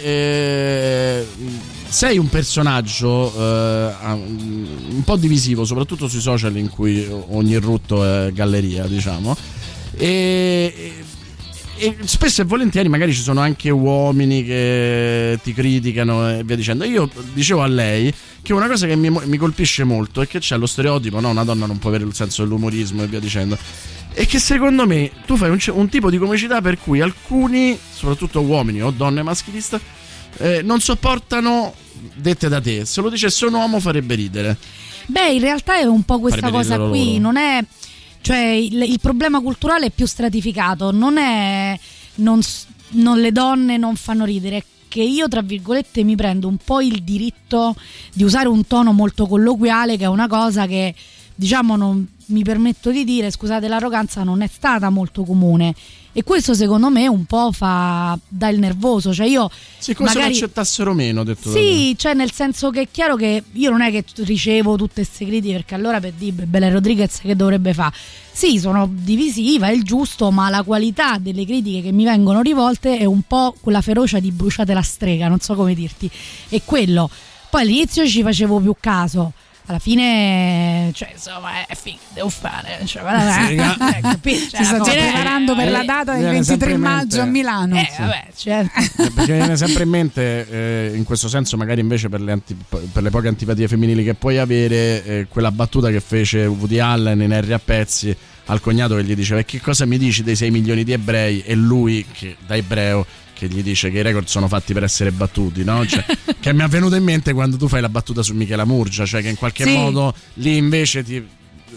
eh, sei un personaggio eh, un po' divisivo, soprattutto sui social in cui ogni rutto è galleria, diciamo. E, e spesso e volentieri magari ci sono anche uomini che ti criticano e via dicendo. Io dicevo a lei che una cosa che mi, mi colpisce molto è che c'è lo stereotipo, no, una donna non può avere il senso dell'umorismo e via dicendo, e che secondo me tu fai un, un tipo di comicità per cui alcuni, soprattutto uomini o donne maschiliste, eh, non sopportano dette da te. Se lo dicesse un uomo farebbe ridere. Beh, in realtà è un po' questa Farebbe cosa ridere qui, loro. non è, cioè il, il problema culturale è più stratificato, non è non, s- non le donne non fanno ridere, che io tra virgolette mi prendo un po' il diritto di usare un tono molto colloquiale, che è una cosa che, diciamo, non mi permetto di dire, scusate l'arroganza, non è stata molto comune, e questo secondo me un po' fa dà il nervoso, cioè io Sì, come magari... se lo accettassero meno, detto Sì, cioè nel senso che è chiaro che io non è che ricevo tutte queste critiche, perché allora per dire Bella Rodriguez che dovrebbe fare? Sì, sono divisiva, è il giusto, ma la qualità delle critiche che mi vengono rivolte è un po' quella ferocia di bruciate la strega, non so come dirti, è quello. Poi all'inizio ci facevo più caso, alla fine, cioè, insomma, è figo, devo fare, cioè, Sì, eh, capito? Cioè, si sta alla già fine- preparando per la eh, data del viene ventitré sempre in maggio a mente- Milano. Eh, vabbè, certo. Eh, perché mi viene sempre in mente, eh, in questo senso, magari invece per le, anti- per le poche antipatie femminili che puoi avere, eh, quella battuta che fece Woody Allen in Harry a pezzi al cognato che gli diceva: e che cosa mi dici dei sei milioni di ebrei? E lui, che da ebreo, che gli dice che i record sono fatti per essere battuti, no? Cioè, che mi è venuto in mente quando tu fai la battuta su Michela Murgia, cioè che in qualche Sì. modo lì invece ti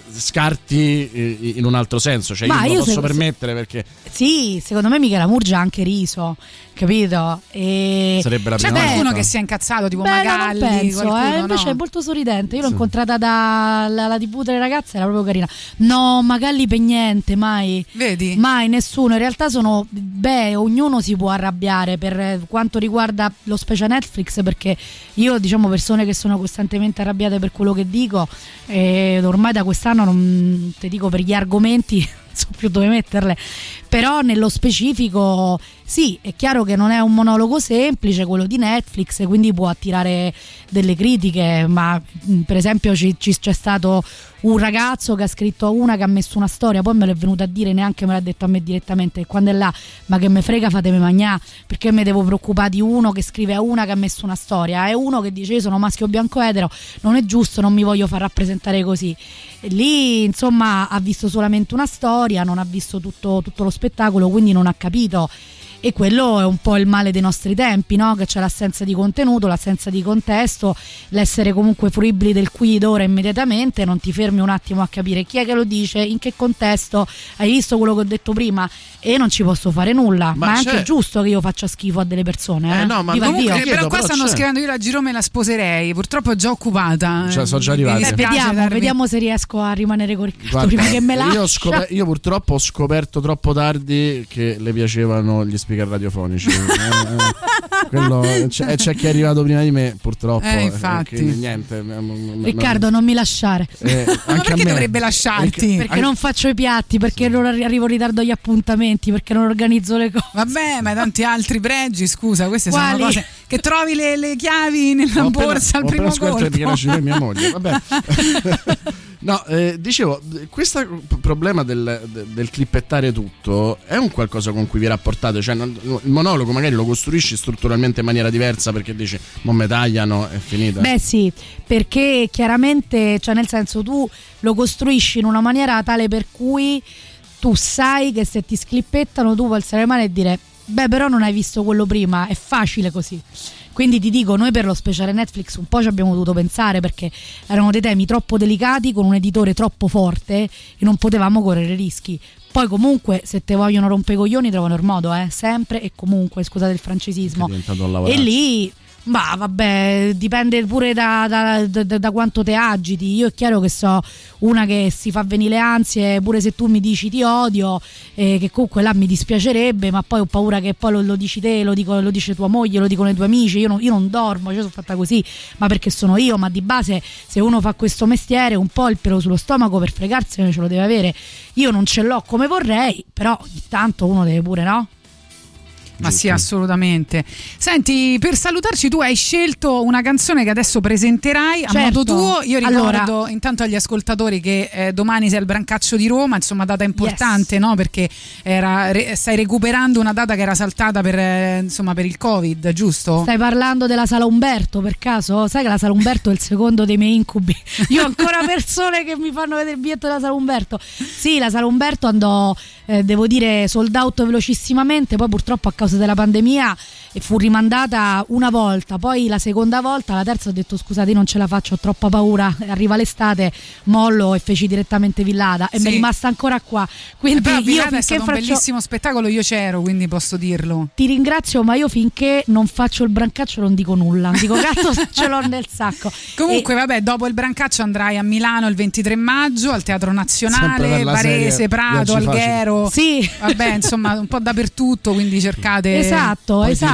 scarti eh, in un altro senso, cioè Ma io me io lo posso se- permettere perché Sì, secondo me Michela Murgia ha anche riso, capito? E... sarebbe la C'è prima qualcuno volta. che si è incazzato, tipo Beh, no, Magalli, non penso, qualcuno, eh, invece no? è molto sorridente. Io l'ho incontrata dalla tivù delle ragazze, era proprio carina. No, Magalli per niente, mai. Vedi? Mai, nessuno. In realtà sono, beh, ognuno si può arrabbiare per quanto riguarda lo special Netflix, perché io, diciamo, persone che sono costantemente arrabbiate per quello che dico, e ormai da quest'anno non te dico per gli argomenti non so più dove metterle, però nello specifico sì, è chiaro che non è un monologo semplice quello di Netflix, quindi può attirare delle critiche, ma mh, per esempio ci, ci- c'è stato un ragazzo che ha scritto a una che ha messo una storia, poi me l'è venuta a dire, neanche me l'ha detto a me direttamente, e quando è là, ma che me frega, fatemi magnà, perché mi devo preoccupare di uno che scrive a una che ha messo una storia, è uno che dice io sono maschio bianco etero, non è giusto, non mi voglio far rappresentare così. E lì insomma ha visto solamente una storia, non ha visto tutto, tutto lo spettacolo, quindi non ha capito. E quello è un po' il male dei nostri tempi, no? Che c'è l'assenza di contenuto, l'assenza di contesto, l'essere comunque fruibili del qui ed ora immediatamente, non ti fermi un attimo a capire chi è che lo dice, in che contesto, hai visto quello che ho detto prima, e non ci posso fare nulla, ma, Ma è anche c'è- giusto che io faccia schifo a delle persone, eh? Eh, no, ma Viva Comunque, Dio. però chiedo, qua però stanno c'è. scrivendo io la Girome la sposerei, purtroppo è già occupata. Cioè, sono già Mi arrivati. Eh, dispiace vediamo, darvi- vediamo se riesco a rimanere con Riccardo Guarda, prima che me io, lascia. ho scop- io purtroppo ho scoperto troppo tardi che le piacevano gli speaker radiofonici. Eh, eh, quello, c'è, c'è chi è arrivato prima di me, purtroppo. Eh, infatti. quindi niente. m- m- Riccardo, non mi lasciare. eh, Ma anche a perché me. dovrebbe lasciarti? Perché anche- non faccio i piatti, perché non arri- arrivo in ritardo agli appuntamenti, perché non organizzo le cose. Vabbè, ma hai tanti altri pregi, scusa, queste Quali? sono cose che trovi le, le chiavi nella Ho appena- borsa al ho primo appena scoperto che colpo. Michela Ciro è mia moglie. Vabbè. No, eh, dicevo, questo problema del, del clippettare tutto è un qualcosa con cui vi rapportate, cioè non- il monologo magari lo costruisci strutturalmente in maniera diversa perché dici mo me tagliano, è finita. Beh sì, perché chiaramente, cioè nel senso, tu lo costruisci in una maniera tale per cui tu sai che se ti sclippettano tu puoi alzare le mani e dire beh, però non hai visto quello prima, è facile così. Quindi ti dico, noi per lo speciale Netflix un po' ci abbiamo dovuto pensare, perché erano dei temi troppo delicati con un editore troppo forte e non potevamo correre rischi. Poi comunque se te vogliono rompere i coglioni trovano il modo, eh, sempre e comunque, scusate il francesismo. È diventato un lavoraccio. E lì, ma vabbè, dipende pure da, da, da, da quanto te agiti. Io è chiaro che so una che si fa venire le ansie, pure se tu mi dici ti odio, eh, che comunque là mi dispiacerebbe, ma poi ho paura che poi lo, lo dici te, lo, dico, lo dice tua moglie, lo dicono i tuoi amici. Io non, io non dormo, io sono fatta così, ma perché sono io. Ma di base, se uno fa questo mestiere, un po' il pelo sullo stomaco per fregarsene ce lo deve avere. Io non ce l'ho come vorrei, però ogni tanto uno deve pure, no? Ma sì, assolutamente. Senti, per salutarci tu hai scelto una canzone che adesso presenterai a Certo. modo tuo. Io ricordo Allora, intanto agli ascoltatori che eh, domani sei al Brancaccio di Roma, insomma data importante, no? Perché era, re, stai recuperando una data che era saltata per, eh, insomma, per il Covid, giusto? Stai parlando della Sala Umberto per caso? Sai che la Sala Umberto è il secondo dei miei incubi. Io ho ancora persone che mi fanno vedere il biglietto della Sala Umberto. Sì, la Sala Umberto andò, eh, devo dire, sold out velocissimamente, poi purtroppo a causa della pandemia e fu rimandata una volta, poi la seconda volta, la terza ho detto scusate, non ce la faccio, ho troppa paura, arriva l'estate, mollo e feci direttamente Villada e Sì. mi è rimasta ancora qua. Quindi Però io Villada è finché stato un faccio... bellissimo spettacolo, io c'ero, quindi posso dirlo. Ti ringrazio, ma io finché non faccio il Brancaccio non dico nulla, dico gatto ce l'ho nel sacco. Comunque, e... vabbè, dopo il Brancaccio andrai a Milano il ventitré maggio al Teatro Nazionale, Varese, Prato, Alghero. Sì. Vabbè, insomma, un po' dappertutto, quindi cercate. Esatto, esatto.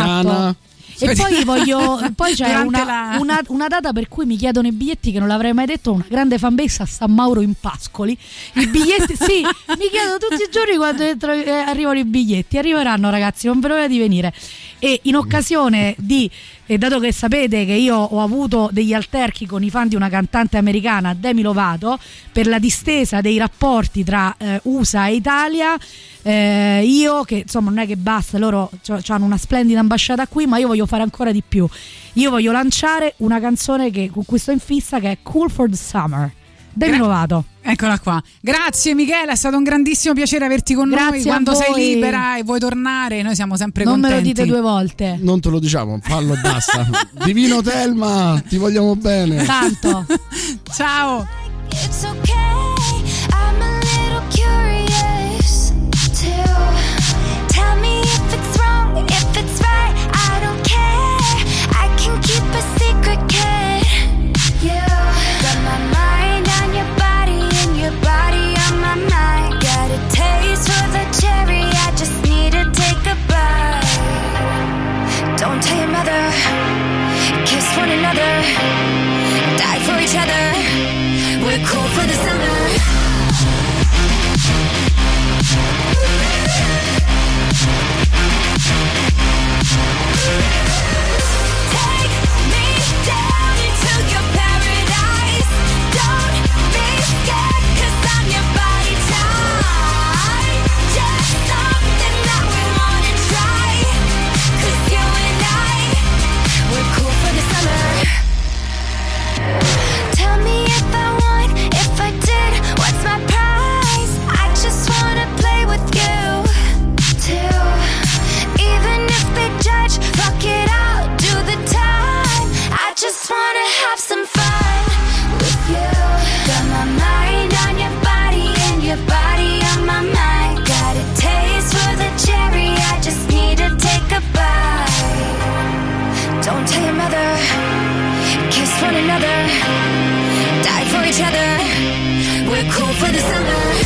E poi voglio poi c'è Durante una, la- una, una data per cui mi chiedono i biglietti che non l'avrei mai detto, una grande fanbase a San Mauro in Pascoli. I biglietti, sì, mi chiedono tutti i giorni quando entro- eh, arrivano i biglietti. Arriveranno, ragazzi, non vedo l'ora di venire. E in occasione di e dato che sapete che io ho avuto degli alterchi con i fan di una cantante americana, Demi Lovato, per la distesa dei rapporti tra eh, U S A e Italia, eh, io che insomma non è che basta, loro hanno una splendida ambasciata qui, ma io voglio fare ancora di più. Io voglio lanciare una canzone che, con cui sto in fissa, che è Cool for the Summer, Demi Gra- Lovato. Eccola qua. Grazie Michela, è stato un grandissimo piacere averti con Grazie noi. a Quando sei voi. libera e vuoi tornare, noi siamo sempre Non contenti. me lo dite due volte. Non te lo diciamo, fallo e basta. Divino Telma, ti vogliamo bene. Tanto. Ciao. It's okay, I'm a little curious too. Tell me if it's wrong, if it's right, I don't care. I can keep a secret, kid. You got my mind on your body and your body on my mind. Got a taste for the cherry, I just need to take a bite. Don't tell your mother, kiss one another, die for each other. We're cool for the summer. Take me down into your paradise. Don't be scared, 'cause I'm your body type. Just something that we wanna try. 'Cause you and I, we're cool for the summer. Tell me if I won, if I did, what's my prize? I just wanna play with you, too. Even if they judge, fuck it out, do the time. I just wanna have some fun with you. Got my mind on your body and your body on my mind. Got a taste for the cherry, I just need to take a bite. Don't tell your mother, kiss one another, die for each other. We're cool for the summer.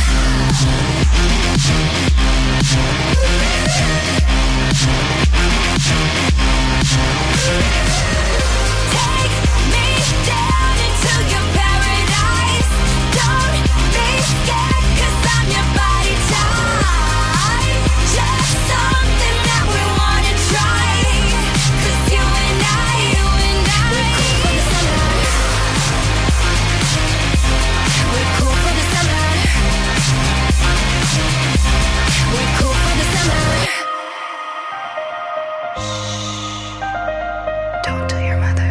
Take me down into your paradise. Don't be scared, 'cause I'm your body type. Just something that we wanna try. 'Cause you and I, you and I, we're cool for the summer. We're cool for the summer. We're cool for the summer. Don't tell your mother.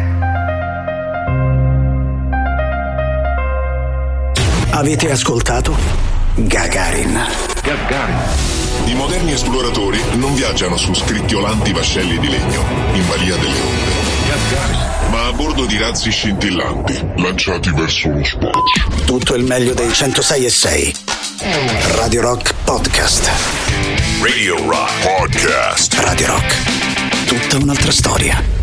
Avete ascoltato Gagarin. Gagarin. I moderni esploratori non viaggiano su scricchiolanti vascelli di legno in balia delle onde, ma a bordo di razzi scintillanti lanciati verso lo spazio. Tutto il meglio dei centosei e sei. Radio Rock Podcast. Radio Rock Podcast. Radio Rock. Tutta un'altra storia.